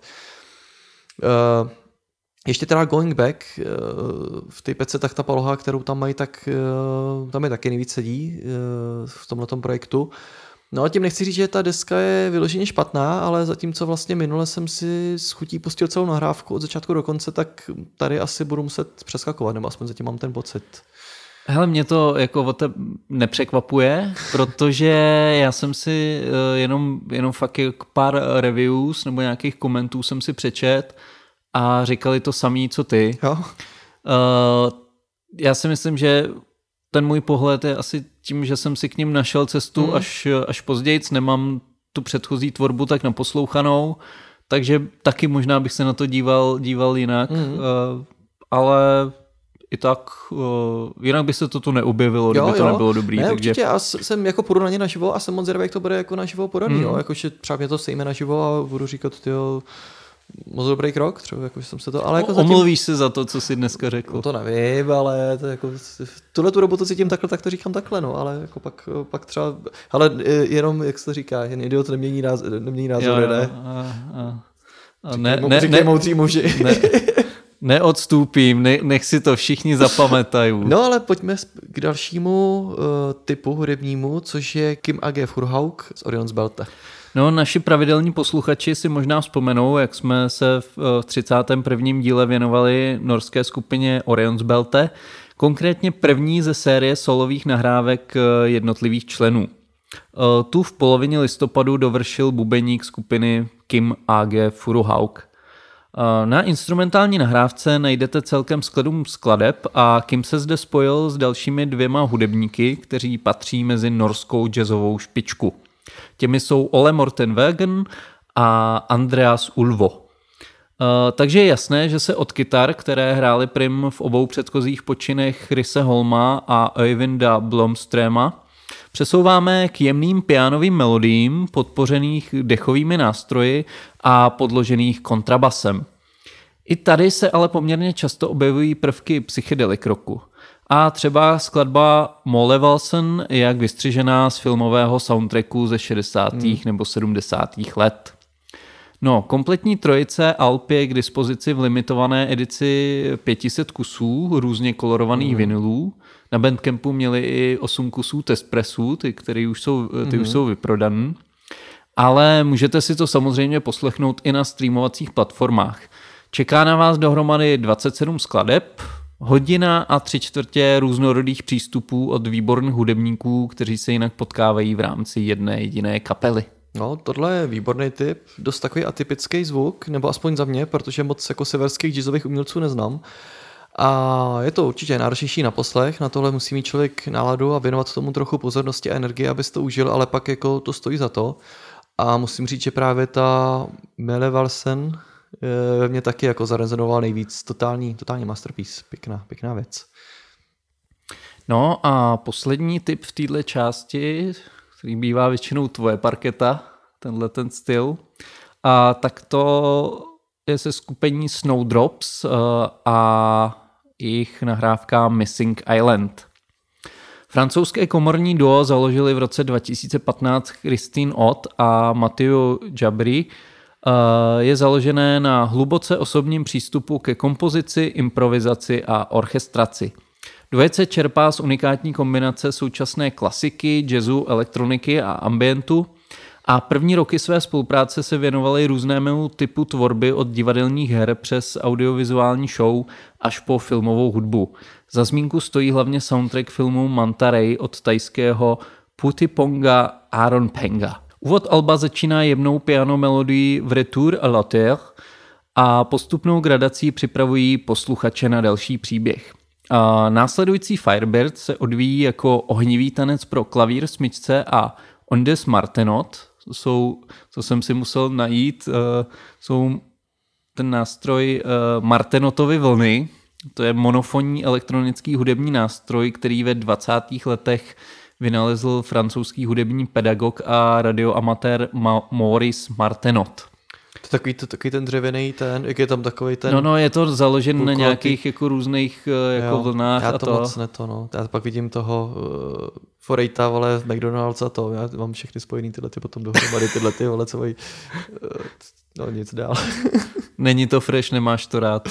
Uh, ještě teda Going Back, uh, v té pece, tak ta poloha, kterou tam mají, tak uh, tam je taky nejvíc sedí uh, v tomhletom projektu. No a tím nechci říct, že ta deska je vyloženě špatná, ale zatímco vlastně minule jsem si s chutí pustil celou nahrávku od začátku do konce, tak tady asi budu muset přeskakovat, nebo aspoň zatím mám ten pocit. Hele, mě to jako o te nepřekvapuje, protože já jsem si jenom, jenom fakt jako pár reviews nebo nějakých komentů jsem si přečet a říkali to samý, co ty. Jo. Uh, já si myslím, že ten můj pohled je asi tím, že jsem si k ním našel cestu mm. až, až pozdějc, nemám tu předchozí tvorbu tak naposlouchanou, takže taky možná bych se na to díval, díval jinak, mm. uh, ale i tak, uh, jinak by se to tu neobjevilo, kdyby jo, to jo. nebylo dobrý. Ne, takže... určitě, já jsem jako půjdu na ně naživo a jsem moc zvědavý, jak to bude jako naživo podaný, mm. jo, jakože třeba mě to sejme naživo a budu říkat, tyjo, moc dobrý krok, třeba jako jsem se to, ale jako zatím... Omluvíš se za to, co jsi dneska řekl. No to nevím, ale to jako, v tuhle tu dobu to cítím takhle, tak to říkám takhle, no, ale jako pak, pak třeba, ale jenom, jak se to říká, jen idiot nemění názor, nemění názory, ne? A, a, a ne, říkej, ne, říkej ne, moudří muži. Ne, neodstupím, ne, nech si to všichni zapamatají. No ale pojďme k dalšímu uh, typu hudebnímu, což je Kim A G Furuhauk z Orion's Belte. No, naši pravidelní posluchači si možná vzpomenou, jak jsme se v třicátém prvním díle věnovali norské skupině Orion's Belte, konkrétně první ze série solových nahrávek jednotlivých členů. Tu v polovině listopadu dovršil bubeník skupiny Kim A G Furuhauk. Na instrumentální nahrávce najdete celkem sedm skladeb a Kim se zde spojil s dalšími dvěma hudebníky, kteří patří mezi norskou jazzovou špičku. Těmi jsou Ole Morten Wegen a Andreas Ulvo. Uh, takže je jasné, že se od kytar, které hrály prim v obou předchozích počinech Chrise Holma a Øyvinda Blomströma, přesouváme k jemným pianovým melodiím, podpořených dechovými nástroji a podložených kontrabasem. I tady se ale poměrně často objevují prvky psychedelik rocku. A třeba skladba Molevalsen je jak vystřižená z filmového soundtracku ze šedesátých hmm. nebo sedmdesátých let. No, kompletní trojice alb je k dispozici v limitované edici pět set kusů různě kolorovaných mm. vinylů. Na Bandcampu měli i osm kusů testpressů, ty, které už jsou, ty mm. už jsou vyprodaný. Ale můžete si to samozřejmě poslechnout i na streamovacích platformách. Čeká na vás dohromady dvacet sedm skladeb, hodina a tři čtvrtě různorodých přístupů od výborných hudebníků, kteří se jinak potkávají v rámci jedné jediné kapely. No, tohle je výborný tip, dost takový atypický zvuk, nebo aspoň za mě, protože moc jako severských jazzových umělců neznám. A je to určitě náročnější na poslech, na tohle musí mít člověk náladu a věnovat tomu trochu pozornosti a energie, aby si to užil, ale pak jako to stojí za to. A musím říct, že právě ta Molevalsen ve mně taky jako zarezonoval nejvíc. Totální, totální masterpiece, pěkná, pěkná věc. No a poslední tip v této části, který bývá většinou tvoje parketa, tenhle ten styl. A tak to je se skupení Snowdrops a jejich nahrávka Missing Island. Francouzské komorní duo založili v roce dva tisíce patnáct Christine Ott a Mathieu Jabry. Je založené na hluboce osobním přístupu ke kompozici, improvizaci a orchestraci. Dvojice čerpá z unikátní kombinace současné klasiky, jazzu, elektroniky a ambientu a první roky své spolupráce se věnovaly různému typu tvorby od divadelních her přes audiovizuální show až po filmovou hudbu. Za zmínku stojí hlavně soundtrack filmu Manta Ray od thajského Putiponga Aronpenga. Úvod alba začíná jemnou piano melodií v Retour à la Terre a postupnou gradací připravují posluchače na další příběh. A následující Firebird se odvíjí jako ohnivý tanec pro klavír, smyčce a ondes martenot. To jsou, co jsem si musel najít, uh, jsou ten nástroj uh, Martenotovy vlny. To je monofonní elektronický hudební nástroj, který ve dvacátých letech vynalezl francouzský hudební pedagog a radioamatér Ma- Maurice Martenot. To takový, to, takový ten dřevěný ten, jak je tam takový ten... No, no, je to založen půlkolatý na nějakých jako různých jako jo, vlnách já a to. to. moc ne to, no. Já pak vidím toho uh, Forejta, vole, v McDonald's a to. Já mám všechny spojený tyhle ty potom dohromady, tyhle ty, vole, co mají... Uh, no, nic dál. Není to fresh, nemáš to rád.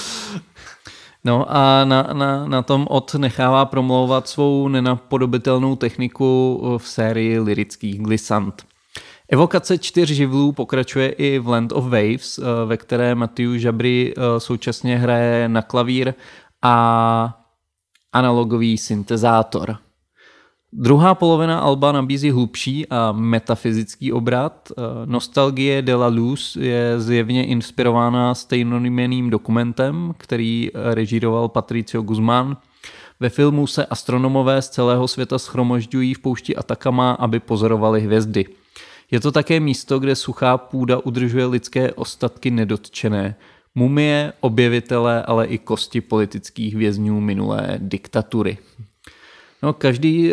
No a na, na, na tom Ott nechává promlouvat svou nenapodobitelnou techniku v sérii lyrických glissant. Evokace čtyř živlů pokračuje i v Land of Waves, ve které Mathieu Jabry současně hraje na klavír a analogový syntezátor. Druhá polovina alba nabízí hlubší a metafyzický obrat. Nostalgie de la Luz je zjevně inspirována stejnojmenným dokumentem, který režíroval Patricio Guzmán. Ve filmu se astronomové z celého světa shromažďují v poušti Atacama, aby pozorovali hvězdy. Je to také místo, kde suchá půda udržuje lidské ostatky nedotčené. Mumie, objevitelé, ale i kosti politických vězňů minulé diktatury. No, každý e,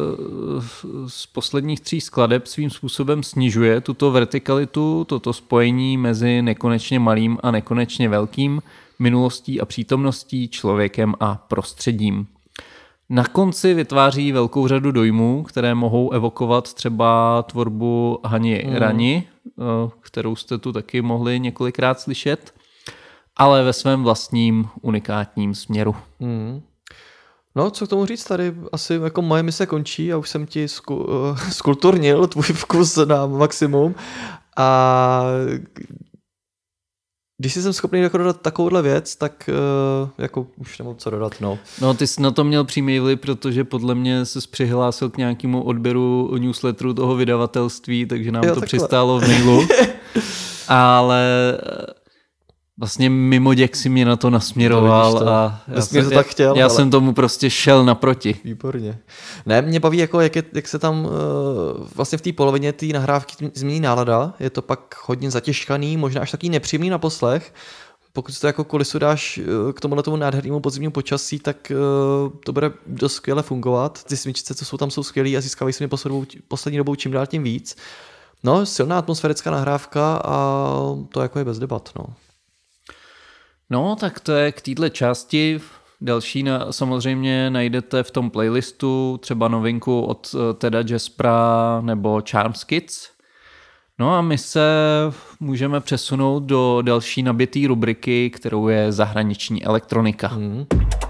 z posledních tří skladeb svým způsobem snižuje tuto vertikalitu, toto spojení mezi nekonečně malým a nekonečně velkým, minulostí a přítomností, člověkem a prostředím. Na konci vytváří velkou řadu dojmů, které mohou evokovat třeba tvorbu Hani mm. Rani, kterou jste tu taky mohli několikrát slyšet, ale ve svém vlastním unikátním směru. Mm. No, co k tomu říct, tady asi jako moje mise končí a už jsem ti sku, skulturnil tvůj vkus na maximum a když jsi jsem schopný jako dodat takovouhle věc, tak uh, jako už nemám co dodat, no. No, ty jsi na to měl přímý vliv, protože podle mě jsi přihlásil k nějakému odběru newsletteru toho vydavatelství, takže nám jo, to takhle přistálo v mailu. Ale vlastně mimo děk si mě na to nasměroval to, a já, jsem, to tak chtěl, já ale... jsem tomu prostě šel naproti. Výborně. Ne, mě baví, jako, jak, je, jak se tam uh, vlastně v té polovině té nahrávky změní nálada, je to pak hodně zatěžkaný, možná až taky nepříjemný na poslech, pokud si to jako kulisu dáš k tomuhle tomu nádhernému podzimnímu počasí, tak to bude dost skvěle fungovat. Ty smyčce, co jsou tam, jsou skvělý a získávají se mi poslední dobou čím dál tím víc. No, silná atmosférická nahrávka a to jako je bez debat, no. No, tak to je k téhle části. Další na, samozřejmě najdete v tom playlistu třeba novinku od Teda Jaspera nebo Charms Kids. No a my se můžeme přesunout do další nabitý rubriky, kterou je zahraniční elektronika. Hmm.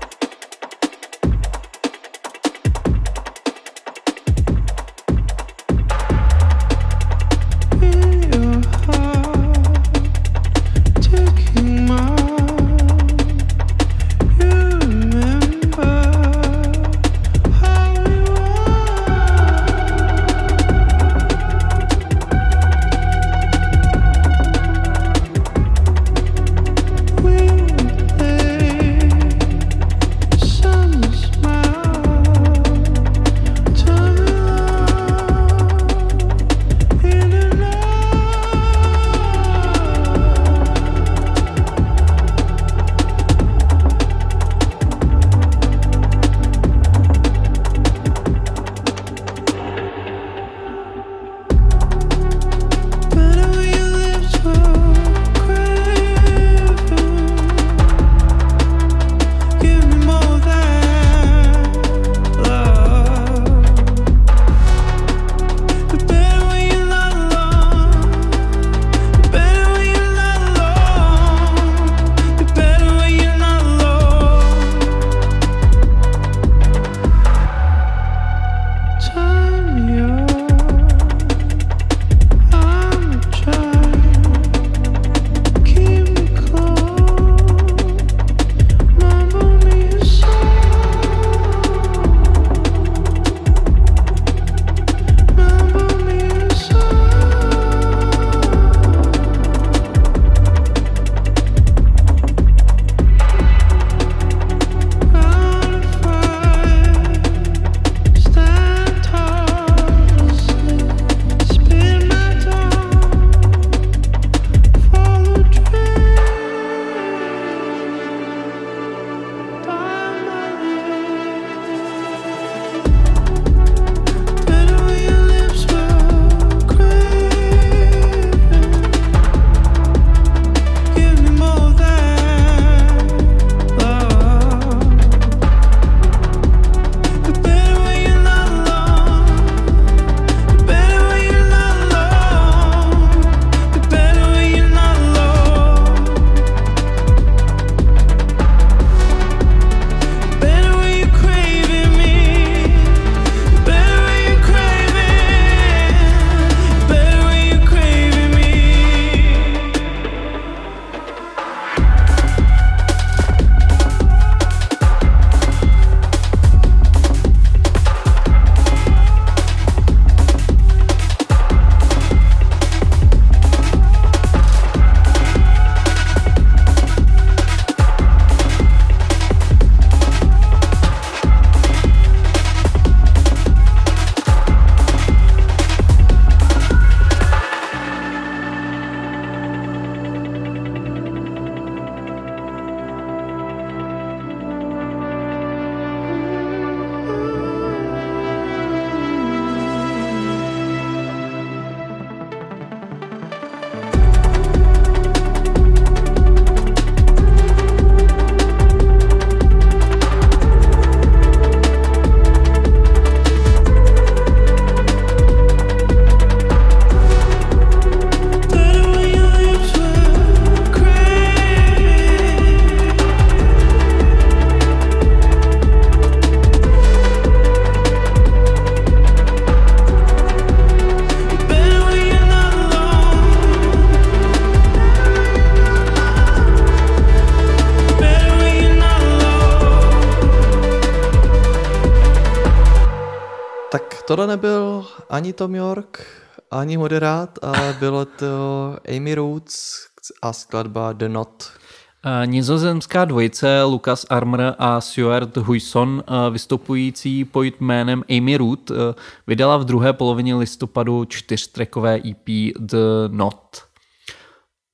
Tohle nebyl ani Tom York, ani Moderát, ale bylo to Amy Roots a skladba The Knot. Nizozemská dvojice Lucas Armour a Stuart Huyson, vystupující pod jménem Amy Root, vydala v druhé polovině listopadu čtyřtrackové E P The Knot.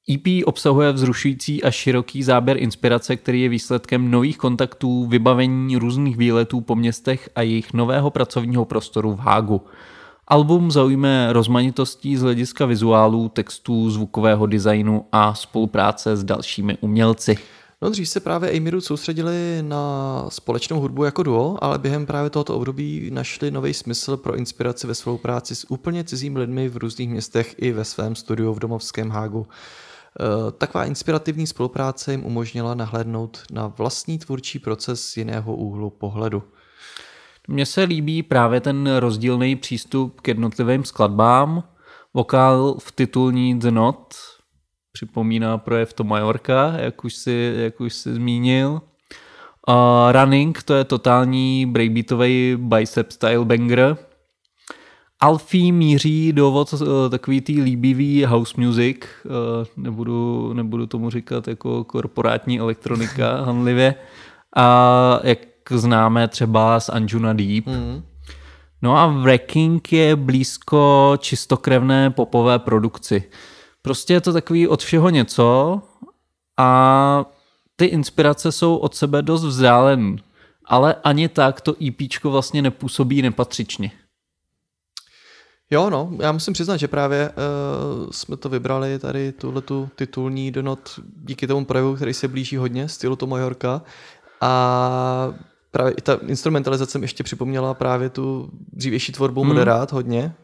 E P obsahuje vzrušující a široký záběr inspirace, který je výsledkem nových kontaktů, vybavení různých výletů po městech a jejich nového pracovního prostoru v Hágu. Album zaujme rozmanitostí z hlediska vizuálů, textů, zvukového designu a spolupráce s dalšími umělci. No dřív se právě Amy Root soustředili na společnou hudbu jako duo, ale během právě tohoto období našli nový smysl pro inspiraci ve spolupráci s úplně cizími lidmi v různých městech i ve svém studiu v domovském Hágu. Taková inspirativní spolupráce jim umožnila nahlédnout na vlastní tvůrčí proces z jiného úhlu pohledu. Mně se líbí právě ten rozdílný přístup k jednotlivým skladbám. Vokál v titulní The Knot připomíná projev to Majorka, jak už si, jak už si zmínil. Uh, Running, to je totální breakbeatový bicep style banger. Alfie míří do uh, takový tý líbivý house music, uh, nebudu, nebudu tomu říkat jako korporátní elektronika hanlivě. A jak známe třeba z Anjuna Deep. Mm. No a Wrecking je blízko čistokrevné popové produkci. Prostě je to takový od všeho něco a ty inspirace jsou od sebe dost vzdálené, ale ani tak to EPčko vlastně nepůsobí nepatřičně. Jo, no, já musím přiznat, že právě uh, jsme to vybrali tady tuhletu titulní The Knot díky tomu projevu, který se blíží hodně stylu to Majorka a právě i ta instrumentalizace mi ještě připomněla právě tu dřívější tvorbu hmm. Moderát hodně.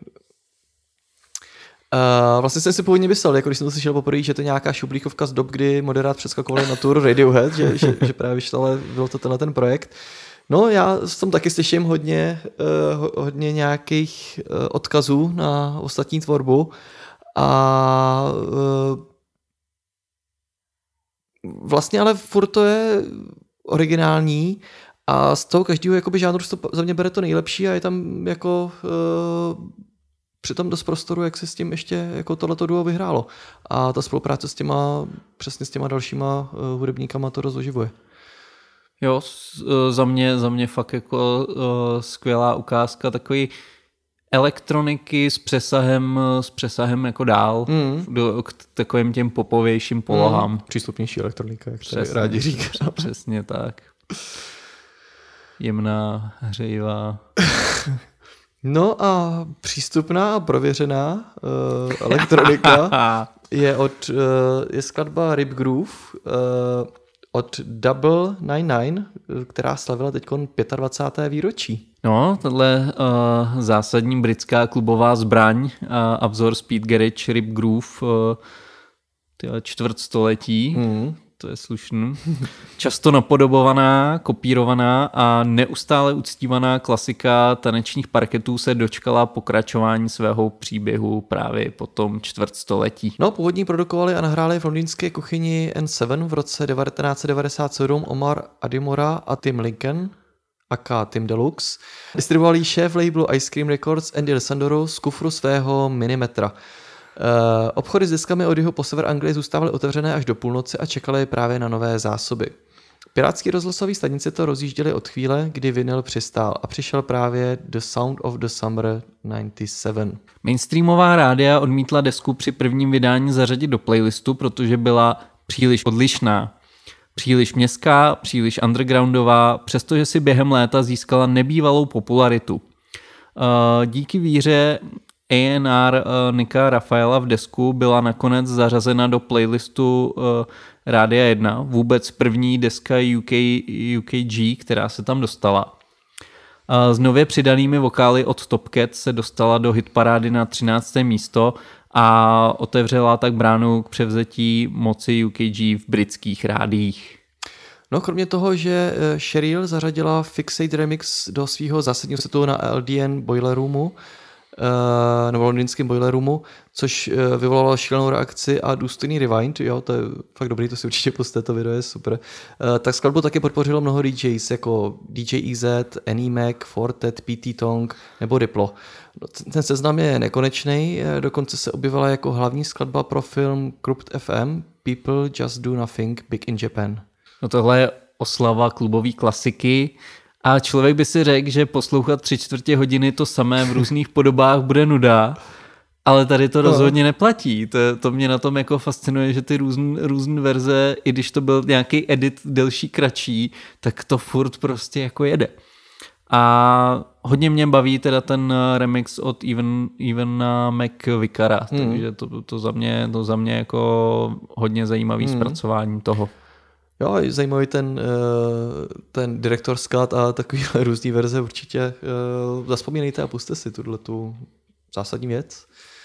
Uh, vlastně jsem si původně myslel, jako když jsem to slyšel poprvé, že to je nějaká šuplíkovka z dob, kdy Moderát přeskakovali na tour Radiohead, že, že, že právě vyšlo, ale byl to tenhle ten projekt. No já tam taky slyším hodně, uh, hodně nějakých uh, odkazů na ostatní tvorbu a uh, vlastně ale furt to je originální a z toho každého jakoby žánru to za mě bere to nejlepší a je tam jako uh, přitom dost prostoru, jak se s tím ještě jako tohleto duo vyhrálo. A ta spolupráce s těma, přesně s těma dalšíma uh, hudebníkama to rozoživuje. Jo, za mě, za mě fakt jako uh, skvělá ukázka takový elektroniky s přesahem, s přesahem jako dál mm. do, k takovým těm popovějším polohám. Mm. Přístupnější elektronika, jak přesně, rádi říká. Přesně tak. Jemná, hřejivá. No a přístupná a prověřená uh, elektronika je od uh, je skladba Rip Groove uh, od Double Nine Nine, která slavila teď dvacáté páté výročí. No, tohle uh, zásadní britská klubová zbraň uh, a vzor Speed Garage Rip Groove uh, čtvrtstoletí. Mm. To je slušný. Často napodobovaná, kopírovaná a neustále uctívaná klasika tanečních parketů se dočkala pokračování svého příběhu právě po tom čtvrtstoletí. No, původní produkovali a nahráli v londýnské kuchyni N sedm v roce devatenáct set devadesát sedm Omar Adimora a Tim Lincoln, aka Tim Deluxe. Distribuovali šéf labelu Ice Cream Records Andy DeSandro z kufru svého Minimetra. Uh, obchody s deskami od jeho po sever Anglie zůstávaly otevřené až do půlnoci a čekaly právě na nové zásoby. Pirátský rozhlasový stanice to rozjížděly od chvíle, kdy vinyl přistál a přišel právě The Sound of the Summer devadesát sedm. Mainstreamová rádia odmítla desku při prvním vydání zařadit do playlistu, protože byla příliš odlišná. Příliš městská, příliš undergroundová, přestože si během léta získala nebývalou popularitu. Uh, díky víře A and R uh, Nika Rafaela v desku byla nakonec zařazena do playlistu uh, Rádia jedna, vůbec první deska U K, U K G, která se tam dostala. Uh, s nově přidanými vokály od Top Cat se dostala do hitparády na třinácté místo a otevřela tak bránu k převzetí moci U K G v britských rádiích. No, kromě toho, že Cheryl zařadila Fixate Remix do svého zásadního setu na L D N Boiler Roomu, Uh, nebo londýnském Boiler Roomu, což uh, vyvolalo šílenou reakci a důstojný rewind, jo, to je fakt dobrý, to si určitě pustíte, to video je super. Uh, tak skladbu taky podpořilo mnoho D Js, jako D J E Z, Annie Mac, Fortet, P T Tong nebo Diplo. No, ten seznam je nekonečný, dokonce se objevila jako hlavní skladba pro film Corrupt F M People Just Do Nothing Big in Japan. No tohle je oslava klubové klasiky. A člověk by si řekl, že poslouchat tři čtvrtě hodiny to samé v různých podobách bude nuda, Ale tady to rozhodně neplatí. To, to mě na tom jako fascinuje, že ty různé různé verze, i když to byl nějaký edit delší, kratší, tak to furt prostě jako jede. A hodně mě baví teda ten remix od Even, Evena McVickara, hmm. takže to, to, za mě, to za mě jako hodně zajímavý hmm. zpracování toho. Jo, zajímavý ten, ten director Scott a takovýhle různý verze určitě. Zazpomínejte a puste si tuhletu zásadní věc.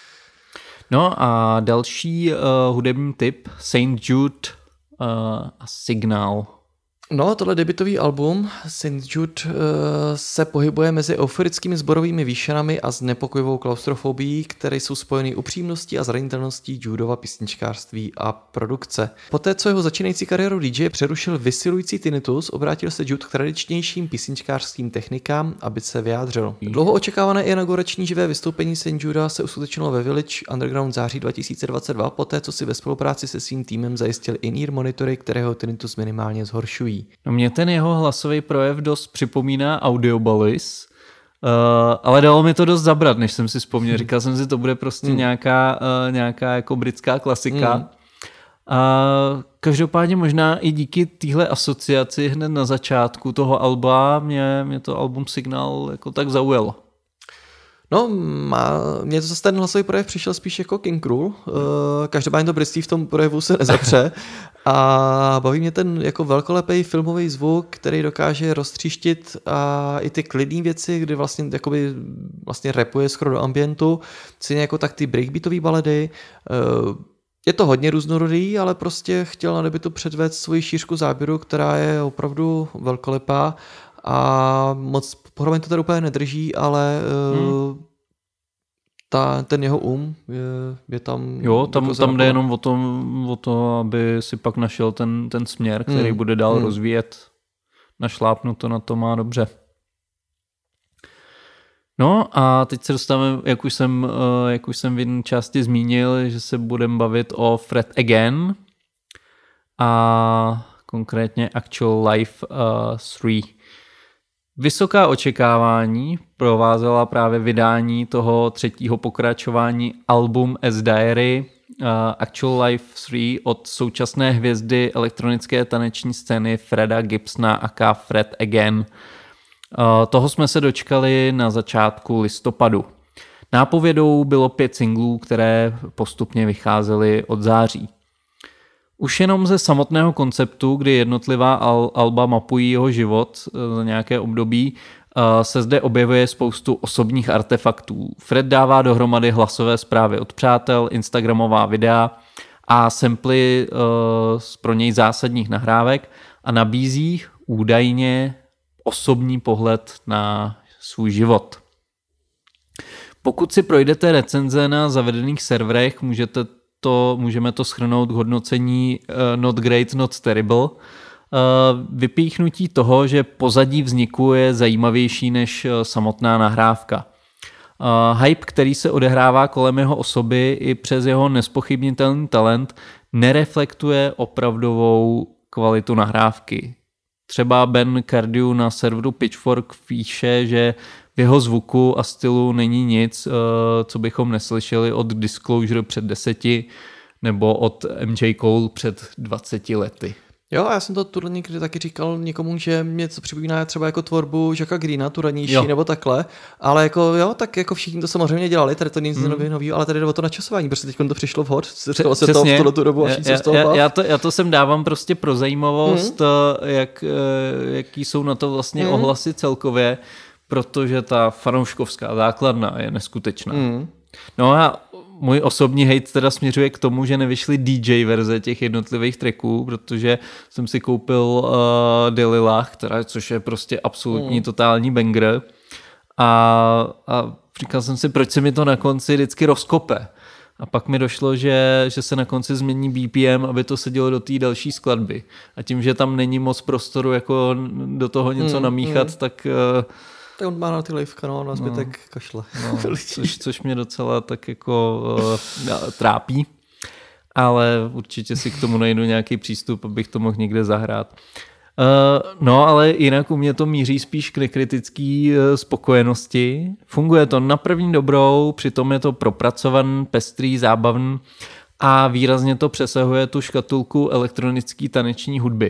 No a další uh, hudební tip, Saint Jude uh, a Signál. No, tohle debutový album Saint Jude uh, se pohybuje mezi euforickými sborovými výšinami a znepokojivou klaustrofobií, které jsou spojeny upřímností a zranitelností Judova písničkářství a produkce. Poté, co jeho začínající kariéru dý džej přerušil vysilující tinnitus, obrátil se Jude k tradičnějším písničkářským technikám, aby se vyjádřil. Dlouho očekávané inaugurační živé vystoupení Saint Juda se uskutečnilo ve Village Underground září dva tisíce dvacet dva, poté, co si ve spolupráci se svým týmem zajistil in-ear monitory, které jeho tinnitus minimálně zhoršují. No mě ten jeho hlasový projev dost připomíná Audiobalis, uh, ale dalo mi to dost zabrat, než jsem si vzpomněl. Říkal jsem si, to bude prostě hmm. nějaká, uh, nějaká jako britská klasika. Hmm. A každopádně možná i díky téhle asociaci hned na začátku toho alba mě, mě to album Signál jako tak zaujalo. No, má, mně to zase ten hlasový projev přišel spíš jako King Krul. Uh, každopádně to britství v tom projevu se nezapře. A baví mě ten jako velkolepý filmový zvuk, který dokáže roztříštit a i ty klidné věci, kdy vlastně, jakoby, vlastně rapuje skoro do ambientu. Stejně jako tak ty breakbeatové balady. Uh, je to hodně různorodý, ale prostě chtěl na debutu předvést svoji šířku záběru, která je opravdu velkolepá. A moc pohromadě to tady úplně nedrží, ale hmm. ta, ten jeho um je, je tam... Jo, tam, tam jde jenom o to, o to, aby si pak našel ten, ten směr, který hmm. bude dál hmm. rozvíjet. Našlápnuto na to má dobře. No a teď se dostáváme, jak už jsem, jak už jsem v jedné části zmínil, že se budeme bavit o Fred Again a konkrétně Actual Life uh, tři. Vysoká očekávání provázela právě vydání toho třetího pokračování album As Diary uh, Actual Life tři od současné hvězdy elektronické taneční scény Freda Gibsona aka Fred Again. Uh, toho jsme se dočkali na začátku listopadu. Nápovědou bylo pět singlů, které postupně vycházely od září. Už jenom ze samotného konceptu, kdy jednotlivá al- alba mapují jeho život za nějaké období, uh, se zde objevuje spoustu osobních artefaktů. Fred dává dohromady hlasové zprávy od přátel, instagramová videa a samply uh, z pro něj zásadních nahrávek a nabízí údajně osobní pohled na svůj život. Pokud si projdete recenze na zavedených serverech, můžete To, můžeme to shrnout k hodnocení uh, not great, not terrible. Uh, vypíchnutí toho, že pozadí vzniku je zajímavější než uh, samotná nahrávka. Uh, hype, který se odehrává kolem jeho osoby i přes jeho nespochybnitelný talent, nereflektuje opravdovou kvalitu nahrávky. Třeba Ben Cardew na serveru Pitchfork píše, že v jeho zvuku a stylu není nic, co bychom neslyšeli od Disclosure před deseti nebo od M J Cole před dvaceti lety. Jo, a já jsem to tu někdy taky říkal někomu, že mě to připomíná třeba jako tvorbu Jacka Greena, tu ranější, jo. nebo takhle, ale jako jo, tak jako všichni to samozřejmě dělali, tady to nic mm. nového, ale tady jde o to načasování, protože teď to přišlo vhod, setkalo se to v tuhle tu dobu a všichni se z toho bav. Já to, já to sem dávám prostě pro zajímavost, mm. jak, jaký jsou na to vlastně mm. ohlasy celkově, protože ta fanouškovská základna je neskutečná. Mm. No a můj osobní hejt teda směřuje k tomu, že nevyšly D J verze těch jednotlivých tracků, protože jsem si koupil uh, Delilah, která, což je prostě absolutní mm. totální banger. A, a říkal jsem si, proč se mi to na konci vždycky rozkope. A pak mi došlo, že, že se na konci změní B P M, aby to sedělo do té další skladby. A tím, že tam není moc prostoru jako do toho něco mm, namíchat, mm. tak... Uh, Tak on má na ty liveka, no, na zbytek no, kašle. No, což, což mě docela tak jako uh, trápí, ale určitě si k tomu najdu nějaký přístup, abych to mohl někde zahrát. no, ale jinak u mě to míří spíš k nekritický spokojenosti. Funguje to na první dobrou, přitom je to propracovaný, pestrý, zábavný a výrazně to přesahuje tu škatulku elektronické taneční hudby.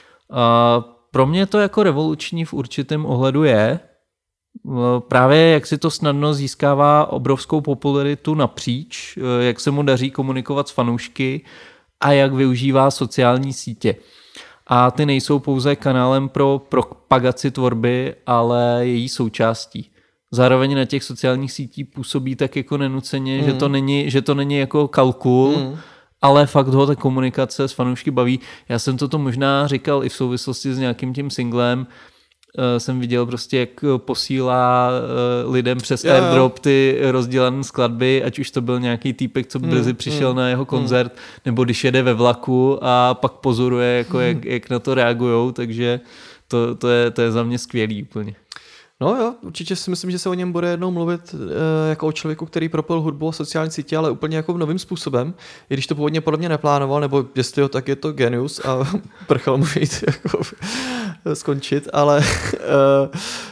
Pro mě to jako revoluční v určitém ohledu je. Právě jak si to snadno získává obrovskou popularitu napříč, jak se mu daří komunikovat s fanoušky a jak využívá sociální sítě. A ty nejsou pouze kanálem pro propagaci tvorby, ale její součástí. Zároveň na těch sociálních sítích působí tak jako nenuceně, mm. že, to není, že to není jako kalkul, mm. ale fakt ho ta komunikace s fanoušky baví. Já jsem toto možná říkal i v souvislosti s nějakým tím singlem. Jsem viděl prostě, jak posílá lidem přes yeah. airdrop ty rozdělané skladby, ať už to byl nějaký týpek, co brzy mm, přišel mm, na jeho koncert, mm. nebo když jede ve vlaku a pak pozoruje, jako jak, jak na to reagujou, takže to, to, je, to je za mě skvělý úplně. No jo, určitě si myslím, že se o něm bude jednou mluvit e, jako o člověku, který propil hudbu a sociální sítě, ale úplně jako novým způsobem, i když to původně podle mě neplánoval, nebo jestli jo, tak je to genius a prchal může jít jako skončit, ale e,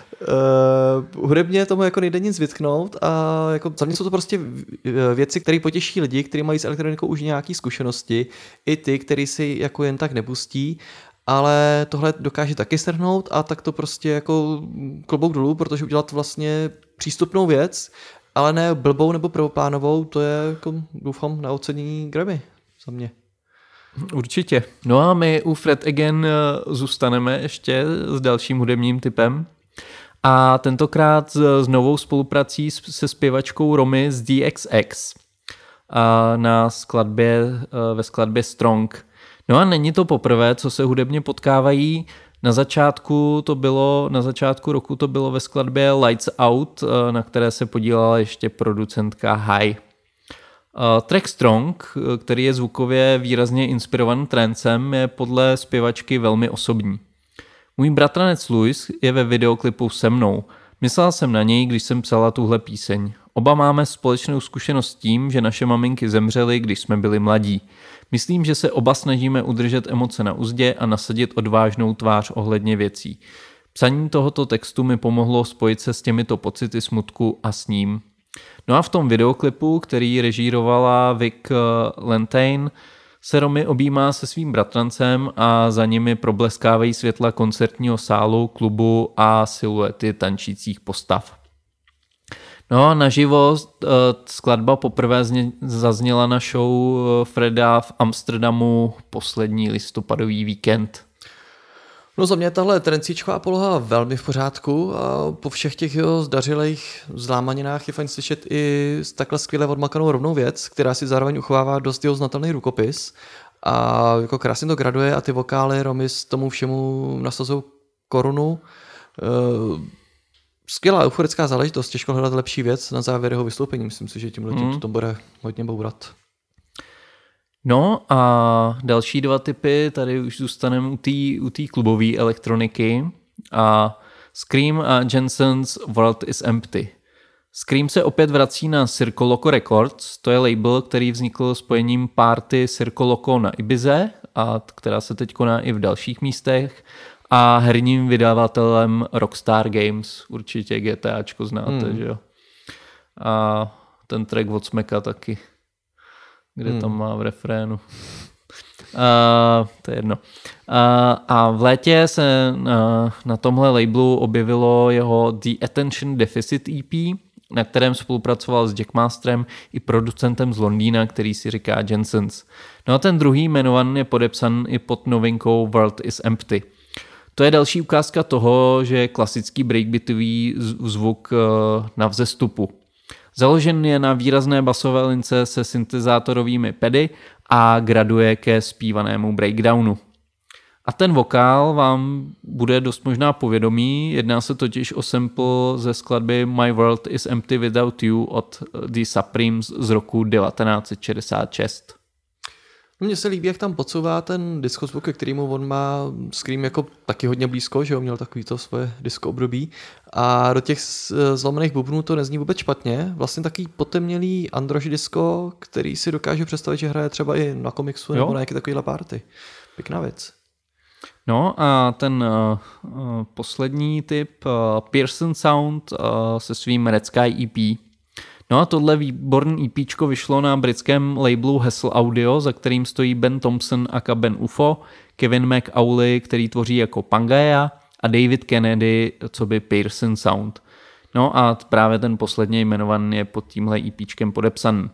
e, hudebně tomu jako nejde nic vytknout a jako za mě jsou to prostě věci, které potěší lidi, kteří mají s elektronikou už nějaké zkušenosti, i ty, který si jako jen tak nepustí, ale tohle dokáže taky strhnout a tak to prostě jako klobouk dolů, protože udělat vlastně přístupnou věc, ale ne blbou nebo prvoplánovou, to je jako doufám na ocenění Grammy za mě. Určitě. No a my u Fred Again zůstaneme ještě s dalším hudebním typem a tentokrát s novou spoluprací se zpěvačkou Romy z D X X na skladbě, ve skladbě Strong. No a není to poprvé, co se hudebně potkávají. Na začátku to bylo, na začátku roku to bylo ve skladbě Lights Out, na které se podílela ještě producentka High. Track Strong, který je zvukově výrazně inspirovaný trancem, je podle zpěvačky velmi osobní. Můj bratranec Louis je ve videoklipu se mnou. Myslela jsem na něj, když jsem psala tuhle píseň. Oba máme společnou zkušenost s tím, že naše maminky zemřely, když jsme byli mladí. Myslím, že se oba snažíme udržet emoce na uzdě a nasadit odvážnou tvář ohledně věcí. Psaní tohoto textu mi pomohlo spojit se s těmito pocity smutku a s ním. No a v tom videoklipu, který režírovala Vic Lantain, se Romy objímá se svým bratrancem a za nimi probleskávají světla koncertního sálu, klubu a siluety tančících postav. No a naživo skladba poprvé zazněla na show Freda v Amsterdamu poslední listopadový víkend. No za mě tahle trencíčková poloha velmi v pořádku a po všech těch jeho zdařilých zlámaninách je fajn slyšet i takhle skvěle odmakanou rovnou věc, která si zároveň uchovává dost jeho znatelný rukopis a jako krásně to graduje a ty vokály Romy s tomu všemu nasazují korunu. Skvělá euforická záležitost, těžko hledat lepší věc na závěr jeho vystoupení. Myslím si, že tímhle tím mm. to bude hodně bourat. No a další dva typy, tady už zůstaneme u té u té klubové elektroniky a Scream a Jensen's World is Empty. Scream se opět vrací na Circo Loco Records, to je label, který vznikl spojením party Circo Loco na Ibize, a která se teď koná i v dalších místech, a herním vydavatelem Rockstar Games, určitě GTAčko znáte, hmm. že jo. A ten track od Smeka taky, kde hmm. tam má v refrénu. A, to je jedno. A, a v létě se na, na tomhle labelu objevilo jeho The Attention Deficit E P, na kterém spolupracoval s Jackmasterem i producentem z Londýna, který si říká Jensen's. No a ten druhý jmenovaný je podepsan i pod novinkou World is Empty. To je další ukázka toho, že je klasický breakbeatový zvuk na vzestupu. Založen je na výrazné basové lince se syntezátorovými pedy a graduje ke zpívanému breakdownu. A ten vokál vám bude dost možná povědomý, jedná se totiž o sample ze skladby My World is Empty Without You od The Supremes z roku devatenáct set šedesát šest. Mně se líbí, jak tam podsouvá ten disco zvuk, ke kterému on má Scream jako taky hodně blízko, že on měl takový to svoje disco období a do těch zlomených bubnů to nezní vůbec špatně. Vlastně takový potemnělý androž disco, který si dokáže představit, že hraje třeba i na komiksu nebo na nějaké takovýhle party. Pěkná věc. No a ten uh, uh, poslední typ, uh, Pearson Sound uh, se svým Red Sky E P. No a tohle výborný EPčko vyšlo na britském labelu Hassel Audio, za kterým stojí Ben Thompson aka Ben Ufo, Kevin McAuley, který tvoří jako Pangaea, a David Kennedy, co by Pearson Sound. No a právě ten posledně jmenovaný je pod tímhle EPčkem podepsaný.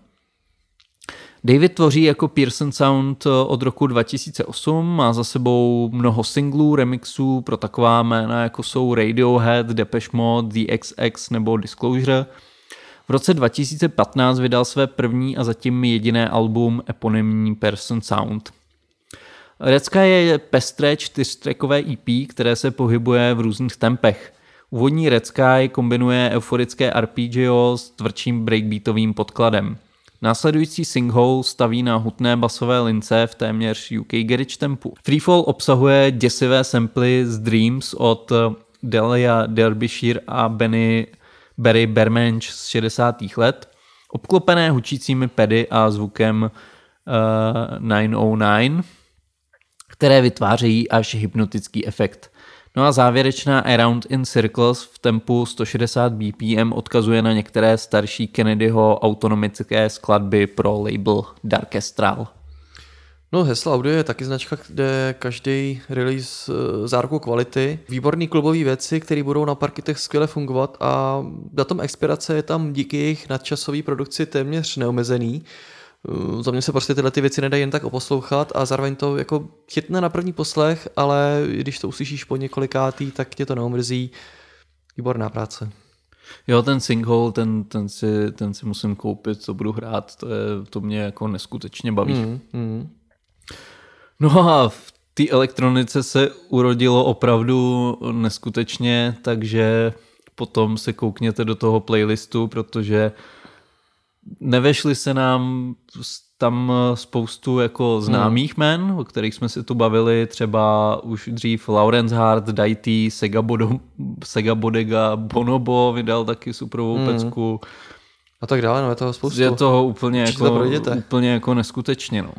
David tvoří jako Pearson Sound od roku dva tisíce osm, má za sebou mnoho singlů, remixů pro taková jména jako jsou Radiohead, Depeche Mode, The X X nebo Disclosure. V roce dva tisíce patnáct vydal své první a zatím jediné album eponymní Pearson Sound. Red Sky je pestré čtyřtrackové E P, které se pohybuje v různých tempech. Úvodní Red Sky kombinuje euforické arpeggio s tvrdším breakbeatovým podkladem. Následující single staví na hutné basové lince v téměř U K garage tempu. Freefall obsahuje děsivé samply z Dreams od Delia Derbyshire a Benny Barry Bermench z šedesátých let, obklopené hučícími pedy a zvukem uh, nine oh nine, které vytvářejí až hypnotický efekt. No a závěrečná Around in Circles v tempu sto šedesát B P M odkazuje na některé starší Kennedyho autonomické skladby pro label Darkestral. No, Hassel Audio je taky značka, kde každý release záruku kvality, výborný klubový věci, které budou na parketech skvěle fungovat a datum expirace je tam díky jejich nadčasové produkci téměř neomezený. Za mě se prostě tyhle ty věci nedají jen tak oposlouchat a zároveň to jako chytne na první poslech, ale když to uslyšíš po několikátý, tak tě to neomrzí. Výborná práce. Jo, ten single, ten, ten, si, ten si musím koupit, co budu hrát, to, je, to mě jako neskutečně baví. Mm, mm. No a v té elektronice se urodilo opravdu neskutečně, takže potom se koukněte do toho playlistu, protože nevešly se nám tam spoustu jako známých jmen, hmm. o kterých jsme si tu bavili, třeba už dřív Lawrence Hart, Daity, Sega, Bodo, Sega Bodega, Bonobo vydal taky superovou hmm. pecku. A tak dále, no je toho spoustu. Je toho úplně, jako, úplně jako neskutečně, no.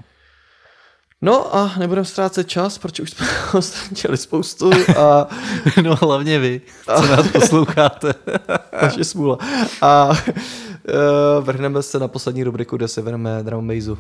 No a nebudeme ztrácet čas, protože už jsme ho ztratili spoustu. A... no hlavně vy, co a... nás posloucháte. Vaše smůla. A uh, vrhneme se na poslední rubriku, kde se věnujeme drum bassu.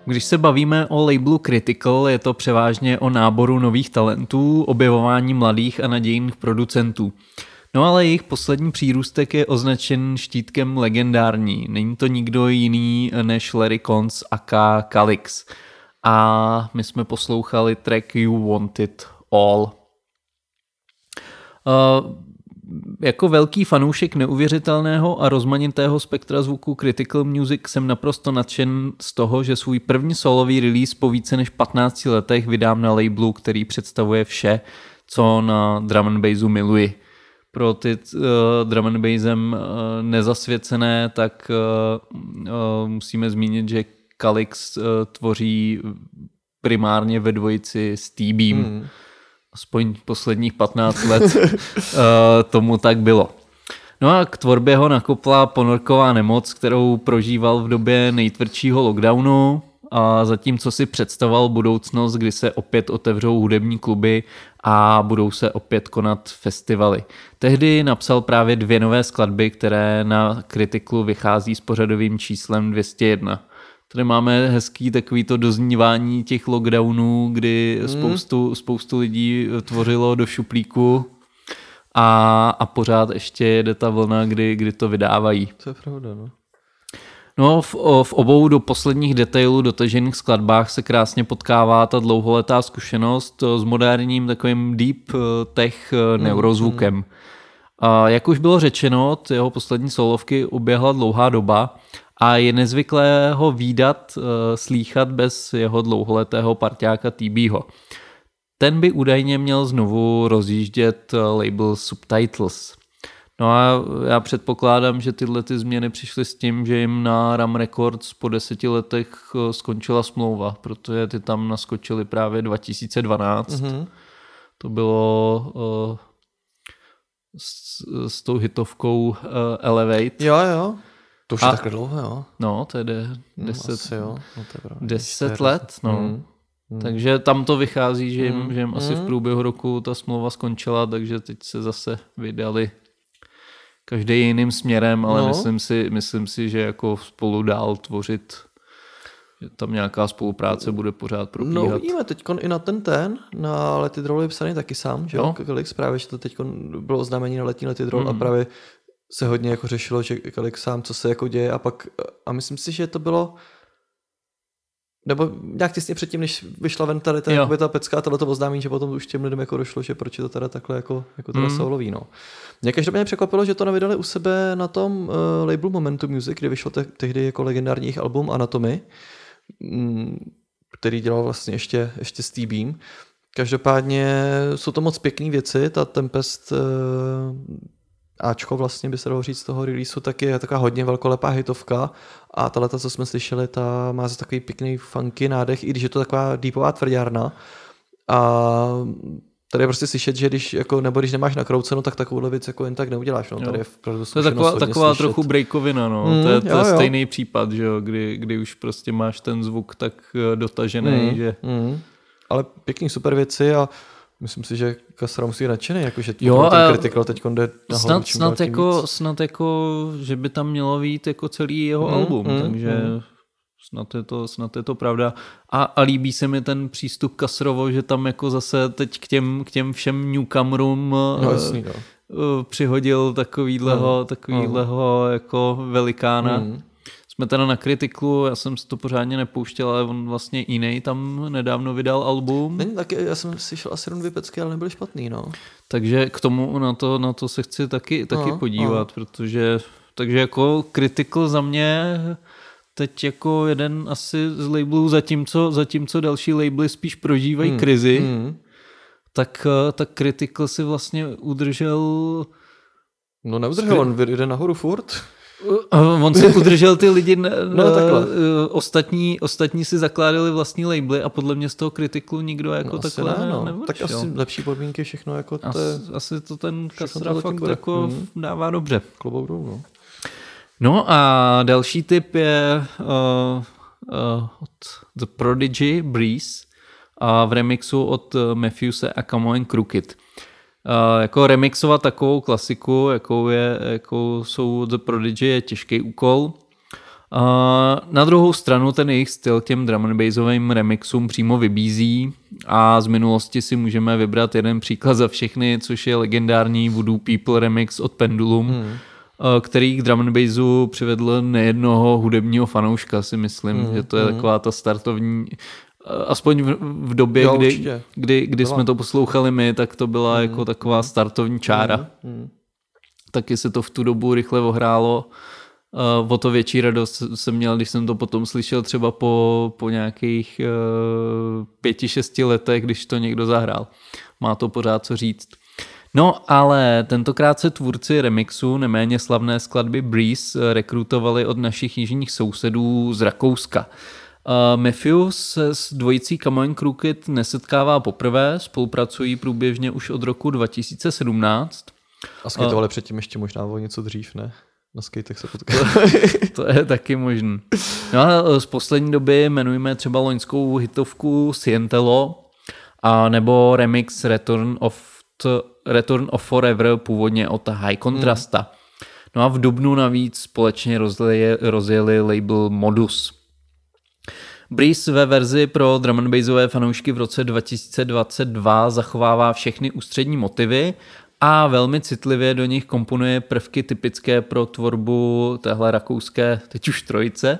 Když se bavíme o labelu Critical, je to převážně o náboru nových talentů, objevování mladých a nadějných producentů. No ale jejich poslední přírůstek je označen štítkem legendární. Není to nikdo jiný než Larry Conz aka Calix. A my jsme poslouchali track You Want It All. Uh, Jako velký fanoušek neuvěřitelného a rozmanitého spektra zvuku Critical Music jsem naprosto nadšen z toho, že svůj první solový release po více než patnácti letech vydám na labelu, který představuje vše, co na drum and bassu miluji. Pro ty uh, drum and bassem uh, nezasvěcené, tak uh, uh, musíme zmínit, že Calix uh, tvoří primárně ve dvojici s T-Beam. Hmm. Aspoň posledních patnáct let uh, tomu tak bylo. No a k tvorbě ho nakopla ponorková nemoc, kterou prožíval v době nejtvrdšího lockdownu, a zatímco si představoval budoucnost, kdy se opět otevřou hudební kluby a budou se opět konat festivaly. Tehdy napsal právě dvě nové skladby, které na Criticalu vychází s pořadovým číslem dvě stě jedna. Tady máme hezký takovýto doznívání těch lockdownů, kdy hmm. spoustu, spoustu lidí tvořilo do šuplíku a, a pořád ještě jede ta vlna, kdy, kdy to vydávají. To je pravda, no. No, v, v obou do posledních detailů dotažených skladbách se krásně potkává ta dlouholetá zkušenost s moderním takovým deep tech neurozvukem. Hmm. A jak už bylo řečeno, od jeho poslední solovky uběhla dlouhá doba a je nezvyklé ho vídat, uh, slýchat bez jeho dlouholetého parťáka T Bho. Ten by údajně měl znovu rozjíždět label Subtitles. No a já předpokládám, že tyhle ty změny přišly s tím, že jim na Ram Records po deseti letech skončila smlouva, protože ty tam naskočili právě dva tisíce dvanáct. Mm-hmm. To bylo uh, s, s tou hitovkou uh, Elevate. Jo, jo. To už je takhle dlouho, jo? No, to je de, deset, no, jo. No, to je deset let, no. Mm. Mm. Takže tam to vychází, že jim, mm. že jim asi mm. v průběhu roku ta smlouva skončila, takže teď se zase vydali každý jiným směrem, ale no. myslím si, myslím si, že jako spolu dál tvořit, že tam nějaká spolupráce bude pořád probíhat. No vidíme, teďkon i na ten ten, na Let It Roll je psaný taky sám, že jo? Calix, právě, že to teďkon bylo oznámení na letní Let It Roll mm. a právě se hodně jako řešilo, že Calix sám, co se jako děje a pak, a myslím si, že to bylo, nebo nějak těsně předtím, než vyšla ven tady ta, jakoby ta pecka, tohleto oznámení, že potom už těm lidem jako došlo, že proč je to teda takhle jako, jako teda mm. soulový, no. Mě každopádně překvapilo, že to nevydali u sebe na tom uh, labelu Momentum Music, kde vyšlo te- tehdy jako legendární jejich album Anatomy, mm, který dělal vlastně ještě, ještě s T-Beam. Každopádně jsou to moc pěkný věci, ta Tempest uh, Ačko vlastně by se dalo říct z toho releaseu, tak je taková hodně velkolepá hitovka a tato, co jsme slyšeli, ta má za takový pěkný funky nádech, i když je to taková deepová tvrdárna. A tady je prostě slyšet, že když, jako, nebo když nemáš nakrouceno, tak takovouhle věc jako jen tak neuděláš. No. Tady je, to je taková, taková trochu breakovina, no. Mm, to je, to jo, je stejný jo. případ, že jo? Kdy, kdy už prostě máš ten zvuk tak dotažený, mm, že... Mm. Ale pěkný super věci a myslím si, že Kasra musí nadšený, jakože ten Critical teď jde nahoru. Snad, snad, jako, snad jako, že by tam mělo být jako celý jeho mm, album, mm, takže mm. Snad, je to, snad je to pravda. A, a líbí se mi ten přístup Kasrovo, že tam jako zase teď k těm, k těm všem newcomerům no, jasný, no. uh, přihodil takovýhleho, mm, takovýhleho mm. jako velikána. Mm. Jsme teda na Criticalu, já jsem si to pořádně nepouštěl, ale on vlastně jiný tam nedávno vydal album. Není, tak já jsem slyšel asi jenom dvě pecky, ale nebyly špatný, no. Takže k tomu na to, na to se chci taky, taky no, podívat, no. protože takže jako Critical za mě teď jako jeden asi z labelů, zatímco, zatímco další labely spíš prožívají hmm. krizi, hmm. tak, tak Critical si vlastně udržel... No neudržel, on jde nahoru furt. On si udržel ty lidi, no, ostatní, ostatní si zakládali vlastní labely a podle mě z toho Criticalu nikdo jako no, takhle ne, no. nevrčil. Tak asi lepší podmínky všechno jako to As, je... Asi to ten Kasra fakt jako hmm. dává dobře. Klobouk dolů, no. No a další tip je uh, uh, od The Prodigy Breeze a v remixu od Matthewse a Camo and Crooked. Uh, jako remixovat takovou klasiku, jakou, je, jakou jsou The Prodigy, je těžký úkol. Uh, Na druhou stranu ten jejich styl k těm drum and bassovým remixům přímo vybízí a z minulosti si můžeme vybrat jeden příklad za všechny, což je legendární Voodoo People remix od Pendulum, hmm. který k drum and bassu přivedl nejednoho hudebního fanouška, si myslím, hmm. že to je hmm. taková ta startovní, aspoň v, v době, jo, kdy, kdy, kdy jsme to poslouchali my, tak to byla hmm. jako taková startovní čára. Hmm. Hmm. Taky se to v tu dobu rychle ohrálo. Uh, o to větší radost jsem měl, když jsem to potom slyšel třeba po, po nějakých uh, pěti, šesti letech, když to někdo zahrál. Má to pořád co říct. No, ale tentokrát se tvůrci remixu neméně slavné skladby Breeze rekrutovali od našich jižních sousedů z Rakouska. Uh, Matthews se s dvojicí Come On Crooked nesetkává poprvé, spolupracují průběžně už od roku dva tisíce sedmnáct. A skateovali uh, předtím ještě možná o něco dřív, ne? Na skatech se potkali. To je taky možný. No a z poslední doby jmenujeme třeba loňskou hitovku Scientelo a nebo remix Return of, t, Return of Forever původně od High Contrasta. Mm. No a v dubnu navíc společně rozjeli, rozjeli label Modus. Breeze ve verzi pro drum and bassové fanoušky v roce dva tisíce dvacet dva zachovává všechny ústřední motivy a velmi citlivě do nich komponuje prvky typické pro tvorbu téhle rakouské, teď už trojice.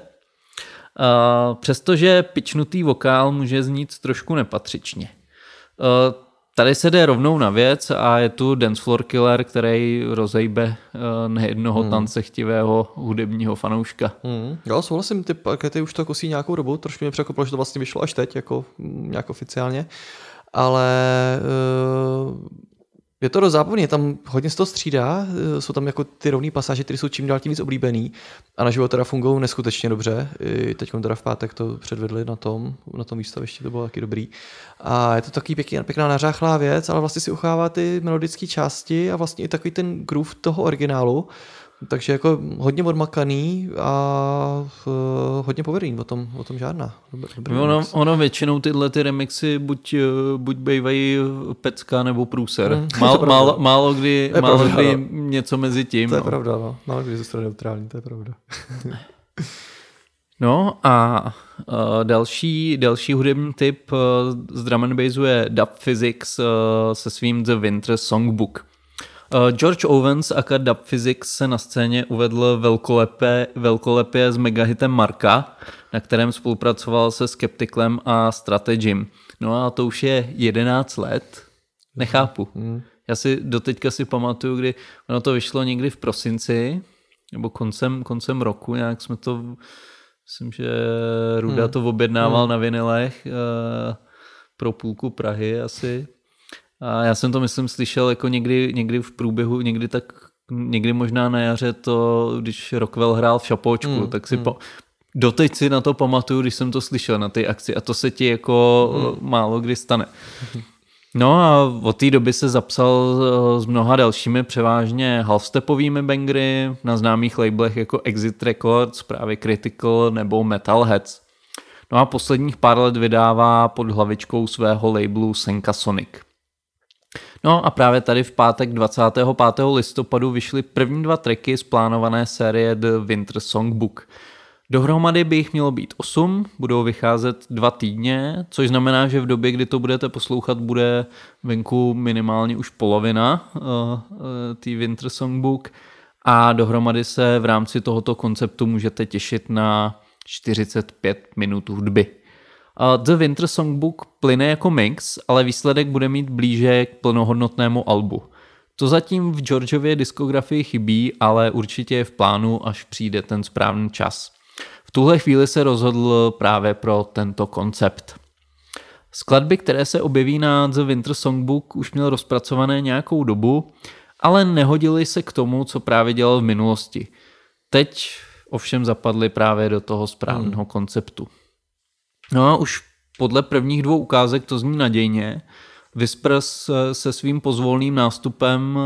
Přestože pičnutý vokál může znít trošku nepatřičně. Tady se jde rovnou na věc a je tu Dance Floor Killer, který rozejbe nejednoho hmm. tancechtivého hudebního fanouška. Hmm. Jo, souhlasím, ty pakety už to kosí nějakou dobu, trošku mě překvapilo, že to vlastně vyšlo až teď, jako nějak oficiálně, ale uh... je to dost zábavný, tam hodně se to střídá, jsou tam jako ty rovný pasáže, které jsou čím dál tím víc oblíbený a na život teda fungují neskutečně dobře. Teď teda v pátek to předvedli na tom, na tom výstavišti, to bylo taky dobrý. A je to taky pěkný, pěkná nařáchlá věc, ale vlastně si uchává ty melodické části a vlastně i takový ten groove toho originálu. Takže jako hodně odmakaný a uh, hodně povedený, o tom, o tom žádná. Dobrý, dobrý ono, ono většinou tyhle ty remixy buď, buď bývají pecka nebo průser. Hmm, Mál, málo, málo kdy, málo pravda, kdy no. něco mezi tím. To je no. pravda, no. Málo kdy zůstane neutrální, to je pravda. No a uh, další, další hudební typ uh, z drum and bassu je Dub Physics uh, se svým The Winter Songbook. George Owens aka Dub Physics se na scéně uvedl velkolepě, velkolepě s megahitem Marka, na kterém spolupracoval se Skepticlem a Strategym. No a to už je jedenáct let. Nechápu. Já si doteďka si pamatuju, kdy ono to vyšlo někdy v prosinci, nebo koncem, koncem roku, nějak jsme to, myslím, že Ruda hmm. to objednával hmm. na vinilech uh, pro půlku Prahy asi. A já jsem to, myslím, slyšel jako někdy, někdy v průběhu, někdy tak, někdy možná na jaře to, když Rockwell hrál v Šapoučku, mm, tak si mm. pa, doteď si na to pamatuju, když jsem to slyšel na té akci a to se ti jako mm. málo kdy stane. No a od té doby se zapsal s mnoha dalšími převážně halfstepovými bangry na známých labelech jako Exit Records, právě Critical nebo Metalheads. No a posledních pár let vydává pod hlavičkou svého labelu Senka Sonic. No a právě tady v pátek dvacátého pátého listopadu vyšly první dva tracky z plánované série The Winter Songbook. Dohromady by jich mělo být osm, budou vycházet dva týdně, což znamená, že v době, kdy to budete poslouchat, bude venku minimálně už polovina uh, uh, té Winter Songbook a dohromady se v rámci tohoto konceptu můžete těšit na čtyřicet pět minut hudby. The Winter Songbook plyne jako mix, ale výsledek bude mít blíže k plnohodnotnému albu. To zatím v Georgeově diskografii chybí, ale určitě je v plánu, až přijde ten správný čas. V tuhle chvíli se rozhodl právě pro tento koncept. Skladby, které se objeví na The Winter Songbook, už měl rozpracované nějakou dobu, ale nehodily se k tomu, co právě dělal v minulosti. Teď ovšem zapadly právě do toho správného hmm. konceptu. No a už podle prvních dvou ukázek to zní nadějně. Whispers se svým pozvolným nástupem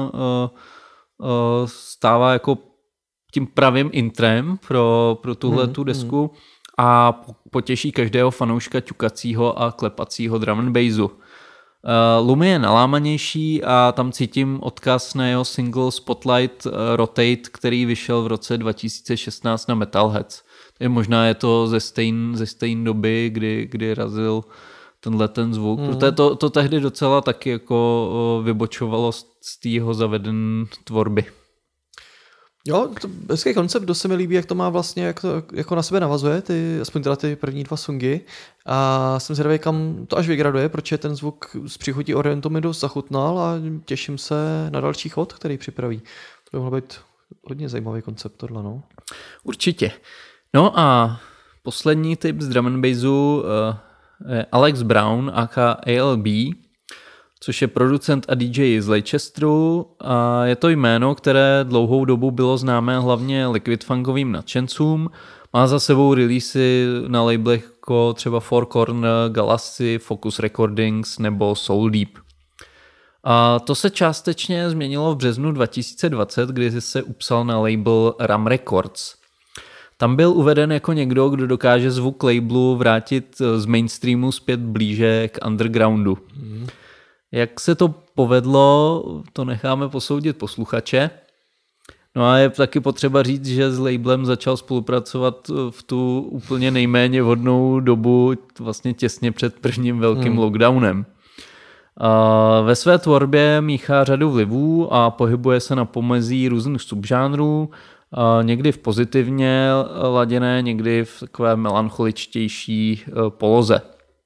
stává jako tím pravým intrem pro, pro tuhle tu desku a potěší každého fanouška ťukacího a klepacího drum and bassu. Lumi je nalámanější a tam cítím odkaz na jeho single Spotlight Rotate, který vyšel v roce dva tisíce šestnáct na Metalheads. Je možná je to ze stejné ze stejn doby, kdy, kdy razil tenhle ten zvuk. Mm. Protože to, to tehdy docela taky jako vybočovalo z té jeho zavedené tvorby. Jo, to hezký koncept, dost se mi líbí, jak to má vlastně, jak to jako na sebe navazuje, ty, aspoň teda ty první dva songy. A jsem zvědavý, kam to až vygraduje, protože ten zvuk z příchutí Orientu mi dost zachutnal a těším se na další chod, který připraví. To by mohlo být hodně zajímavý koncept tohle, no. Určitě. No a poslední tip z drum and bassu uh, je Alex Brown aka A L B, což je producent a D J z Leicesteru a je to jméno, které dlouhou dobu bylo známé hlavně liquid funkovým nadšencům. Má za sebou releasy na labelech jako třeba Four Corner, Galaxy, Focus Recordings nebo Soul Deep. A to se částečně změnilo v březnu dva tisíce dvacet, kdy se upsal na label Ram Records. Tam byl uveden jako někdo, kdo dokáže zvuk labelu vrátit z mainstreamu zpět blíže k undergroundu. Mm. Jak se to povedlo, to necháme posoudit posluchače. No a je taky potřeba říct, že s labelem začal spolupracovat v tu úplně nejméně vhodnou dobu, vlastně těsně před prvním velkým hmm. lockdownem. A ve své tvorbě míchá řadu vlivů a pohybuje se na pomezí různých subžánrů, a někdy v pozitivně laděné, někdy v takové melancholičtější poloze.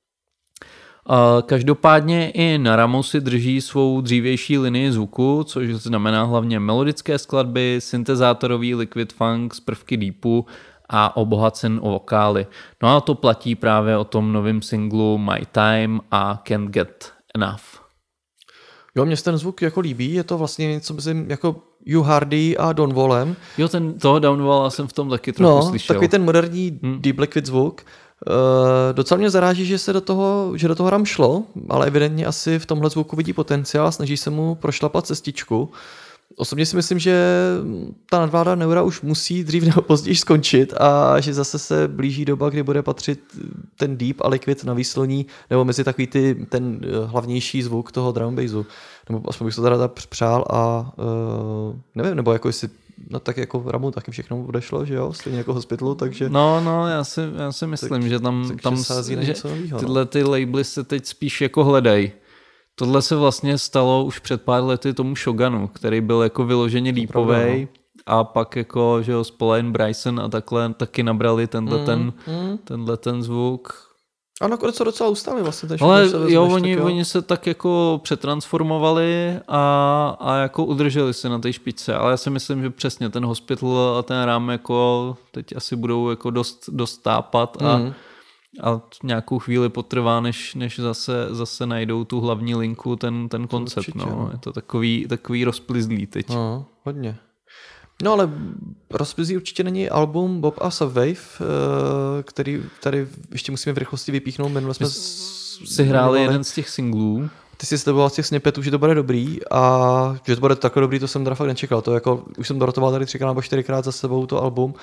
Každopádně i na Ramu si drží svou dřívější linii zvuku, což znamená hlavně melodické skladby, syntezátorový liquid funk z prvky deepu a obohacen o vokály. No a to platí právě o tom novém singlu My Time a Can't Get Enough. Jo, mně se ten zvuk jako líbí, je to vlastně něco mezi jako Hugh Hardy a Don Wallem. Jo, ten, toho Don Walla jsem v tom taky trochu no, slyšel. Takový ten moderní hmm. deep liquid zvuk. Uh, docela mě zaráží, že se do toho, že do toho Ram šlo, ale evidentně asi v tomhle zvuku vidí potenciál, snaží se mu prošlapat cestičku. Osobně si myslím, že ta nadvláda Neura už musí dřív nebo později skončit a že zase se blíží doba, kdy bude patřit ten deep a liquid na výsloní, nebo mezi takový ty, ten hlavnější zvuk toho drum bassu. Nebo aspoň bych to teda přál a uh, nevím, nebo jako jestli no tak jako Ramu taky všechno odešlo, že jo, stejně jako Hospitalu, takže... No, no, já si, já si myslím, tak, že tam, tam že novýho, tyhle no. ty labely se teď spíš jako hledají. Tohle se vlastně stalo už před pár lety tomu Shoganu, který byl jako vyloženě deepovej no. a pak jako, že jo, Spolain Bryson a takhle taky nabrali tenhle, mm, ten, mm. tenhle ten zvuk. A nakonec to docela ustáli vlastně. Ten ale se vezmeš, jo, oni, jo, oni se tak jako přetransformovali a, a jako udrželi se na té špičce, ale já si myslím, že přesně ten Hospital a ten Ram jako teď asi budou jako dost, dost tápat a, mm. a nějakou chvíli potrvá, než, než zase, zase najdou tu hlavní linku, ten, ten koncept. Určitě, no. No. Je to takový, takový rozplizlý teď. No, hodně. No ale rozplizí určitě není album Bob a Subwave, který tady ještě musíme v rychlosti vypíchnout. Minule jsme si hráli jeden z těch singlů. Ty jsi sliboval z těch snippetů, že to bude dobrý a že to bude takhle dobrý, to jsem teda fakt nečekal. To jako, už jsem dorotoval tady třikrát nebo čtyřikrát za sebou to album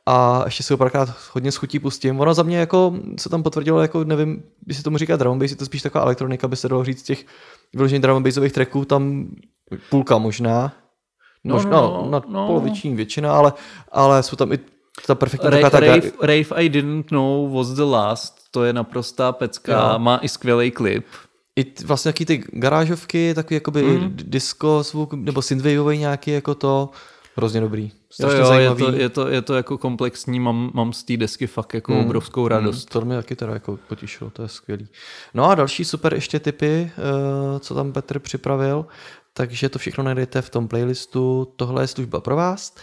a ještě si ho párkrát hodně schutí pustím. Ono za mě jako se tam potvrdilo, jako nevím, když se tomu říká drum bass, je to spíš taková elektronika, by se dalo říct těch vyložených drum and bassových tracků, tam půlka možná. No, možná no, na no. poloviční většina, ale, ale jsou tam i ta perfektní Rave, taková ta... Rave, Rave I Didn't Know Was The Last, to je naprostá pecka, jo. Má i skvělý klip. I t, vlastně taky ty garážovky, takový jakoby mm. disco zvuk, nebo synthwaveový nějaký jako to, hrozně dobrý. Strašně jo, jo, zajímavý. Je to, je, to, je to jako komplexní, mám, mám z té desky fakt jako mm. obrovskou radost. Mm, to mě taky teda jako potěšilo, to je skvělý. No a další super ještě tipy, uh, co tam Petr připravil, takže to všechno najdete v tom playlistu. Tohle je služba pro vás.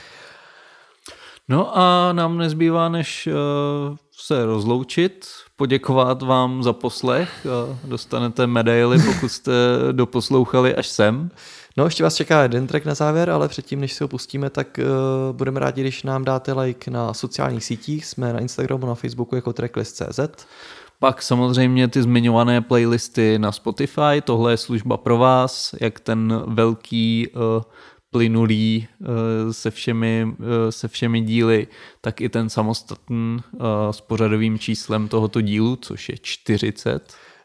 No a nám nezbývá, než uh, se rozloučit, poděkovat vám za poslech. Uh, dostanete medaily, pokud jste doposlouchali až sem. No, ještě vás čeká jeden track na závěr, ale předtím, než si ho pustíme, tak uh, budeme rádi, když nám dáte like na sociálních sítích. Jsme na Instagramu, na Facebooku jako tracklist tečka cé zet. Pak samozřejmě ty zmiňované playlisty na Spotify, tohle je služba pro vás, jak ten velký uh, plynulý uh, se, všemi, uh, se všemi díly, tak i ten samostatný uh, s pořadovým číslem tohoto dílu, což je čtyřicet.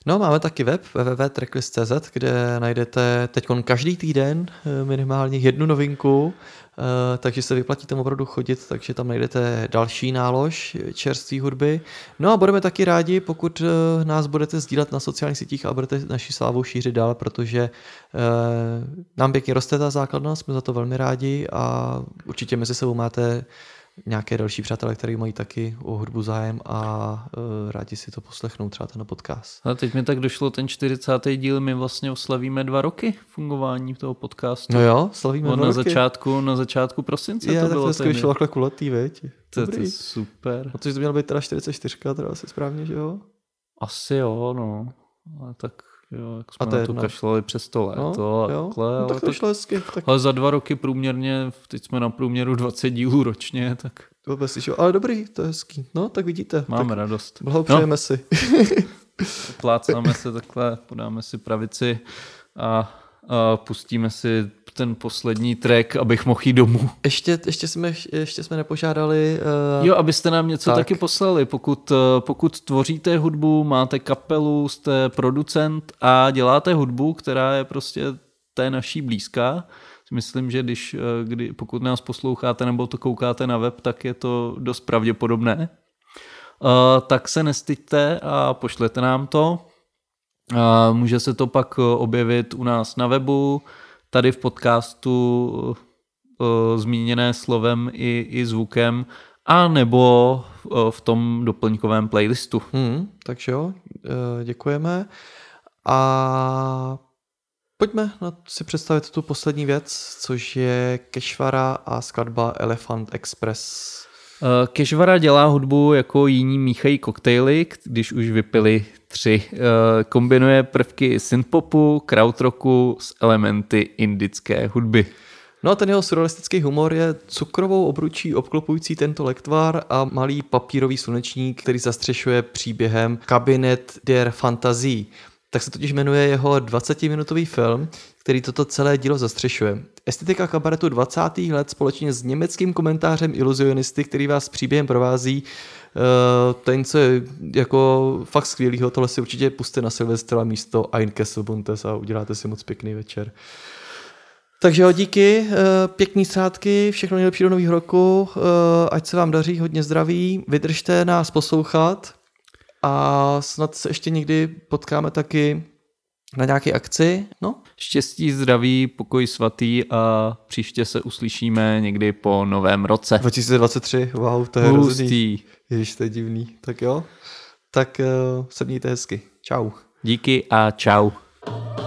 No, máme taky web w w w tečka tracklist tečka c z, kde najdete teď každý týden minimálně jednu novinku, takže se vyplatí tam opravdu chodit, takže tam najdete další nálož čerstvé hudby. No a budeme taky rádi, pokud nás budete sdílet na sociálních sítích a budete naši slávu šířit dál, protože nám pěkně roste ta základna, jsme za to velmi rádi a určitě mezi sebou máte nějaké další přátelé, kteří mají taky o hudbu zájem a uh, rádi si to poslechnou, třeba ten podcast. A teď mi tak došlo ten čtyřicátý díl, my vlastně oslavíme dva roky fungování toho podcastu. No jo, slavíme no, dva na roky. Začátku, na začátku prosince je, to bylo. bylo. Je, tak to vyšlo takhle kulatý, veď. To, to je super. Protože to mělo být teda čtyřicet čtyři, teda asi správně, že jo? Asi jo, no. Ale tak jo, jak jsme a to na to kašlali přes to léto no, a jo, takhle. No, tak to šlo hezky. Tak... Ale za dva roky průměrně, teď jsme na průměru dvacet dílů ročně, tak... Vůbec, ale dobrý, to je hezký. No, tak vidíte. Máme tak radost. Blahopřejeme no. si. Plácáme se takhle, podáme si pravici a, a pustíme si ten poslední track, abych mohl jít domů. Ještě, ještě, jsme, ještě jsme nepožádali... Uh... Jo, abyste nám něco tak. taky poslali. Pokud, pokud tvoříte hudbu, máte kapelu, jste producent a děláte hudbu, která je prostě té naší blízká. Myslím, že když, kdy, pokud nás posloucháte nebo to koukáte na web, tak je to dost pravděpodobné. Uh, tak se nestyďte a pošlete nám to. Uh, může se to pak objevit u nás na webu, tady v podcastu uh, zmíněné slovem i, i zvukem, a nebo uh, v tom doplňkovém playlistu. Hmm, takže jo, děkujeme. A pojďme si představit tu poslední věc, což je Kešvara a skladba Elephant Express. Uh, Kešvara dělá hudbu jako jiní míchají koktejly, když už vypili tři. Uh, kombinuje prvky synthpopu, krautrocku s elementy indické hudby. No a ten jeho surrealistický humor je cukrovou obručí obklopující tento lektvar a malý papírový slunečník, který zastřešuje příběhem Cabinet der Fantasie. Tak se totiž jmenuje jeho dvacetiminutový film, který toto celé dílo zastřešuje. Estetika kabaretu dvacátých let společně s německým komentářem iluzionisty, který vás příběhem provází, uh, to je něco jako fakt skvělýho, tohle si určitě puste na Silvestra místo Ein Kessel Buntes a uděláte si moc pěkný večer. Takže jo, díky, uh, pěkný srátky, všechno nejlepší do nového roku, uh, ať se vám daří, hodně zdraví, vydržte nás poslouchat. A snad se ještě někdy potkáme taky na nějaké akci. No. Štěstí, zdraví, pokoj svatý a příště se uslyšíme někdy po novém roce. dva tisíce dvacet tři, wow, to je hrozný. Ježiš, to je divný. Tak jo, tak uh, se mějte hezky. Čau. Díky a čau.